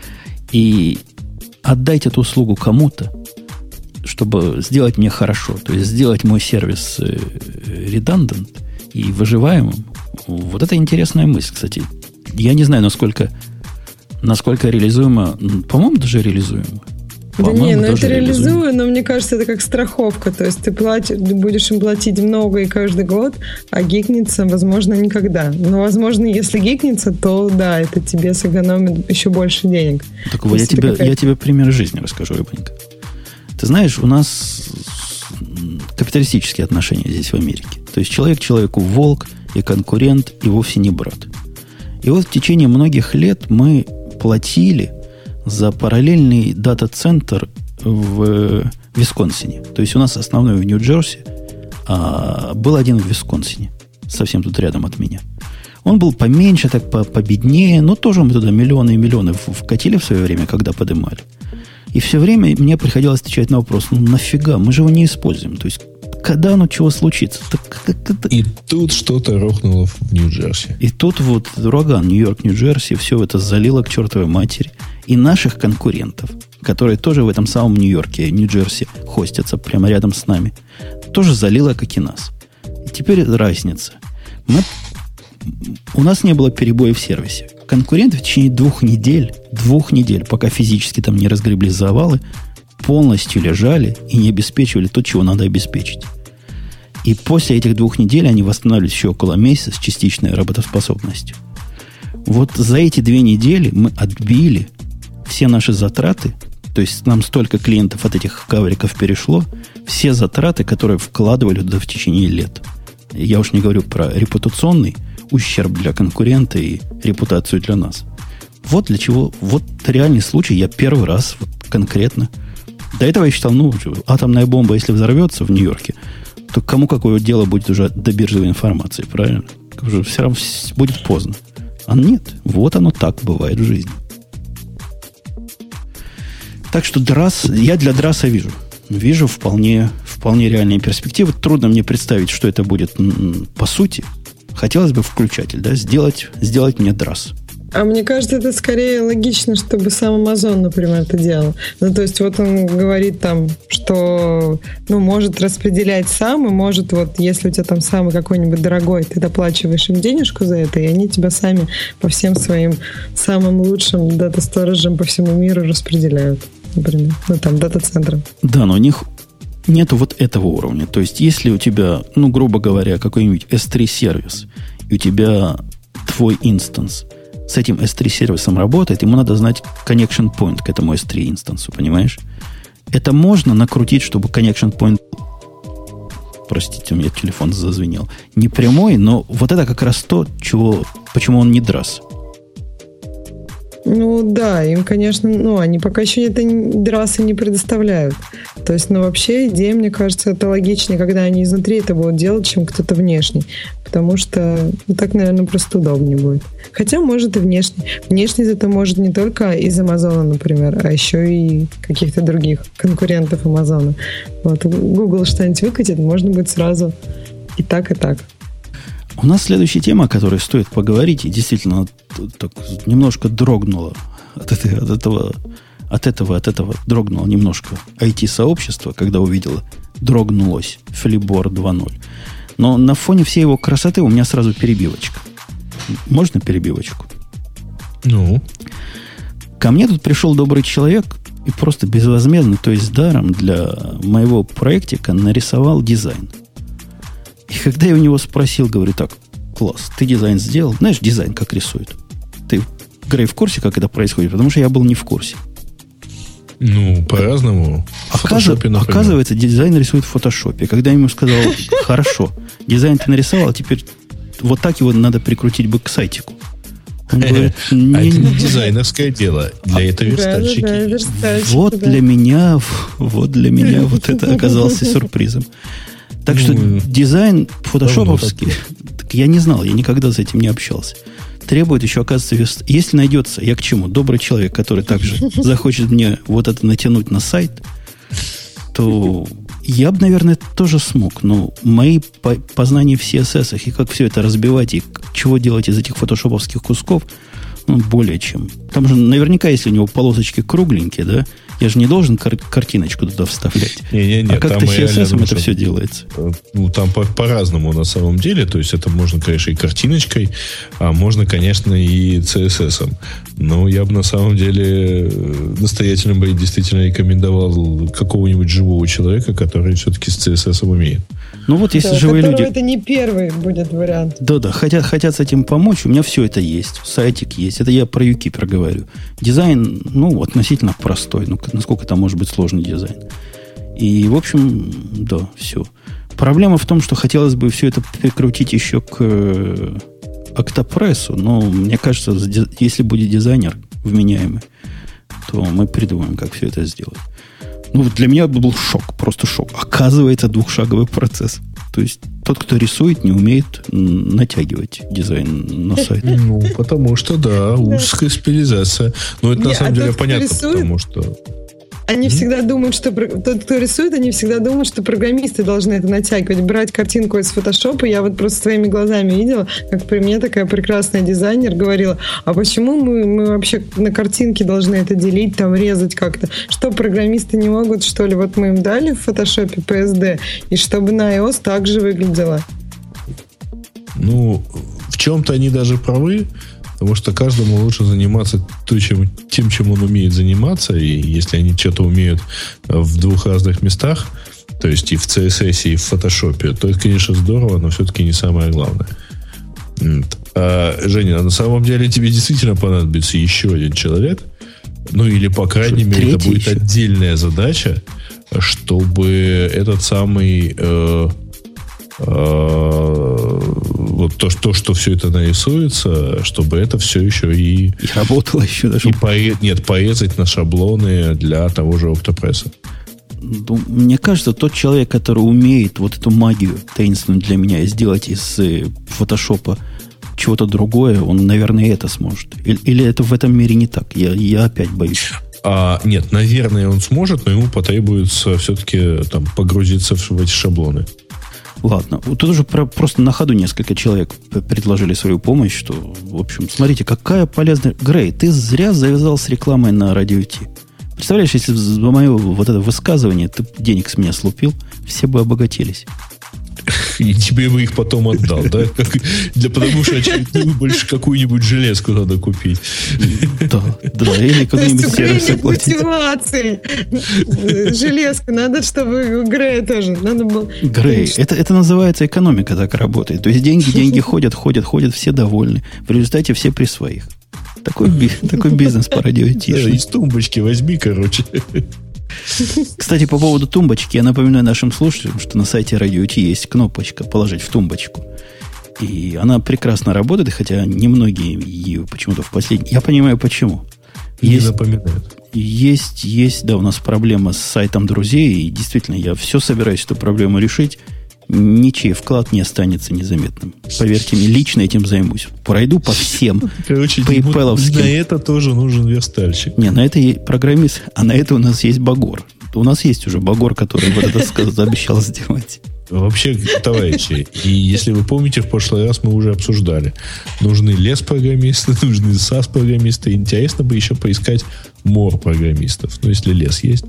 И отдать эту услугу кому-то, чтобы сделать мне хорошо, то есть сделать мой сервис redundant и выживаемым, вот это интересная мысль, кстати. Я не знаю, насколько, насколько реализуемо. По-моему, даже реализуемо. Да не, ну это реализую, но мне кажется, это как страховка. То есть ты платишь, будешь им платить много и каждый год, а гикнется, возможно, никогда. Но, возможно, если гикнется, то да, это тебе сэкономит еще больше денег. Так вот, я тебе, какая... я тебе пример жизни расскажу, рыбонька. Ты знаешь, у нас капиталистические отношения здесь в Америке. То есть человек человеку волк и конкурент, и вовсе не брат. И вот в течение многих лет мы платили за параллельный дата-центр в Висконсине. То есть у нас основной в Нью-Джерси, а был один в Висконсине, совсем тут рядом от меня. Он был поменьше, так победнее, но тоже мы туда миллионы и миллионы вкатили в свое время, когда подымали. И все время мне приходилось отвечать на вопрос, ну нафига, мы же его не используем. То есть, когда оно чего случится? Так, и тут что-то рухнуло в Нью-Джерси. И тут вот ураган Нью-Йорк, Нью-Джерси, все это залило к чертовой матери. И наших конкурентов, которые тоже в этом самом Нью-Йорке, Нью-Джерси хостятся прямо рядом с нами, тоже залило, как и нас. И теперь разница. Мы... У нас не было перебоев в сервисе. Конкуренты в течение двух недель, двух недель, пока физически там не разгребли завалы, полностью лежали и не обеспечивали то, чего надо обеспечить. И после этих двух недель они восстанавливались еще около месяца с частичной работоспособностью. Вот за эти две недели мы отбили все наши затраты, то есть нам столько клиентов от этих кавриков перешло, все затраты, которые вкладывали туда в течение лет. Я уж не говорю про репутационный ущерб для конкурента и репутацию для нас. Вот для чего, вот реальный случай, я первый раз вот конкретно. До этого я считал, ну, атомная бомба, если взорвется в Нью-Йорке, то кому какое дело будет уже до биржевой информации, правильно? Уже все равно будет поздно. А нет, вот оно так бывает в жизни. Так что драс, я для драса вижу. Вижу вполне, вполне реальные перспективы. Трудно мне представить, что это будет по сути. Хотелось бы включатель, да, сделать, сделать мне драс. А мне кажется, это скорее логично, чтобы сам Amazon, например, это делал. Ну, то есть вот он говорит там, что, ну, может распределять сам, и может вот, если у тебя там самый какой-нибудь дорогой, ты доплачиваешь им денежку за это, и они тебя сами по всем своим самым лучшим дата-сториджам по всему миру распределяют. например. Ну, там, дата-центром. Да, но у них нету вот этого уровня. То есть, если у тебя, ну, грубо говоря, какой-нибудь эс три сервис, и у тебя твой инстанс с этим эс три сервисом работает, ему надо знать connection point к этому эс три инстансу, понимаешь? Это можно накрутить, чтобы connection point, простите, у меня телефон зазвенел, не прямой, но вот это как раз то, чего, почему он не драс. Ну да, им, конечно, ну, они пока еще это драсы не предоставляют. То есть, ну, вообще идея, мне кажется, это логичнее, когда они изнутри это будут делать, чем кто-то внешний. Потому что, ну, так, наверное, просто удобнее будет. Хотя, может, и внешний. Внешний это может не только из Амазона, например, а еще и каких-то других конкурентов Амазона. Вот, Google что-нибудь выкатит, можно будет сразу и так, и так. У нас следующая тема, о которой стоит поговорить, и действительно так немножко дрогнула от этого, от этого, от этого, от этого дрогнуло немножко ай ти-сообщество, когда увидело, дрогнулось Flipboard два ноль. Но на фоне всей его красоты у меня сразу перебивочка. Можно перебивочку? Ну? Ко мне тут пришел добрый человек и просто безвозмездно, то есть даром для моего проектика нарисовал дизайн. И когда я у него спросил, говорю, так, класс, ты дизайн сделал? Знаешь, дизайн как рисуют? Ты, Грей, в курсе, как это происходит? Потому что я был не в курсе. Ну, по-разному. Оказ... Оказывается, дизайн рисует в фотошопе. Когда я ему сказал, хорошо, дизайн ты нарисовал, а теперь вот так его надо прикрутить бы к сайтику. Он говорит, не... А это не дизайнерское дело. Для этого верстальщики. Вот для меня, вот для меня вот это оказался сюрпризом. Так что ну, дизайн фотошоповский, так я не знал, я никогда с этим не общался. Требует еще, оказывается, верст... Если найдется, я к чему? Добрый человек, который также захочет мне вот это натянуть на сайт, то я бы, наверное, тоже смог. Но мои познания в си эс эс и как все это разбивать, и чего делать из этих фотошоповских кусков, ну, более чем. Там же наверняка, если у него полосочки кругленькие, да, я же не должен кар- картиночку туда вставлять. Не, не, не, а как-то си эс эс это все делается. Ну, там по- по-разному на самом деле. То есть это можно, конечно, и картиночкой, а можно, конечно, и си эс эс. Но я бы на самом деле настоятельно бы действительно рекомендовал какого-нибудь живого человека, который все-таки с си эс эс умеет. Ну вот если да, живые люди... Это не первый будет вариант. Да-да, хотят, хотят с этим помочь. У меня все это есть. Сайтик есть. Это я про Юкипер говорю. Дизайн, ну, относительно простой. Ну, насколько это может быть сложный дизайн. И, в общем, да, все. Проблема в том, что хотелось бы все это прикрутить еще к Октопрессу. Но мне кажется, если будет дизайнер вменяемый, то мы придумаем, как все это сделать. Ну, для меня был шок, просто шок. Оказывается, двухшаговый процесс. То есть, тот, кто рисует, не умеет натягивать дизайн на сайт. Ну, потому что, да, узкая специализация. Но это, на самом деле, понятно, потому что... Они mm-hmm. всегда думают, что тот, кто рисует, они всегда думают, что программисты должны это натягивать, брать картинку из фотошопа. Я вот просто своими глазами видела, как при мне такая прекрасная дизайнер говорила, а почему мы, мы вообще на картинке должны это делить, там резать как-то? Что, программисты не могут, что ли? Вот мы им дали в фотошопе пи эс ди, и чтобы на iOS так же выглядело. Ну, в чем-то они даже правы. Потому что каждому лучше заниматься тем, тем, чем он умеет заниматься. И если они что-то умеют в двух разных местах, то есть и в си эс эс, и в фотошопе, то это, конечно, здорово, но все-таки не самое главное. А, Женя, на самом деле тебе действительно понадобится еще один человек. Ну, или, по крайней мере, это будет еще отдельная задача, чтобы этот самый... Э, вот то, то, что все это нарисуется, чтобы это все еще и... И работало еще даже. И пое, нет, порезать на шаблоны для того же Октопресса. Ну, мне кажется, тот человек, который умеет вот эту магию таинственную для меня сделать из фотошопа чего-то другое, он, наверное, это сможет. Или, или это в этом мире не так? Я, я опять боюсь. А, нет, наверное, он сможет, но ему потребуется все-таки там погрузиться в, в эти шаблоны. Ладно, тут уже про, просто на ходу несколько человек предложили свою помощь, что, в общем, смотрите, какая полезная... Грей, ты зря завязал с рекламой на Радио Ти. Представляешь, если за мое вот это высказывание ты денег с меня слупил, все бы обогатились. и тебе бы их потом отдал, да? Для, потому что очередную больше какую-нибудь железку надо купить. Да, да, или какой-нибудь сервис оплатить. Мотивации. Железку надо, чтобы Грей тоже. Надо было... Грей, это, это называется экономика, так работает. То есть деньги, деньги ходят, ходят, ходят, все довольны. В результате все при своих. Такой, такой бизнес по радиотише. Из тумбочки возьми, короче. Кстати, по поводу тумбочки, я напоминаю нашим слушателям, что на сайте Radio T есть кнопочка «Положить в тумбочку». И она прекрасно работает, хотя немногие ее почему-то в последний... Я понимаю, почему. Не есть, напоминают. Есть, есть, да, у нас проблема с сайтом друзей, и действительно, я все собираюсь эту проблему решить. Ничей вклад не останется незаметным. Поверьте мне, лично этим займусь. Пройду по всем PayPal-овским. На это тоже нужен верстальщик. Не, на это программист, а на это у нас есть Багор. У нас есть уже Багор, который вот это обещал сделать. Вообще, товарищи, и если вы помните, в прошлый раз мы уже обсуждали. Нужны лес-программисты, нужны сас-программисты. Интересно бы еще поискать мор-программистов. Ну, если лес есть.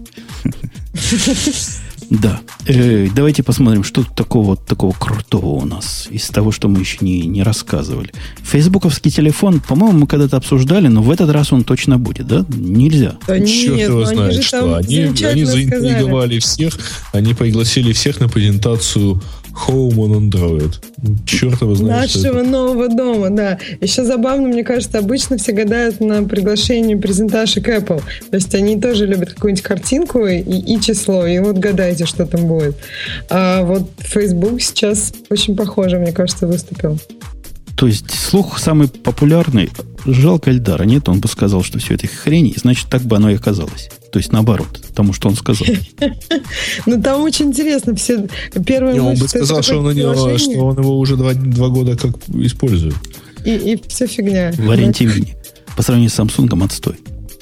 Да. Э, давайте посмотрим, что такого, такого крутого у нас из того, что мы еще не, не рассказывали. Фейсбуковский телефон, по-моему, мы когда-то обсуждали, но в этот раз он точно будет, да? Нельзя. Да Черт нет, его знает, что. Они, они заинтриговали всех, они пригласили всех на презентацию Home on Android. Черт его знает. Нашего нового дома, да. Еще забавно, мне кажется, обычно все гадают на приглашение презентажек Apple. То есть они тоже любят какую-нибудь картинку и, и число, и вот гадайте, что там будет. А вот Facebook сейчас очень похоже, мне кажется, выступил. То есть слух самый популярный. Жалко Эльдара, нет? Он бы сказал, что все это хрень, и значит, так бы оно и оказалось. То есть наоборот, тому, что он сказал. Ну, там очень интересно. Все первое. Он бы сказал, что он его уже два года как использует. И все фигня. В аренте мини. По сравнению с Samsung отстой.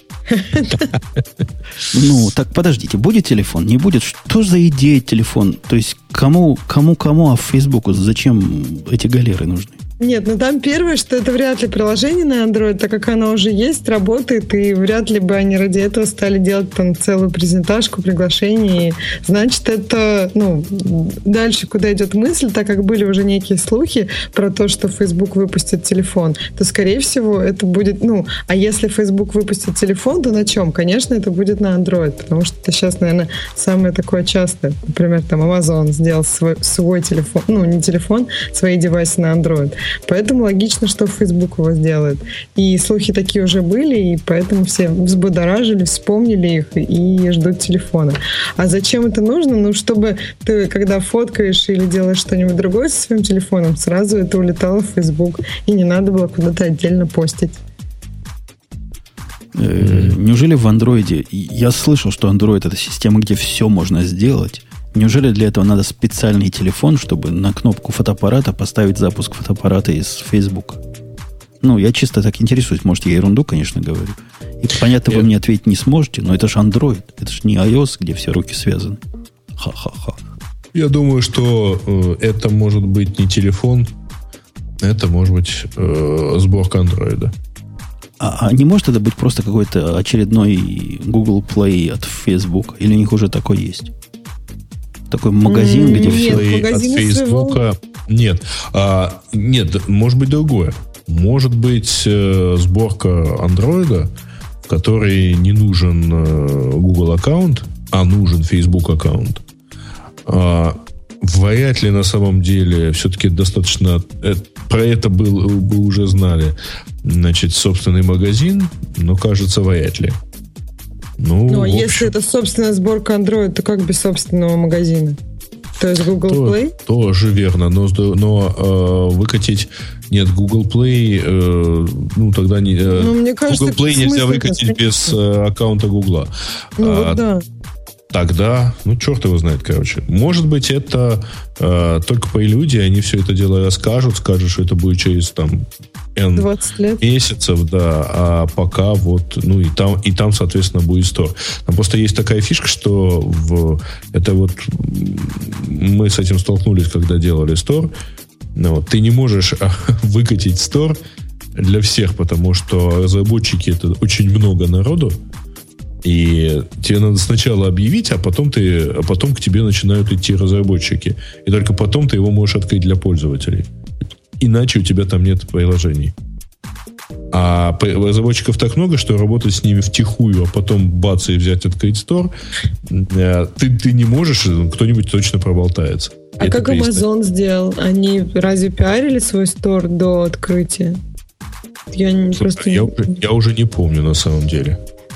Ну, так подождите, будет телефон, не будет? Что за идея телефон? То есть кому, кому, кому, а в Фейсбуку зачем эти галеры нужны? Нет, ну там первое, что это вряд ли приложение на Android, так как оно уже есть, работает, и вряд ли бы они ради этого стали делать там целую презентажку, приглашение. Значит, это, ну, дальше, куда идет мысль, так как были уже некие слухи про то, что Facebook выпустит телефон, то, скорее всего, это будет, ну, а если Facebook выпустит телефон, то на чем? Конечно, это будет на Android, потому что это сейчас, наверное, самое такое частое. Например, там Amazon сделал свой, свой телефон, ну, не телефон, свои девайсы на Android. Поэтому логично, что Facebook его сделает. И слухи такие уже были, и поэтому все взбудоражили, вспомнили их и ждут телефона. А зачем это нужно? Ну, чтобы ты, когда фоткаешь или делаешь что-нибудь другое со своим телефоном, сразу это улетало в Facebook, и не надо было куда-то отдельно постить. Неужели в Android... Я слышал, что Android — это система, где все можно сделать. Неужели для этого надо специальный телефон, чтобы на кнопку фотоаппарата поставить запуск фотоаппарата из Facebook? Ну, я чисто так интересуюсь. Может, я ерунду, конечно, говорю. И понятно, вы мне ответить не сможете, но это же Android. Это же не iOS, где все руки связаны. Ха-ха-ха. Я думаю, что э, это может быть не телефон, это может быть э, сборка Android. А, а не может это быть просто какой-то очередной Google Play от Facebook? Или у них уже такой есть? Такой магазин, mm, где нет, все... От Фейсбука... Нет. А, нет, может быть другое. Может быть э, сборка Андроида, в которой не нужен э, Google аккаунт, а нужен Facebook аккаунт. А, вряд ли на самом деле все-таки достаточно... Э, про это был, бы уже знали. Значит, собственный магазин, но, кажется, вряд ли. Ну, ну а общем, если это собственная сборка Android, то как без собственного магазина? То есть Google то, Play? Тоже верно, но, но э, выкатить... Нет, Google Play... Э, ну, тогда не... Э, ну, мне кажется, Google Play нельзя выкатить это, без э, аккаунта Google. Ну, а, вот да. Тогда, ну, черт его знает, короче. Может быть, это э, только по иллюзии, они все это дело расскажут, скажут, что это будет через там N двадцать лет месяцев, да, а пока вот, ну, и там, и там, соответственно, будет стор. Там просто есть такая фишка, что в, это вот мы с этим столкнулись, когда делали стор. Ну, вот, ты не можешь выкатить стор для всех, потому что разработчики — это очень много народу. И тебе надо сначала объявить, а потом, ты, а потом к тебе начинают идти разработчики. И только потом ты его можешь открыть для пользователей. Иначе у тебя там нет приложений. А разработчиков так много, что работать с ними втихую, а потом бац, и взять открыть стор, ты, ты не можешь, кто-нибудь точно проболтается. А как Amazon сделал? Они разве пиарили свой стор до открытия? Я, не, Слушай, просто я, не... уже, я уже не помню на самом деле.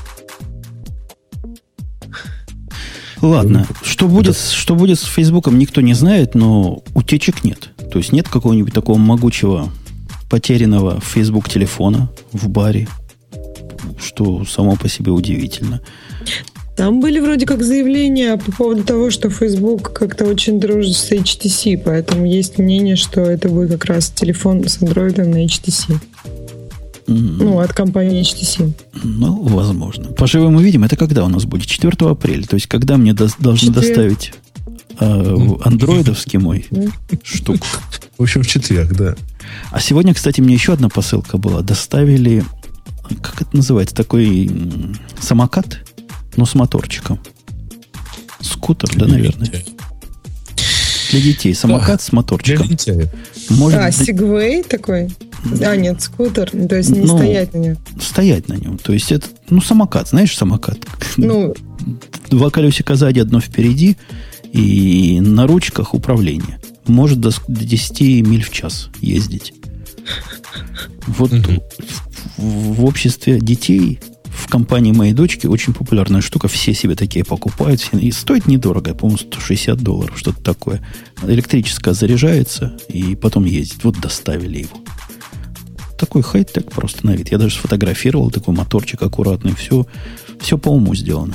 Ладно, что будет, что будет с Фейсбуком, никто не знает, но утечек нет. То есть нет какого-нибудь такого могучего потерянного Facebook телефона в баре, что само по себе удивительно. Там были вроде как заявления по поводу того, что Facebook как-то очень дружит с эйч ти си, поэтому есть мнение, что это будет как раз телефон с андроидом на эйч ти си. Mm-hmm. Ну, от компании эйч ти си. Ну, возможно. Поживем увидим. Это когда у нас будет? четвёртого апреля. То есть, когда мне до- должны четверг. доставить э, андроидовский мой штук. В общем, в четверг, да. А сегодня, кстати, мне еще одна посылка была. Доставили, как это называется, такой самокат, но с моторчиком. Скутер, да, наверное. Для детей. Самокат а, с моторчиком. Может, а, Segway такой? А, нет, скутер. То есть не ну, стоять на нем. Стоять на нем. То есть это, ну, самокат. Знаешь, самокат? Ну, два колесика сзади, одно впереди. И на ручках управление. Может до десяти миль в час ездить. Вот mm-hmm. в, в обществе детей, в компании моей дочки очень популярная штука. Все себе такие покупают. И стоит недорого. По-моему, сто шестьдесят долларов. Что-то такое. Электрическое заряжается и потом ездит. Вот доставили его. Такой хай-тек просто на вид. Я даже сфотографировал такой моторчик аккуратный. Все, все по уму сделано.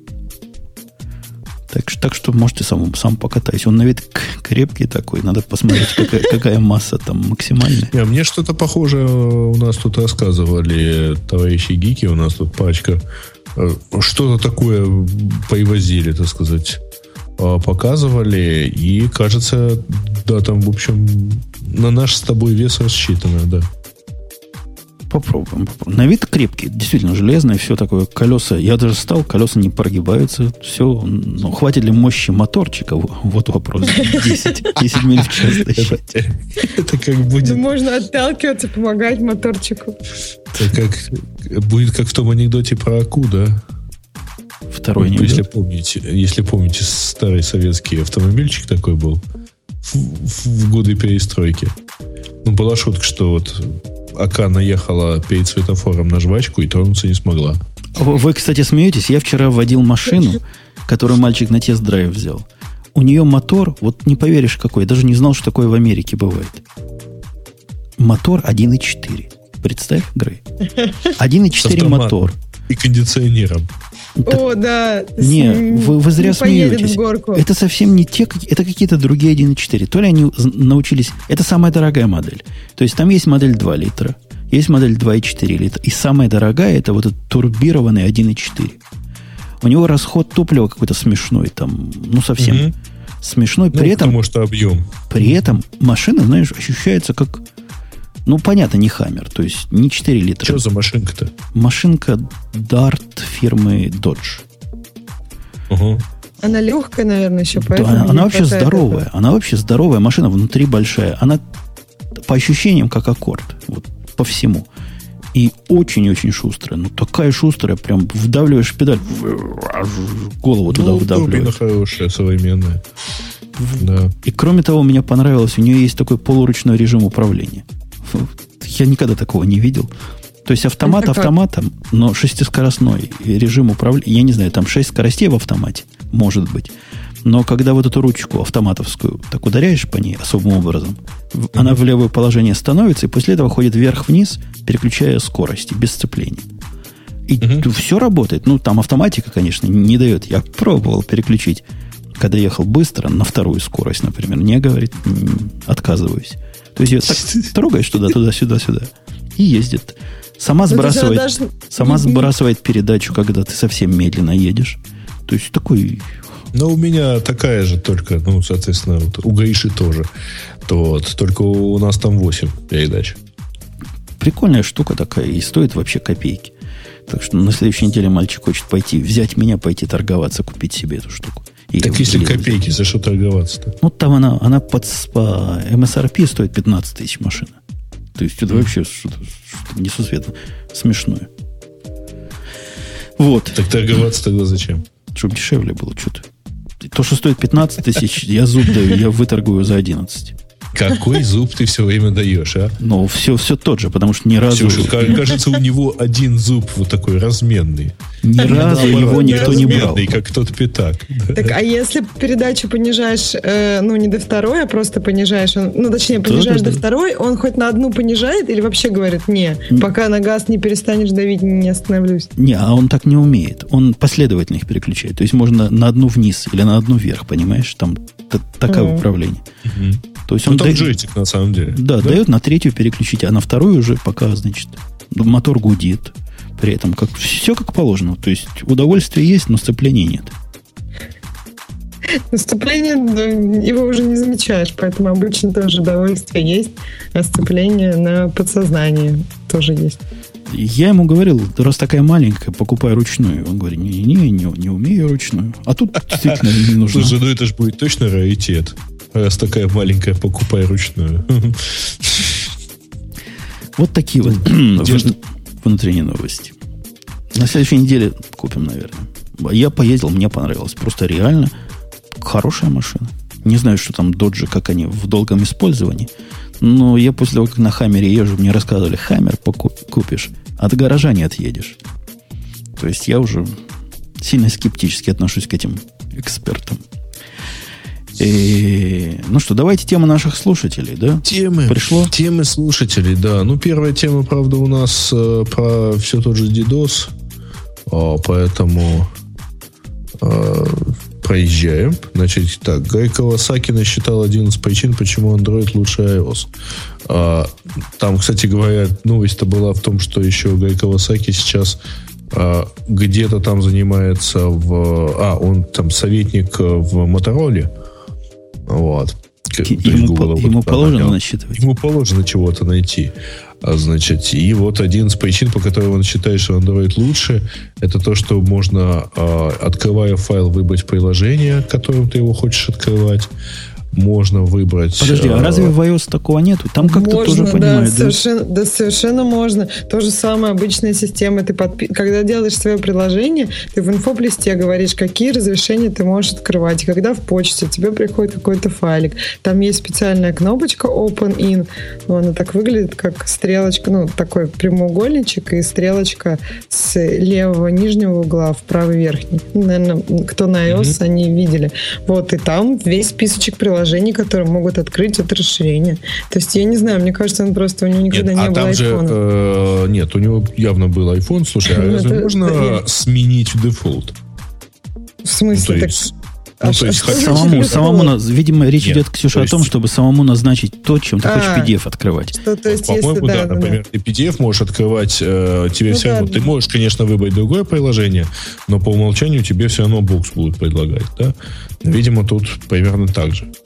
Так, так что можете сам, сам покатать. Он на вид крепкий такой. Надо посмотреть, какая, какая масса там максимальная. Не, мне что-то похожее у нас тут рассказывали товарищи гики. У нас тут пачка. Что-то такое привозили, так сказать. Показывали. И кажется, да, там, в общем, на наш с тобой вес рассчитано, да. Попробуем, попробуем. На вид крепкий, действительно железный, все такое. Колеса, я даже стал, колеса не прогибаются. Все, ну, хватит ли мощи моторчика? Вот вопрос. десять миль в час тащить. Это как будет... Можно отталкиваться, помогать моторчику. Это будет как в том анекдоте про Аку, да? Второй анекдот. Если помните, если помните, старый советский автомобильчик такой был в годы перестройки. Ну, была шутка, что вот Ака наехала перед светофором на жвачку и тронуться не смогла. Вы, кстати, смеетесь? Я вчера водил машину, которую мальчик на тест-драйв взял. У нее мотор, вот не поверишь какой, я даже не знал, что такое в Америке бывает. Мотор один и четыре. Представь, Грей. один и четыре мотор. И кондиционером. Так, о, да. Не, вы, вы зря смеетесь. Это совсем не те, это какие-то другие один и четыре. То ли они научились... Это самая дорогая модель. То есть там есть модель два литра, есть модель два и четыре литра. И самая дорогая это вот этот турбированный один и четыре. У него расход топлива какой-то смешной. Там, ну, совсем угу. смешной. При ну, этом, потому что объем. При этом машина, знаешь, ощущается как... Ну, понятно, не Хаммер, то есть не четыре литра. Что за машинка-то? Машинка Dart фирмы Dodge. Угу. Она легкая, наверное, еще, поэтому... Да, она вообще здоровая. Этого. Она вообще здоровая. Машина внутри большая. Она по ощущениям как аккорд. Вот по всему. И очень-очень шустрая. Ну, такая шустрая, прям вдавливаешь педаль, голову туда ну, вдавливаешь. Хорошая, современная. Да. И кроме того, мне понравилось, у нее есть такой полуручной режим управления. Я никогда такого не видел. То есть автомат автоматом, но шестискоростной режим управления. Я не знаю, там шесть скоростей в автомате, может быть. Но когда вот эту ручку автоматовскую так ударяешь по ней особым образом, mm-hmm. она в левое положение становится, и после этого ходит вверх-вниз, переключая скорости, без сцепления. И mm-hmm. все работает. Ну, там автоматика, конечно, не дает. Я пробовал переключить, когда ехал быстро, на вторую скорость, например. Не говорит, отказываюсь. То есть ее так трогаешь туда, туда, сюда, сюда. И ездит. Сама сбрасывает, даже... сама сбрасывает передачу, когда ты совсем медленно едешь. То есть такой... Ну, у меня такая же, только, ну, соответственно, вот, у Гаиши тоже. То вот, только у нас там восемь передач. Прикольная штука такая, и стоит вообще копейки. Так что на следующей неделе мальчик хочет пойти, взять меня, пойти торговаться, купить себе эту штуку. И так если копейки, за что торговаться-то? Ну, там она, она под, по эм эс ар пи стоит пятнадцать тысяч машина. То есть это mm. вообще что-то, что-то несусветно смешное. Вот. Так торговаться тогда зачем? Чтобы дешевле было что-то. То, что стоит пятнадцать тысяч, я зуб даю, я выторгую за одиннадцать. Какой зуб ты все время даешь, а? Ну, все, все тот же, потому что ни разу... Все, кажется, у него один зуб вот такой разменный. Ни разу его никто не брал. Как тот пятак. Так, а если передачу понижаешь, э, ну, не до второй, а просто понижаешь, он, ну, точнее, понижаешь до второй, он хоть на одну понижает или вообще говорит, не, пока на газ не перестанешь давить, не остановлюсь? Не, а он так не умеет. Он последовательно их переключает. То есть можно на одну вниз или на одну вверх, понимаешь? Там такое mm. управление. Mm-hmm. То есть ну, он там дает, джойстик, на самом деле. Да, да, дает на третью переключить, а на вторую уже пока, значит, мотор гудит. При этом как, все как положено. То есть удовольствие есть, но сцепления нет. Сцепление, его уже не замечаешь, поэтому обычно тоже удовольствие есть, а сцепление на подсознании тоже есть. Я ему говорил, раз такая маленькая, покупай ручную. Он говорит, не-не, не, не умею ручную. А тут действительно не нужно. Слушай, ну это же будет точно раритет. Раз такая маленькая, покупай ручную. Вот такие вот внутренние новости. На следующей неделе купим, наверное. Я поездил, мне понравилось. Просто реально хорошая машина. Не знаю, что там доджи, как они в долгом использовании. Но я после того, как на Хаммере езжу, мне рассказывали, Хаммер купишь, от гаража не отъедешь. То есть я уже сильно скептически отношусь к этим экспертам. И, ну что, давайте тему наших слушателей, да? Темы. Пришло? Темы слушателей, да. Ну, первая тема, правда, у нас э, про все тот же DDoS. О, поэтому э, проезжаем. Значит, так, Гай Кавасаки насчитал одиннадцать причин, почему Android лучше iOS. А, там, кстати говоря, новость-то была в том, что еще Гай Кавасаки сейчас а, где-то там занимается в... А, он там советник в Мотороле. Вот. Ему, по, ему положено насчитывать. Ему положено чего-то найти. А, значит, и вот один из причин, по которым он считает, что Android лучше, это то, что можно, а, открывая файл, выбрать приложение, которым ты его хочешь открывать. Можно выбрать... Подожди, а, а разве в iOS такого нету? Там как-то можно, тоже да, понимают, да? Совершенно, да, совершенно можно. То же самое обычная система. Ты подпи... Когда делаешь свое приложение, ты в инфоп-листе говоришь, какие разрешения ты можешь открывать. И когда в почте тебе приходит какой-то файлик, там есть специальная кнопочка Open In. Ну, она так выглядит, как стрелочка, ну, такой прямоугольничек и стрелочка с левого нижнего угла в правый верхний. Наверное, кто на iOS, mm-hmm. они видели. Вот, и там весь списочек приложений, которые могут открыть это расширение. То есть, я не знаю, мне кажется, он просто, у него никогда нет, не а было айфона. Э, нет, у него явно был iPhone. Слушай, а разве можно сменить дефолт? В смысле? Ну, так... есть, а ну, ш, то есть, а самому, самому на, видимо, речь нет, идет, Ксюша, есть... о том, чтобы самому назначить то, чем ты а, хочешь пи ди эф открывать. Что, то есть, По-моему, если, да, да, например, да. ты пи ди эф можешь открывать, э, тебе ну, все да, равно, да. Ты можешь, конечно, выбрать другое приложение, но по умолчанию тебе все равно бокс будут предлагать, да? Видимо, тут примерно так же.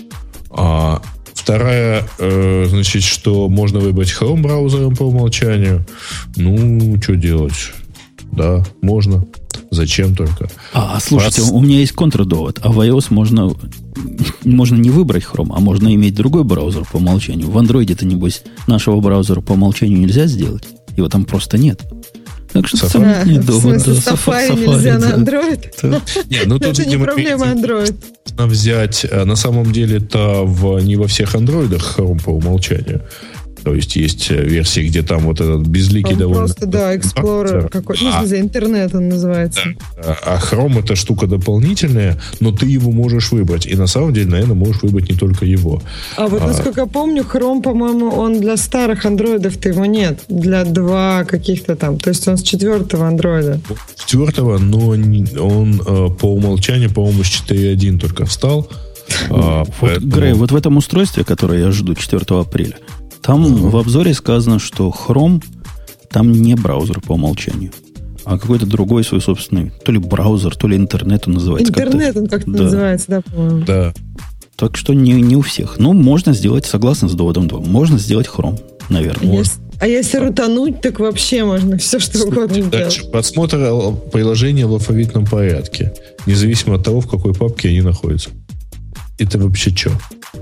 А вторая, э, значит, что можно выбрать Chrome браузером по умолчанию. Ну, что делать? Да, можно. Зачем только? А, слушайте, Раз... у меня есть контрдовод. А в iOS можно, можно не выбрать Chrome, а можно иметь другой браузер по умолчанию. В Android-то, небось, нашего браузера по умолчанию нельзя сделать. Его там просто нет. Так что Safari. сомнительный А, довод. В смысле, да, Safari, Safari нельзя да. на Android? Не, ну, это не проблема Android. Нужно взять, на самом деле-то в, не во всех андроидах Chrome по умолчанию. То есть есть версии, где там вот этот безликий он довольно... Просто, да, Explorer какой-то. Ну, в смысле, интернет он называется. Да. А Chrome это штука дополнительная, но ты его можешь выбрать. И на самом деле, наверное, можешь выбрать не только его. А вот, насколько а... я помню, Chrome, по-моему, он для старых андроидов-то его нет. Для два каких-то там. То есть он с четвертого андроида. Четвертого, но он по умолчанию, по-моему, с четыре точка один только встал. А, вот, поэтому... Грей, вот в этом устройстве, которое я жду четвёртого апреля, там uh-huh. в обзоре сказано, что Chrome там не браузер по умолчанию, а какой-то другой свой собственный, то ли браузер, то ли интернет он называется. Интернет как-то. он как-то да. называется, да, по-моему. Да. Так что не, не у всех. Ну, можно сделать, согласно с доводом два, можно сделать Chrome. наверное. Если, а если рутануть, так вообще можно все, что угодно делать. Просмотр приложения в алфавитном порядке, независимо от того, в какой папке они находятся. Это вообще что?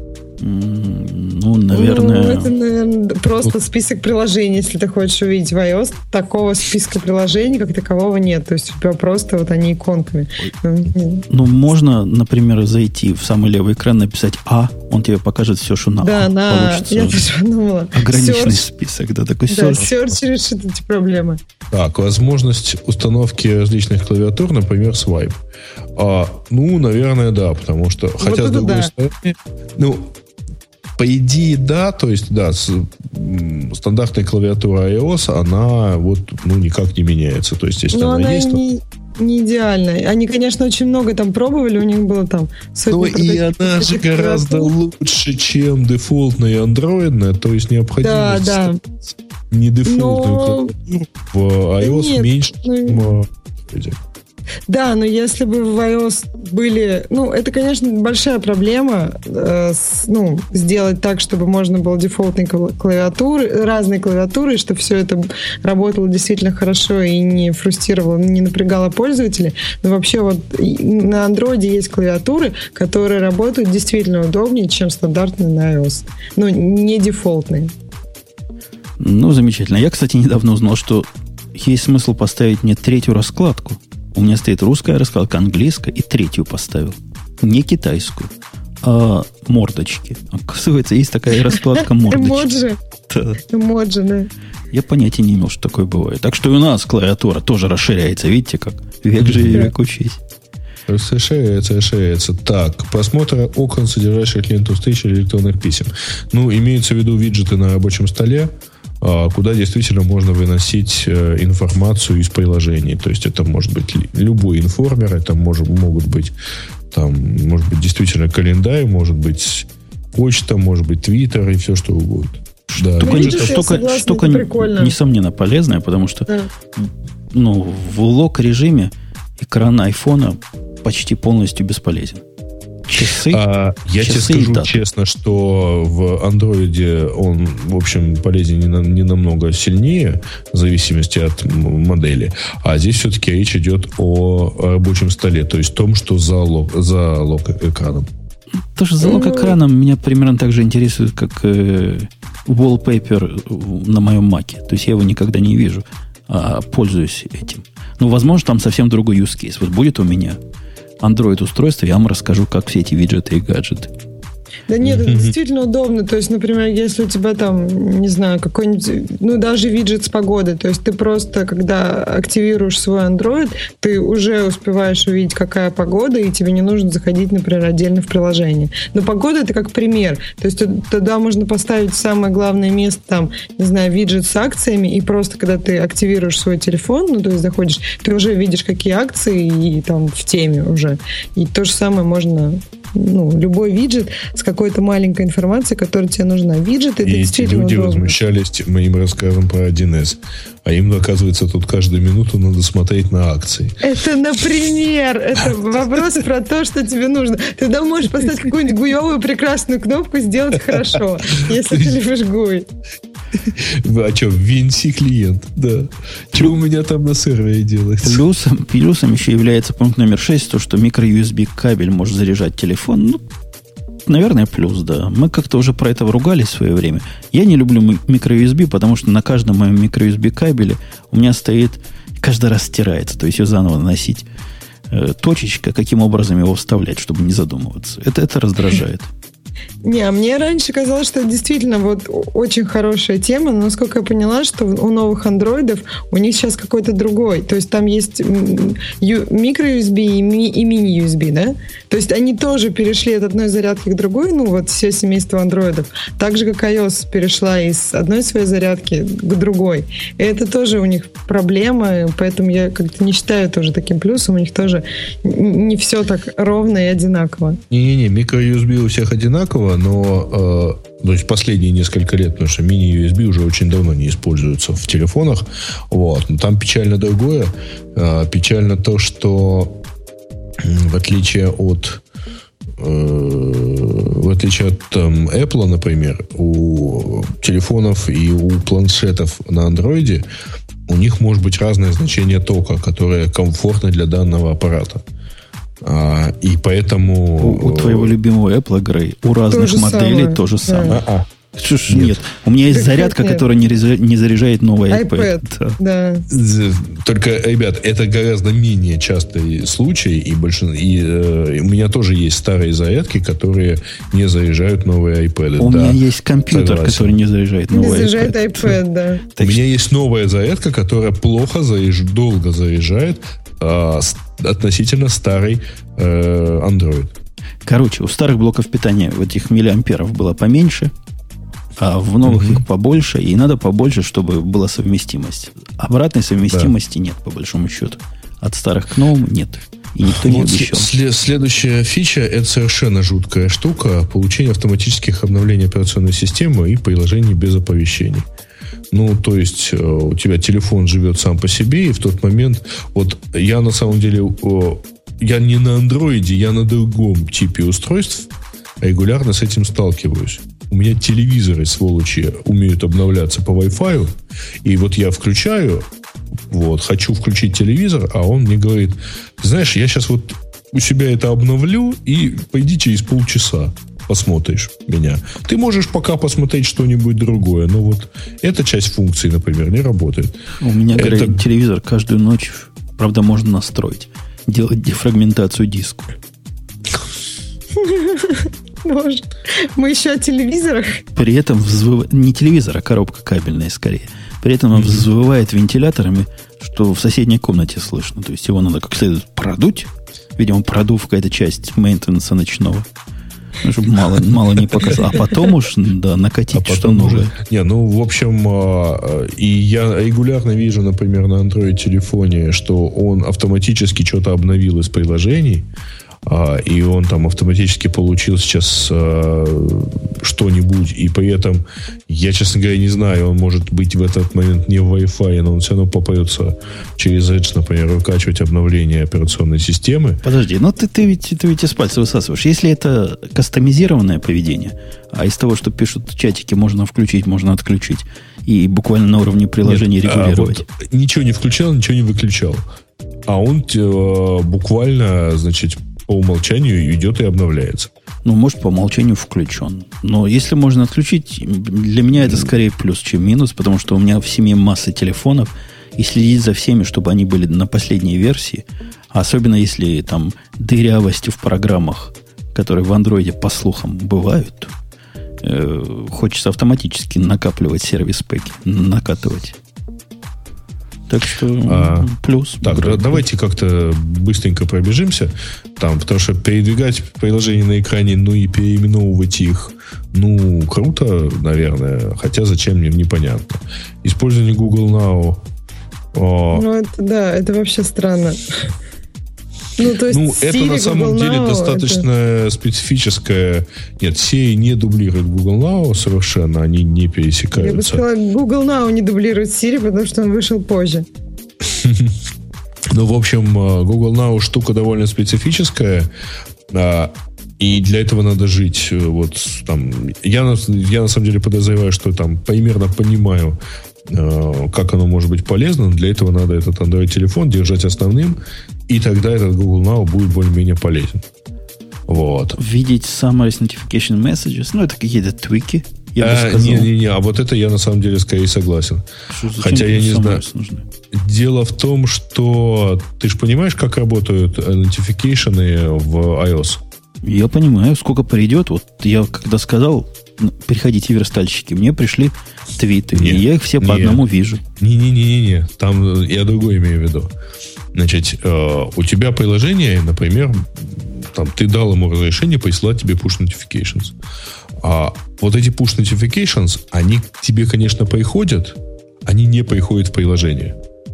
Ну, наверное... Ну, это, наверное, просто вот. Список приложений. Если ты хочешь увидеть в iOS, такого списка приложений, как такового нет. То есть у тебя просто вот они иконками. Ну, можно, например, зайти в самый левый экран, написать «А», он тебе покажет все, что на да, «А». На, получится я тоже подумала. Ограниченный search. Список, да, такой да, search. Search решит эти проблемы. Так, возможность установки различных клавиатур, например, Swipe. А, ну, наверное, да, потому что, вот хотя с другой да. стороны, ну, по идее, да, то есть, да, с, м, стандартная клавиатура iOS, она вот, ну, никак не меняется. То есть, если Но она, она есть, не, то... не идеальная. Они, конечно, очень много там пробовали, у них было там сотни. Ну, и она же гораздо лучше, чем дефолтная андроидная, то есть необходимо... Да, да. Не дефолтную клавиатуру в iOS Нет, меньше, чем ну... в Да, но если бы в iOS были... Ну, это, конечно, большая проблема, э, с, ну, сделать так, чтобы можно было дефолтные клавиатуры, разные клавиатуры, и чтобы все это работало действительно хорошо и не фрустрировало, не напрягало пользователей. Но вообще вот на Android есть клавиатуры, которые работают действительно удобнее, чем стандартные на iOS. Но не дефолтные. Ну, замечательно. Я, кстати, недавно узнал, что есть смысл поставить мне третью раскладку. У меня стоит русская раскладка, английская, и третью поставил. Не китайскую, а мордочки. Оказывается, есть такая раскладка мордочки. Эмоджи. Да. Эмоджи, да. Я понятия не имел, что такое бывает. Так что и у нас клавиатура тоже расширяется. Видите как? Век живи, век учись. Расширяется, расширяется. Так, просмотр окон, содержащих ленту встреч или электронных писем. Ну, имеются в виду виджеты на рабочем столе, куда действительно можно выносить э, информацию из приложений. То есть это может быть любой информер, это может, могут быть там, может быть действительно календарь, может быть почта, может быть твиттер и все что угодно. Да. Штука, видишь, штука, согласна, штука несомненно полезная, потому что да. ну, в лок-режиме экран айфона почти полностью бесполезен. Часы. А, я часы тебе скажу честно, что в андроиде он, в общем, полезен не, на, не намного сильнее, в зависимости от модели. А здесь все-таки речь идет о рабочем столе, то есть том, что за лок, за лок экраном. То, что за лок экраном меня примерно так же интересует, как э, wallpaper на моем Маке. То есть я его никогда не вижу, а пользуюсь этим. Ну, возможно, там совсем другой use case. Вот будет у меня Android-устройство, я вам расскажу, как все эти виджеты и гаджеты. Да нет, это действительно удобно. То есть, например, если у тебя там, не знаю, какой-нибудь, ну, даже виджет с погодой, то есть ты просто, когда активируешь свой Android, ты уже успеваешь увидеть, какая погода, и тебе не нужно заходить, например, отдельно в приложение. Но погода — это как пример. То есть туда можно поставить самое главное место, там, не знаю, виджет с акциями, и просто, когда ты активируешь свой телефон, ну, то есть заходишь, ты уже видишь, какие акции, и там в теме уже. И то же самое можно... Ну, любой виджет с какой-то маленькой информацией, которая тебе нужна. Виджет — это и действительно люди удобно. Возмущались моим рассказом про один эс. А им, оказывается, тут каждую минуту надо смотреть на акции. Это, например, это вопрос про то, что тебе нужно. Ты тогда можешь поставить какую-нибудь гуевую прекрасную кнопку «Сделать хорошо», если ты любишь гуй. А что, ви эн си клиент, да. Что у меня там на сервере делается? Плюсом, плюсом еще является пункт номер шесть, то, что микро-ю эс би кабель может заряжать телефон. Ну, наверное, плюс, да. Мы как-то уже про это ругались в свое время. Я не люблю микро-ю эс би, потому что на каждом моем микро-ю эс би кабеле у меня стоит, каждый раз стирается, то есть ее заново наносить. Э, точечка, каким образом его вставлять, чтобы не задумываться. Это, это раздражает. Не, а мне раньше казалось, что это действительно вот очень хорошая тема, но насколько я поняла, что у новых андроидов у них сейчас какой-то другой. То есть там есть микро-ю эс би и, ми- и мини-ю эс би, да? То есть они тоже перешли от одной зарядки к другой, ну вот все семейство андроидов. Так же, как iOS перешла из одной своей зарядки к другой. И это тоже у них проблема, поэтому я как-то не считаю тоже таким плюсом. У них тоже не все так ровно и одинаково. Не-не-не, микро-ю эс би у всех одинаково, но э, то есть последние несколько лет, потому что мини-ю эс би уже очень давно не используются в телефонах. Вот. Но там печально другое. Э, печально то, что в отличие от э, в отличие от там, Apple, например, у телефонов и у планшетов на Android у них может быть разное значение тока, которое комфортно для данного аппарата. А, и поэтому... У, у твоего любимого Apple, Грей, у разных то моделей самое. То же самое. Да. А-а. Что ж, нет. нет. У меня есть зарядка, нет. которая не, реза... не заряжает новый iPad. iPad. Да. Только, ребят, это гораздо менее частый случай. И, большин... и э, у меня тоже есть старые зарядки, которые не заряжают новые iPad. У да, меня есть компьютер, согласен. который не заряжает новый iPad. Не заряжает iPad, iPad да. У меня есть новая зарядка, которая плохо заряжает, долго заряжает э, относительно старый э, Android. Короче, у старых блоков питания вот этих миллиамперов было поменьше, а в новых mm-hmm. их побольше, и надо побольше, чтобы была совместимость. Обратной совместимости да. нет, по большому счету. От старых к новым нет. И никто не вот обещал. След- следующая фича – это совершенно жуткая штука. Получение автоматических обновлений операционной системы и приложений без оповещений. Ну, то есть, у тебя телефон живет сам по себе, и в тот момент... Вот я на самом деле... Я не на андроиде, я на другом типе устройств регулярно с этим сталкиваюсь. У меня телевизоры, сволочи, умеют обновляться по Wi-Fi, и вот я включаю, вот, хочу включить телевизор, а он мне говорит, знаешь, я сейчас вот у себя это обновлю, и пойди через полчаса посмотришь меня. Ты можешь пока посмотреть что-нибудь другое, но вот эта часть функции, например, не работает. У меня это... говорит, телевизор каждую ночь, правда, можно настроить, делать дефрагментацию диска. Боже, мы еще о телевизорах. При этом взвывает, не телевизор, а коробка кабельная скорее. При этом он взвывает вентиляторами, что в соседней комнате слышно. То есть его надо как следует продуть. Видимо, продувка — это часть мейнтенанса ночного. Ну, чтобы мало, мало не показалось. А потом уж, да, накатить, а что нужно. Уже... Не, ну, в общем, и я регулярно вижу, например, на Android-телефоне, что он автоматически что-то обновил из приложений, и он там автоматически получил сейчас э, что-нибудь, и при этом, я, честно говоря, не знаю, он может быть в этот момент не в Wi-Fi, но он все равно попадется через Edge, например, выкачивать обновление операционной системы. Подожди, но ты, ты, ведь, ты ведь из пальца высасываешь. Если это кастомизированное поведение, а из того, что пишут в чатике, можно включить, можно отключить, и буквально на уровне приложения Нет, регулировать. А вот ничего не включал, ничего не выключал. А он э, буквально, значит, по умолчанию идет и обновляется. Ну, может, по умолчанию включен. Но если можно отключить, для меня это скорее плюс, чем минус, потому что у меня в семье масса телефонов, и следить за всеми, чтобы они были на последней версии, особенно если там дырявости в программах, которые в андроиде, по слухам, бывают, э, хочется автоматически накапливать сервис-пэки, накатывать. Так что а, плюс. Так, да, давайте как-то быстренько пробежимся. Там, потому что передвигать приложения на экране, ну и переименовывать их, ну, круто, наверное. Хотя зачем, мне непонятно. Использование Google Now. О, ну, это, да, это вообще странно. Ну, то есть ну это Siri, на самом Google деле Now, достаточно это... специфическое. Нет, Siri не дублирует Google Now совершенно, они не пересекаются. Я бы сказала, Google Now не дублирует Siri, потому что он вышел позже. Ну, в общем, Google Now штука довольно специфическая, и для этого надо жить. Вот там. Я, я на самом деле подозреваю, что там примерно понимаю, как оно может быть полезно. Для этого надо этот Android-телефон держать основным, и тогда этот Google Now будет более-менее полезен. Вот. Видеть Summary Notification Messages, ну, это какие-то твики, я бы сказал. Не-не-не, а вот это я на самом деле скорее согласен. Что, Хотя я не знаю. Нужны? Дело в том, что ты же понимаешь, как работают notification в iOS? Я понимаю, сколько придет. Вот я когда сказал, приходите, верстальщики, мне пришли твиты, не, и я их все не, по одному вижу. Не-не-не-не, там я другое имею в виду. Значит, э, у тебя приложение, например, там, ты дал ему разрешение присылать тебе push notifications. А вот эти push notifications, они к тебе, конечно, приходят, они не приходят в приложение.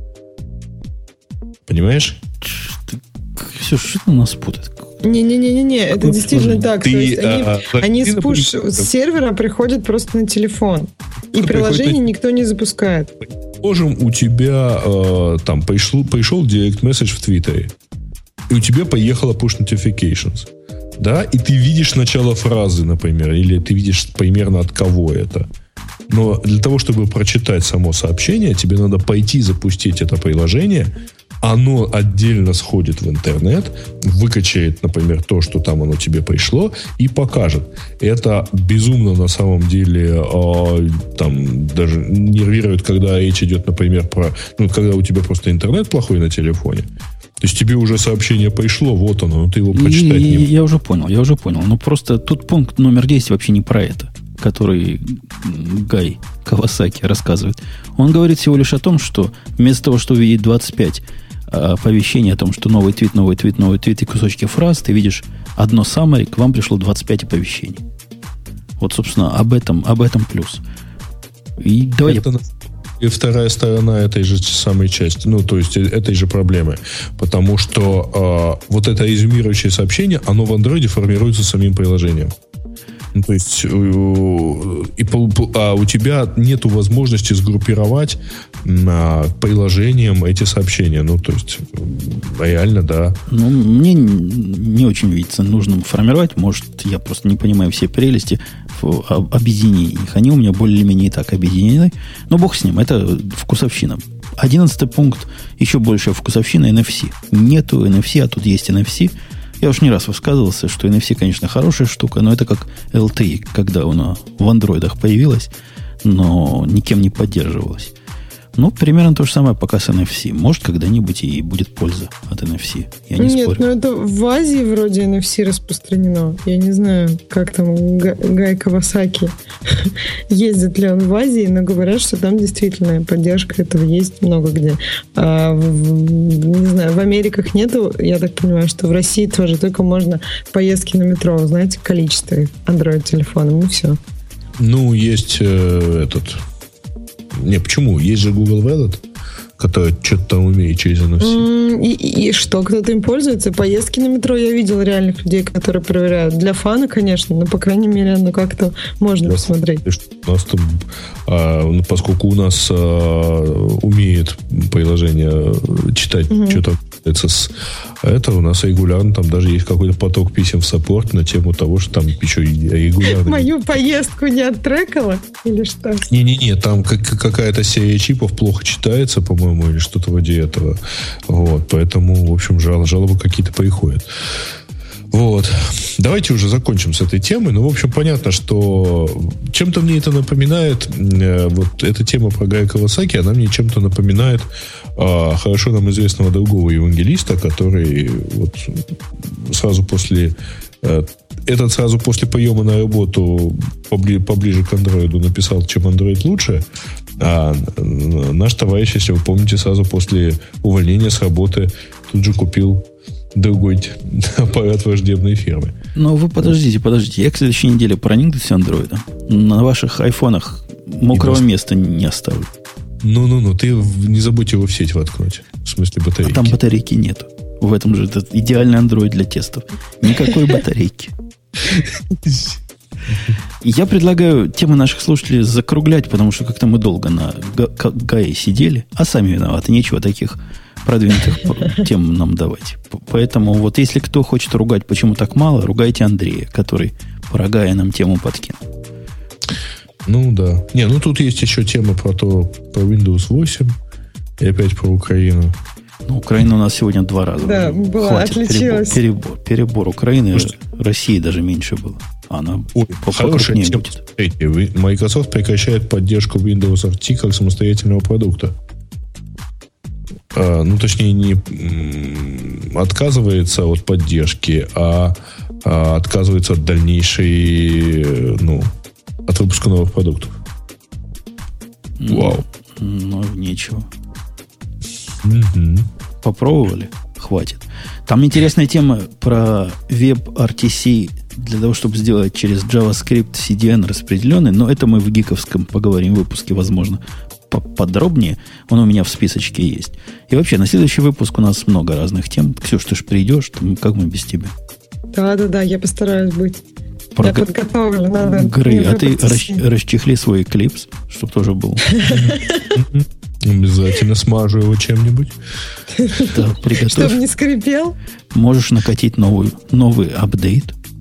Понимаешь? Все, что ты нас путает? Не-не-не-не, это действительно так. Ты, То есть они, а, они с пуш-сервера приходят просто на телефон. И что приложение приходит? Никто не запускает. Предположим, у тебя э, там пришел, пришел direct message в Твиттере, и у тебя поехала push notifications. да, и ты видишь начало фразы, например, или ты видишь примерно от кого это. Но для того, чтобы прочитать само сообщение, тебе надо пойти запустить это приложение. Оно отдельно сходит в интернет, выкачает, например, то, что там оно тебе пришло, и покажет. Это безумно на самом деле э, там даже нервирует, когда речь идет, например, про... Ну, когда у тебя просто интернет плохой на телефоне. То есть тебе уже сообщение пришло, вот оно, но ты его прочитать и, не можешь. Я уже понял, я уже понял. Но просто тут пункт номер десять вообще не про это, который Гай Кавасаки рассказывает. Он говорит всего лишь о том, что вместо того, что увидеть двадцать пять оповещений о том, что новый твит, новый твит, новый твит и кусочки фраз, ты видишь одно summary, к вам пришло двадцать пять оповещений. Вот, собственно, об этом, об этом плюс. И давай это... И вторая сторона этой же самой части, ну, то есть этой же проблемы. Потому что э, вот это резюмирующее сообщение, оно в андроиде формируется самим приложением. Ну, то есть, э, и, а у тебя нету возможности сгруппировать э, приложением эти сообщения. Ну, то есть, реально, да. Ну, мне не очень видится нужным формировать. Может, я просто не понимаю все прелести объединений их. Они у меня более-менее и так объединены. Но бог с ним, это вкусовщина. Одиннадцатый пункт, еще большая вкусовщина эн эф си. Нету эн эф си, а тут есть эн эф си. Я уж не раз высказывался, что эн эф си, конечно, хорошая штука, но это как эл ти и, когда она в андроидах появилась, но никем не поддерживалась. Ну, примерно то же самое пока с эн эф си. Может, когда-нибудь и будет польза от эн эф си. Я не Нет, спорю. но это в Азии вроде эн эф си распространено. Я не знаю, как там Гай Кавасаки ездит ли он в Азии, но говорят, что там действительно поддержка этого есть много где. А в, не знаю, в Америках нету, я так понимаю, что в России тоже только можно поездки на метро, знаете, количество Android-телефонов, и все. Ну, есть э, этот... Не, почему? Есть же Google Wallet, который что-то там умеет через эн эф си. Mm, и, и, и что, кто-то им пользуется? Поездки на метро я видел реальных людей, которые проверяют. Для фана, конечно, но, по крайней мере, ну как-то можно Да, посмотреть. У нас там, а, поскольку у нас а, умеет приложение читать, mm-hmm. что там с это, у нас регулярно там даже есть какой-то поток писем в саппорт на тему того, что там еще и регулярно... Мою поездку не оттрекала? Или что? Не-не-не, там как, какая-то серия чипов плохо читается, по-моему, или что-то вроде этого. Вот, поэтому, в общем, жал, жалобы какие-то приходят. Вот. Давайте уже закончим с этой темой. Ну, в общем, понятно, что чем-то мне это напоминает, э, вот эта тема про Гая Кавасаки, она мне чем-то напоминает э, хорошо нам известного другого евангелиста, который вот сразу после... Э, этот сразу после приема на работу побли, поближе к андроиду написал, чем андроид лучше, а наш товарищ, если вы помните, сразу после увольнения с работы тут же купил другой аппарат враждебной фирмы. Но вы подождите, подождите. Я к следующей неделе проникнусь андроидом. На ваших айфонах мокрого не места не оставлю. Ну-ну-ну, ты не забудь его в сеть воткнуть. В смысле батарейки. А там батарейки нету. В этом же этот идеальный андроид для тестов. Никакой батарейки. Я предлагаю темы наших слушателей закруглять, потому что как-то мы долго на Гае сидели, а сами виноваты. Нечего таких продвинутых тем нам давать. Поэтому вот если кто хочет ругать, почему так мало, ругайте Андрея, который про Гая нам тему подкинул. Ну да. Не, ну тут есть еще тема про то, про Windows восемь и опять про Украину. Ну, Украина у нас сегодня два раза. Да, уже. была, Хватит, отличилась. Перебор, перебор, перебор Украины, Может, России даже меньше было. Она Ой, хорошая тема. Будет. Смотрите, Microsoft прекращает поддержку Windows эр ти как самостоятельного продукта. А, ну, точнее, не м, отказывается от поддержки, а, а отказывается от дальнейшей, ну, от выпуска новых продуктов. Ну, Вау. Ну, нечего. Угу. Попробовали? Хватит. Там интересная тема про WebRTC для того, чтобы сделать через JavaScript си ди эн распределенный, но это мы в гиковском поговорим в выпуске, возможно, подробнее. Он у меня в списочке есть. И вообще, на следующий выпуск у нас много разных тем. Ксюш, ты же придешь, как мы без тебя? Да-да-да, я постараюсь быть. Про я г... подготовлю, надо. Грей, а ты расч... расчехли свой клипс, чтобы тоже был. Обязательно смажу его чем-нибудь. Да, приготовь. Чтобы не скрипел. Можешь накатить новый, новый апдейт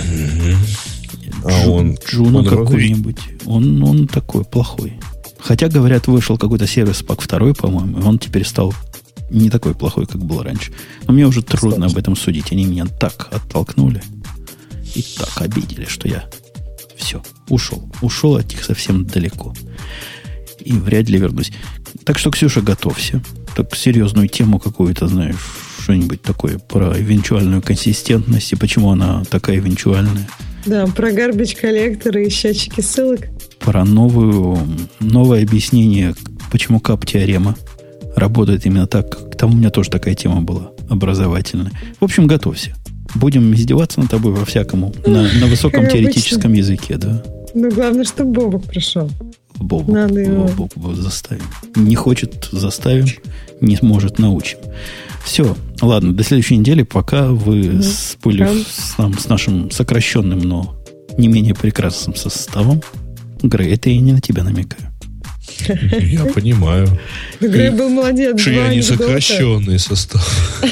Mm-hmm. А Джу, он, Джуна он какой-нибудь. Он, он такой плохой. Хотя, говорят, вышел какой-то сервис пак два, по-моему, и он теперь стал не такой плохой, как был раньше. Но мне уже трудно об этом судить. Они меня так оттолкнули и так обидели, что я все, ушел. Ушел от них совсем далеко. И вряд ли вернусь. Так что, Ксюша, готовься. Так серьезную тему какую-то, знаешь, что-нибудь такое про эвенчуальную консистентность и почему она такая эвенчуальная. Да, про garbage коллекторы и счетчики ссылок. Про новую, новое объяснение, почему кап-теорема работает именно так. Там у меня тоже такая тема была, образовательная. В общем, готовься. Будем издеваться над тобой во всякому, на, на высоком теоретическом языке, да? Ну, главное, чтобы Бобок пришел. Бобок, Надо его... Бобок, Бобок заставим. Не хочет, заставим. Не сможет, научим. Все, ладно, до следующей недели, пока вы mm-hmm. с, были с, там, с нашим сокращенным, но не менее прекрасным составом. Грей, это я не на тебя намекаю. Я понимаю. Грей был молодец. Что я не сокращенный состав.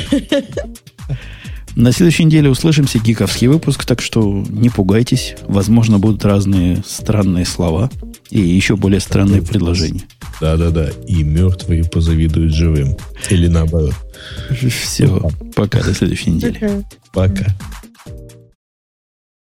На следующей неделе услышимся, гиковский выпуск, так что не пугайтесь. Возможно, будут разные странные слова и еще более странные предложения. Да-да-да. И мертвые позавидуют живым. Или наоборот. Все. Пока. До следующей недели. Пока.